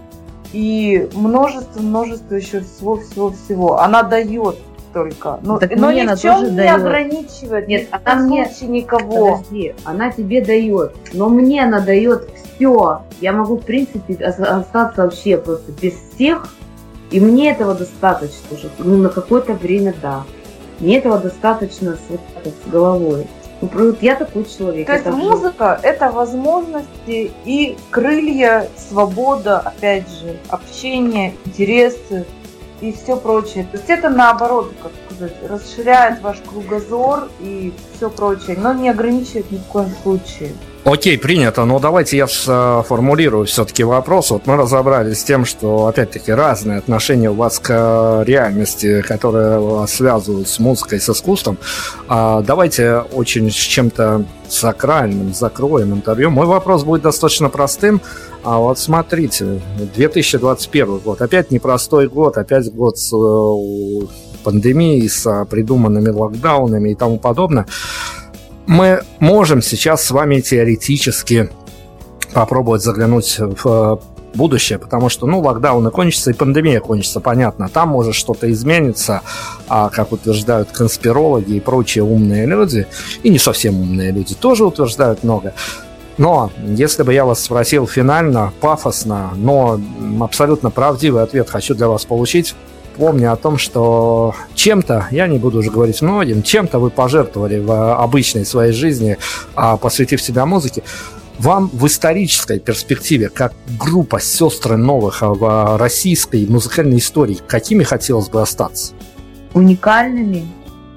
и множество еще всего. Она дает только, но ни в чем не ограничивает. Нет, она мне никого. Подожди, она тебе дает, но мне она дает все. Я могу, в принципе, остаться вообще просто без всех, и мне этого достаточно уже. На какое-то время, да. Мне этого достаточно с головой. Я такой человек. То есть музыка – это возможности и крылья, свобода, опять же, общение, интересы и все прочее. То есть это наоборот, как сказать, расширяет ваш кругозор и все прочее, но не ограничивает ни в коем случае. Окей, принято. Но давайте я сформулирую все-таки вопрос. Вот мы разобрались с тем, что, опять-таки, разные отношения у вас к реальности, которые вас связывают с музыкой, с искусством. Давайте очень с чем-то сакральным закроем интервью. Мой вопрос будет достаточно простым. Вот смотрите, 2021 год. Опять непростой год, опять год с пандемией, с придуманными локдаунами и тому подобное. Мы можем сейчас с вами теоретически попробовать заглянуть в будущее, потому что, локдауны кончатся и пандемия кончится, понятно. Там может что-то измениться, как утверждают конспирологи и прочие умные люди, и не совсем умные люди тоже утверждают много. Но если бы я вас спросил финально, пафосно, но абсолютно правдивый ответ хочу для вас получить, помня о том, что чем-то, я не буду уже говорить многим, чем-то вы пожертвовали в обычной своей жизни, посвятив себя музыке. Вам в исторической перспективе, как группа «Сестры новых» в российской музыкальной истории, какими хотелось бы остаться? Уникальными,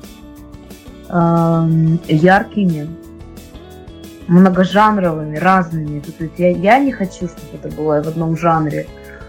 яркими, многожанровыми, разными. То есть я не хочу, чтобы это было в одном жанре.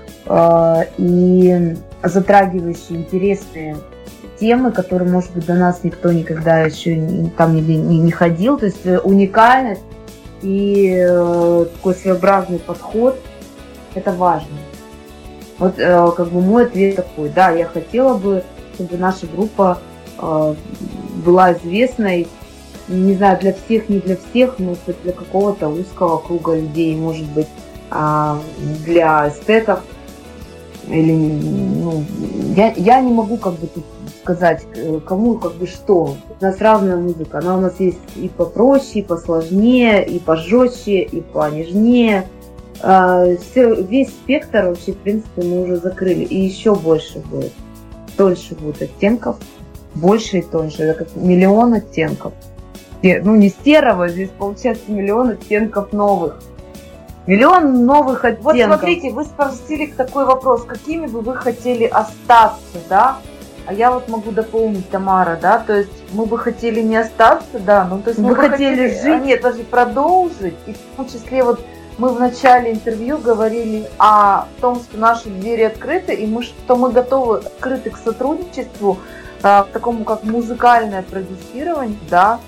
И затрагивающие интересные темы, которые, может быть, до нас никто никогда еще там не ходил. То есть уникальность и такой своеобразный подход – это важно. Вот мой ответ такой. Да, я хотела бы, чтобы наша группа была известной, не знаю, для всех, не для всех, но для какого-то узкого круга людей, может быть, для эстетов. Или, я не могу тут сказать, кому что. У нас разная музыка, она у нас есть и попроще, и посложнее, и пожестче, и понежнее. Весь спектр вообще, в принципе, мы уже закрыли. И еще больше будет, дольше будет оттенков. больше и тоньше. Это как миллион оттенков. Ну, не серого, здесь получается миллион оттенков новых. Миллион новых оттенков. Вот смотрите, вы спросили такой вопрос, какими бы вы хотели остаться, да? А я вот могу дополнить, Тамара, да, то есть мы бы хотели не остаться, да, ну то есть мы бы хотели жить, нет, даже продолжить, и в том числе вот мы в начале интервью говорили о том, что наши двери открыты, и что мы готовы, открыты к сотрудничеству, к такому как музыкальное продюсирование, да,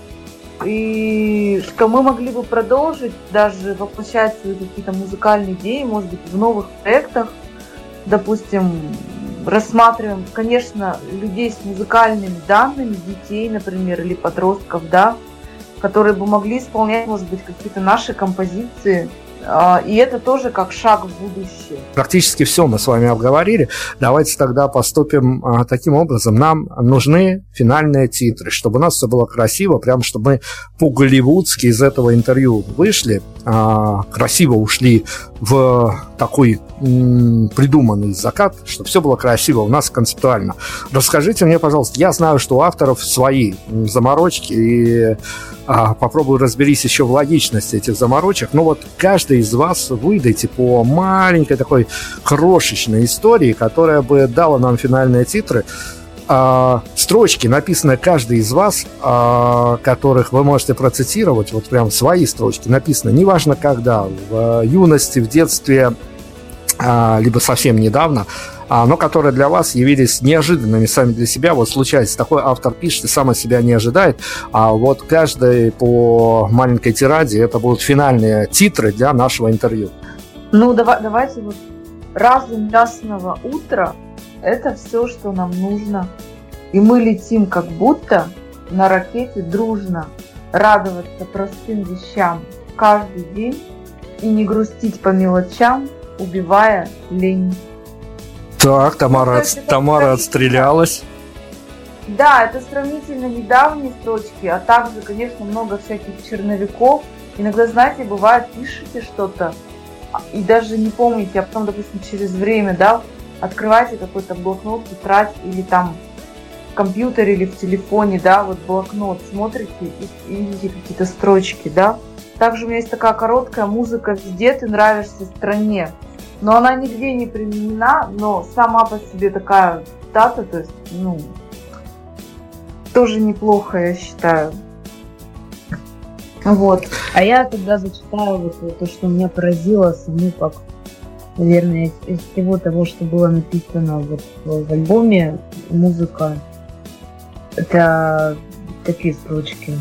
и что мы могли бы продолжить даже воплощать свои какие-то музыкальные идеи, может быть, в новых проектах, допустим, рассматриваем, конечно, людей с музыкальными данными, детей, например, или подростков, да, которые бы могли исполнять, может быть, какие-то наши композиции. И это тоже как шаг в будущее. Практически все мы с вами обговорили. Давайте тогда поступим таким образом. Нам нужны финальные титры, чтобы у нас все было красиво, прям чтобы мы по-голливудски из этого интервью вышли, красиво ушли в такой придуманный закат, чтобы все было красиво у нас концептуально. Расскажите мне, пожалуйста, я знаю, что у авторов свои заморочки, и попробую разберись еще в логичности этих заморочек, но вот каждый из вас выдайте по маленькой такой крошечной истории, которая бы дала нам финальные титры, строчки, написанные каждый из вас, которых вы можете процитировать, вот прям свои строчки написаны, неважно когда, в юности, в детстве, либо совсем недавно, но которые для вас явились неожиданными сами для себя. Вот случается, такой автор пишет и сам от себя не ожидает, а вот каждый по маленькой тираде, это будут финальные титры для нашего интервью. Ну, давайте вот разум ясного утра — это все, что нам нужно. И мы летим как будто на ракете дружно, радоваться простым вещам каждый день и не грустить по мелочам, убивая лень. Так, Тамара отстрелялась. Да, это сравнительно недавние строчки, а также, конечно, много всяких черновиков. Иногда, знаете, бывает, пишете что-то и даже не помните, а потом, допустим, через время, да, открываете какой-то блокнот, тетрадь или там в компьютере или в телефоне, да, вот блокнот, смотрите и видите какие-то строчки, да. Также у меня есть такая короткая музыка «Везде ты нравишься стране». Но она нигде не применена, но сама по себе такая дата, то есть, ну, тоже неплохо, я считаю. Вот. А я тогда зачитаю вот то, что меня поразило саму, как, наверное, из всего того, что было написано вот в альбоме, музыка. Это такие строчки.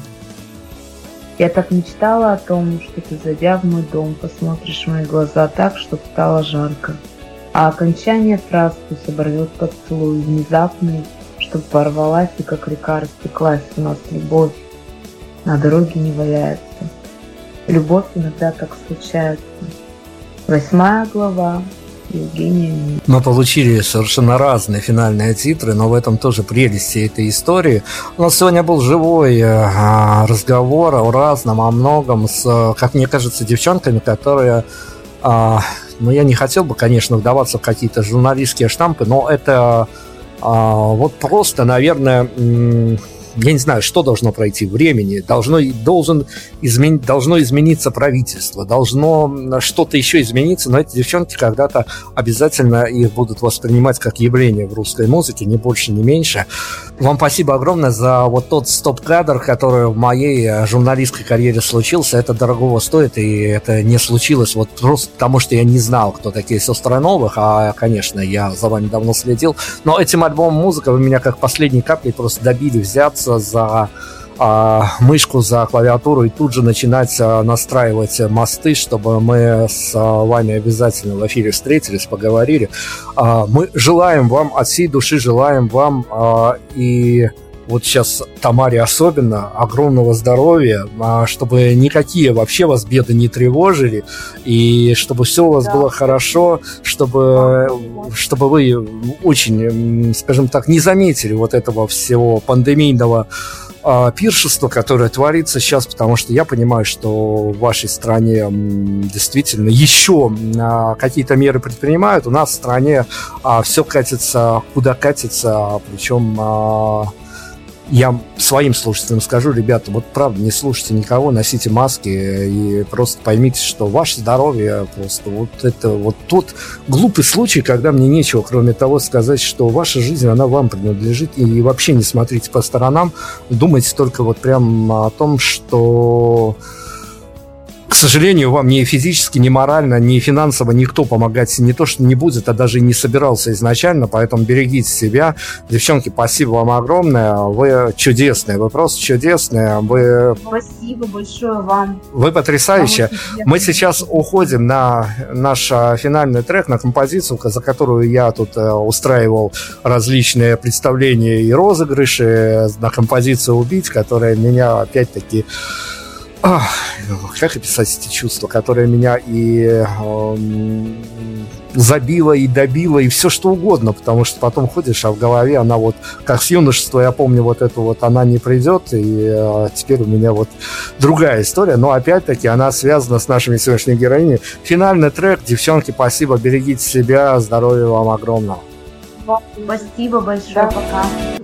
Я так мечтала о том, что ты, зайдя в мой дом, посмотришь в мои глаза так, чтоб стало жарко. А окончание фраз пусть оборвет поцелуй внезапный, чтоб порвалась и как река растеклась у нас любовь. На дороге не валяется. Любовь иногда так случается. 8 глава. Евгения. Мы получили совершенно разные финальные титры, но в этом тоже прелесть этой истории. У нас сегодня был живой разговор о разном, о многом, с, как мне кажется, девчонками, которые... ну, я не хотел бы, конечно, вдаваться в какие-то журналистские штампы, но это вот просто, наверное... Я не знаю, что должно пройти времени, должно измениться правительство, должно что-то еще измениться, но эти девчонки когда-то обязательно их будут воспринимать как явление в русской музыке, ни больше, ни меньше. Вам спасибо огромное за вот тот стоп-кадр, который в моей журналистской карьере случился. Это дорогого стоит, и это не случилось вот просто потому, что я не знал, кто такие сестры Новых, а, конечно, я за вами давно следил, но этим альбомом «Музыка» вы меня как последней каплей просто добили взяться за мышку, за клавиатуру и тут же начинать настраивать мосты, чтобы мы с вами обязательно в эфире встретились, поговорили. Мы желаем вам, от всей души желаем вам и вот сейчас Тамаре особенно огромного здоровья, чтобы никакие вообще вас беды не тревожили, и чтобы все у вас было хорошо, чтобы вы очень, скажем так, не заметили вот этого всего пандемийного пиршества, которое творится сейчас, потому что я понимаю, что в вашей стране действительно еще какие-то меры предпринимают, у нас в стране все катится, куда катится, причем я своим слушателям скажу, ребята, вот правда, не слушайте никого, носите маски и просто поймите, что ваше здоровье просто вот это вот тот глупый случай, когда мне нечего, кроме того, сказать, что ваша жизнь, она вам принадлежит, и вообще не смотрите по сторонам, думайте только вот прям о том, что... К сожалению, вам ни физически, ни морально, ни финансово никто помогать не то, что не будет, а даже и не собирался изначально, поэтому берегите себя. Девчонки, спасибо вам огромное, вы чудесные, вы просто чудесные. Спасибо большое вам. Вы потрясающие. Мы сейчас уходим на наш финальный трек, на композицию, за которую я тут устраивал различные представления и розыгрыши, на композицию «Убить», которая меня опять-таки... как описать эти чувства, которые меня и забило, и добило, и все что угодно, потому что потом ходишь, а в голове она вот, как с юношества, я помню, вот эту вот она не придет, и теперь у меня вот другая история, но опять-таки она связана с нашими сегодняшними героинями. Финальный трек, девчонки, спасибо, берегите себя, здоровья вам огромного. Спасибо большое, пока.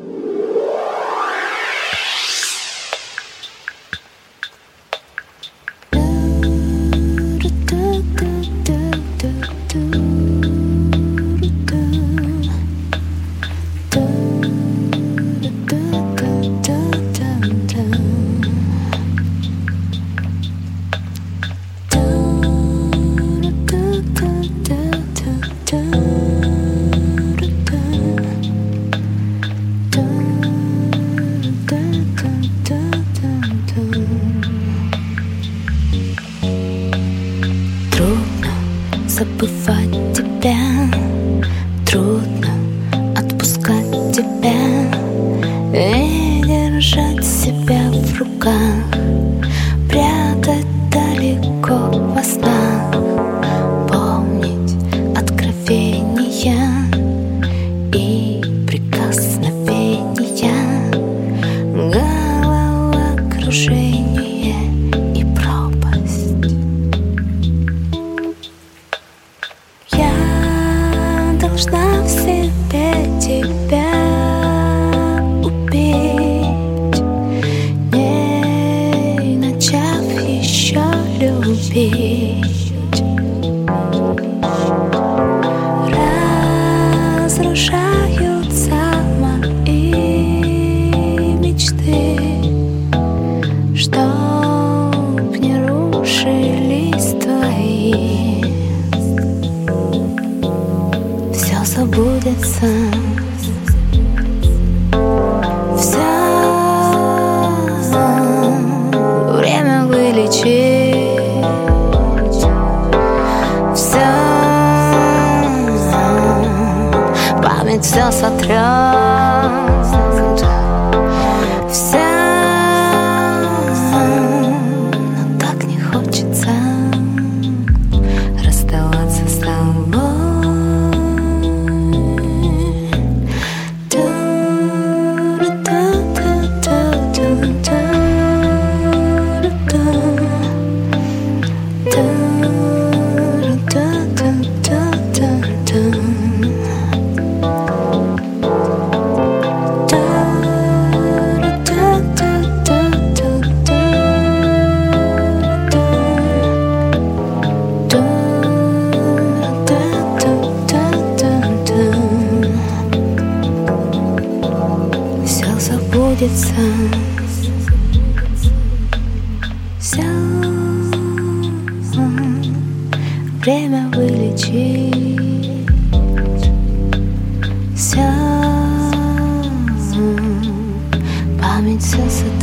Забывать тебя, трудно отпускать тебя и держать себя в руках, прятать далеко во снах, помнить откровения и прикосновения, головокружение и пропасть. Должна в себе тебя убить, не начав еще любить. Разрушаются мои мечты, чтоб не рушились твои. Все забудется, все время вылечить, все память все сотрет, все, но так не хочется расставаться с тобой. Все время вылечить, все память все сотрет.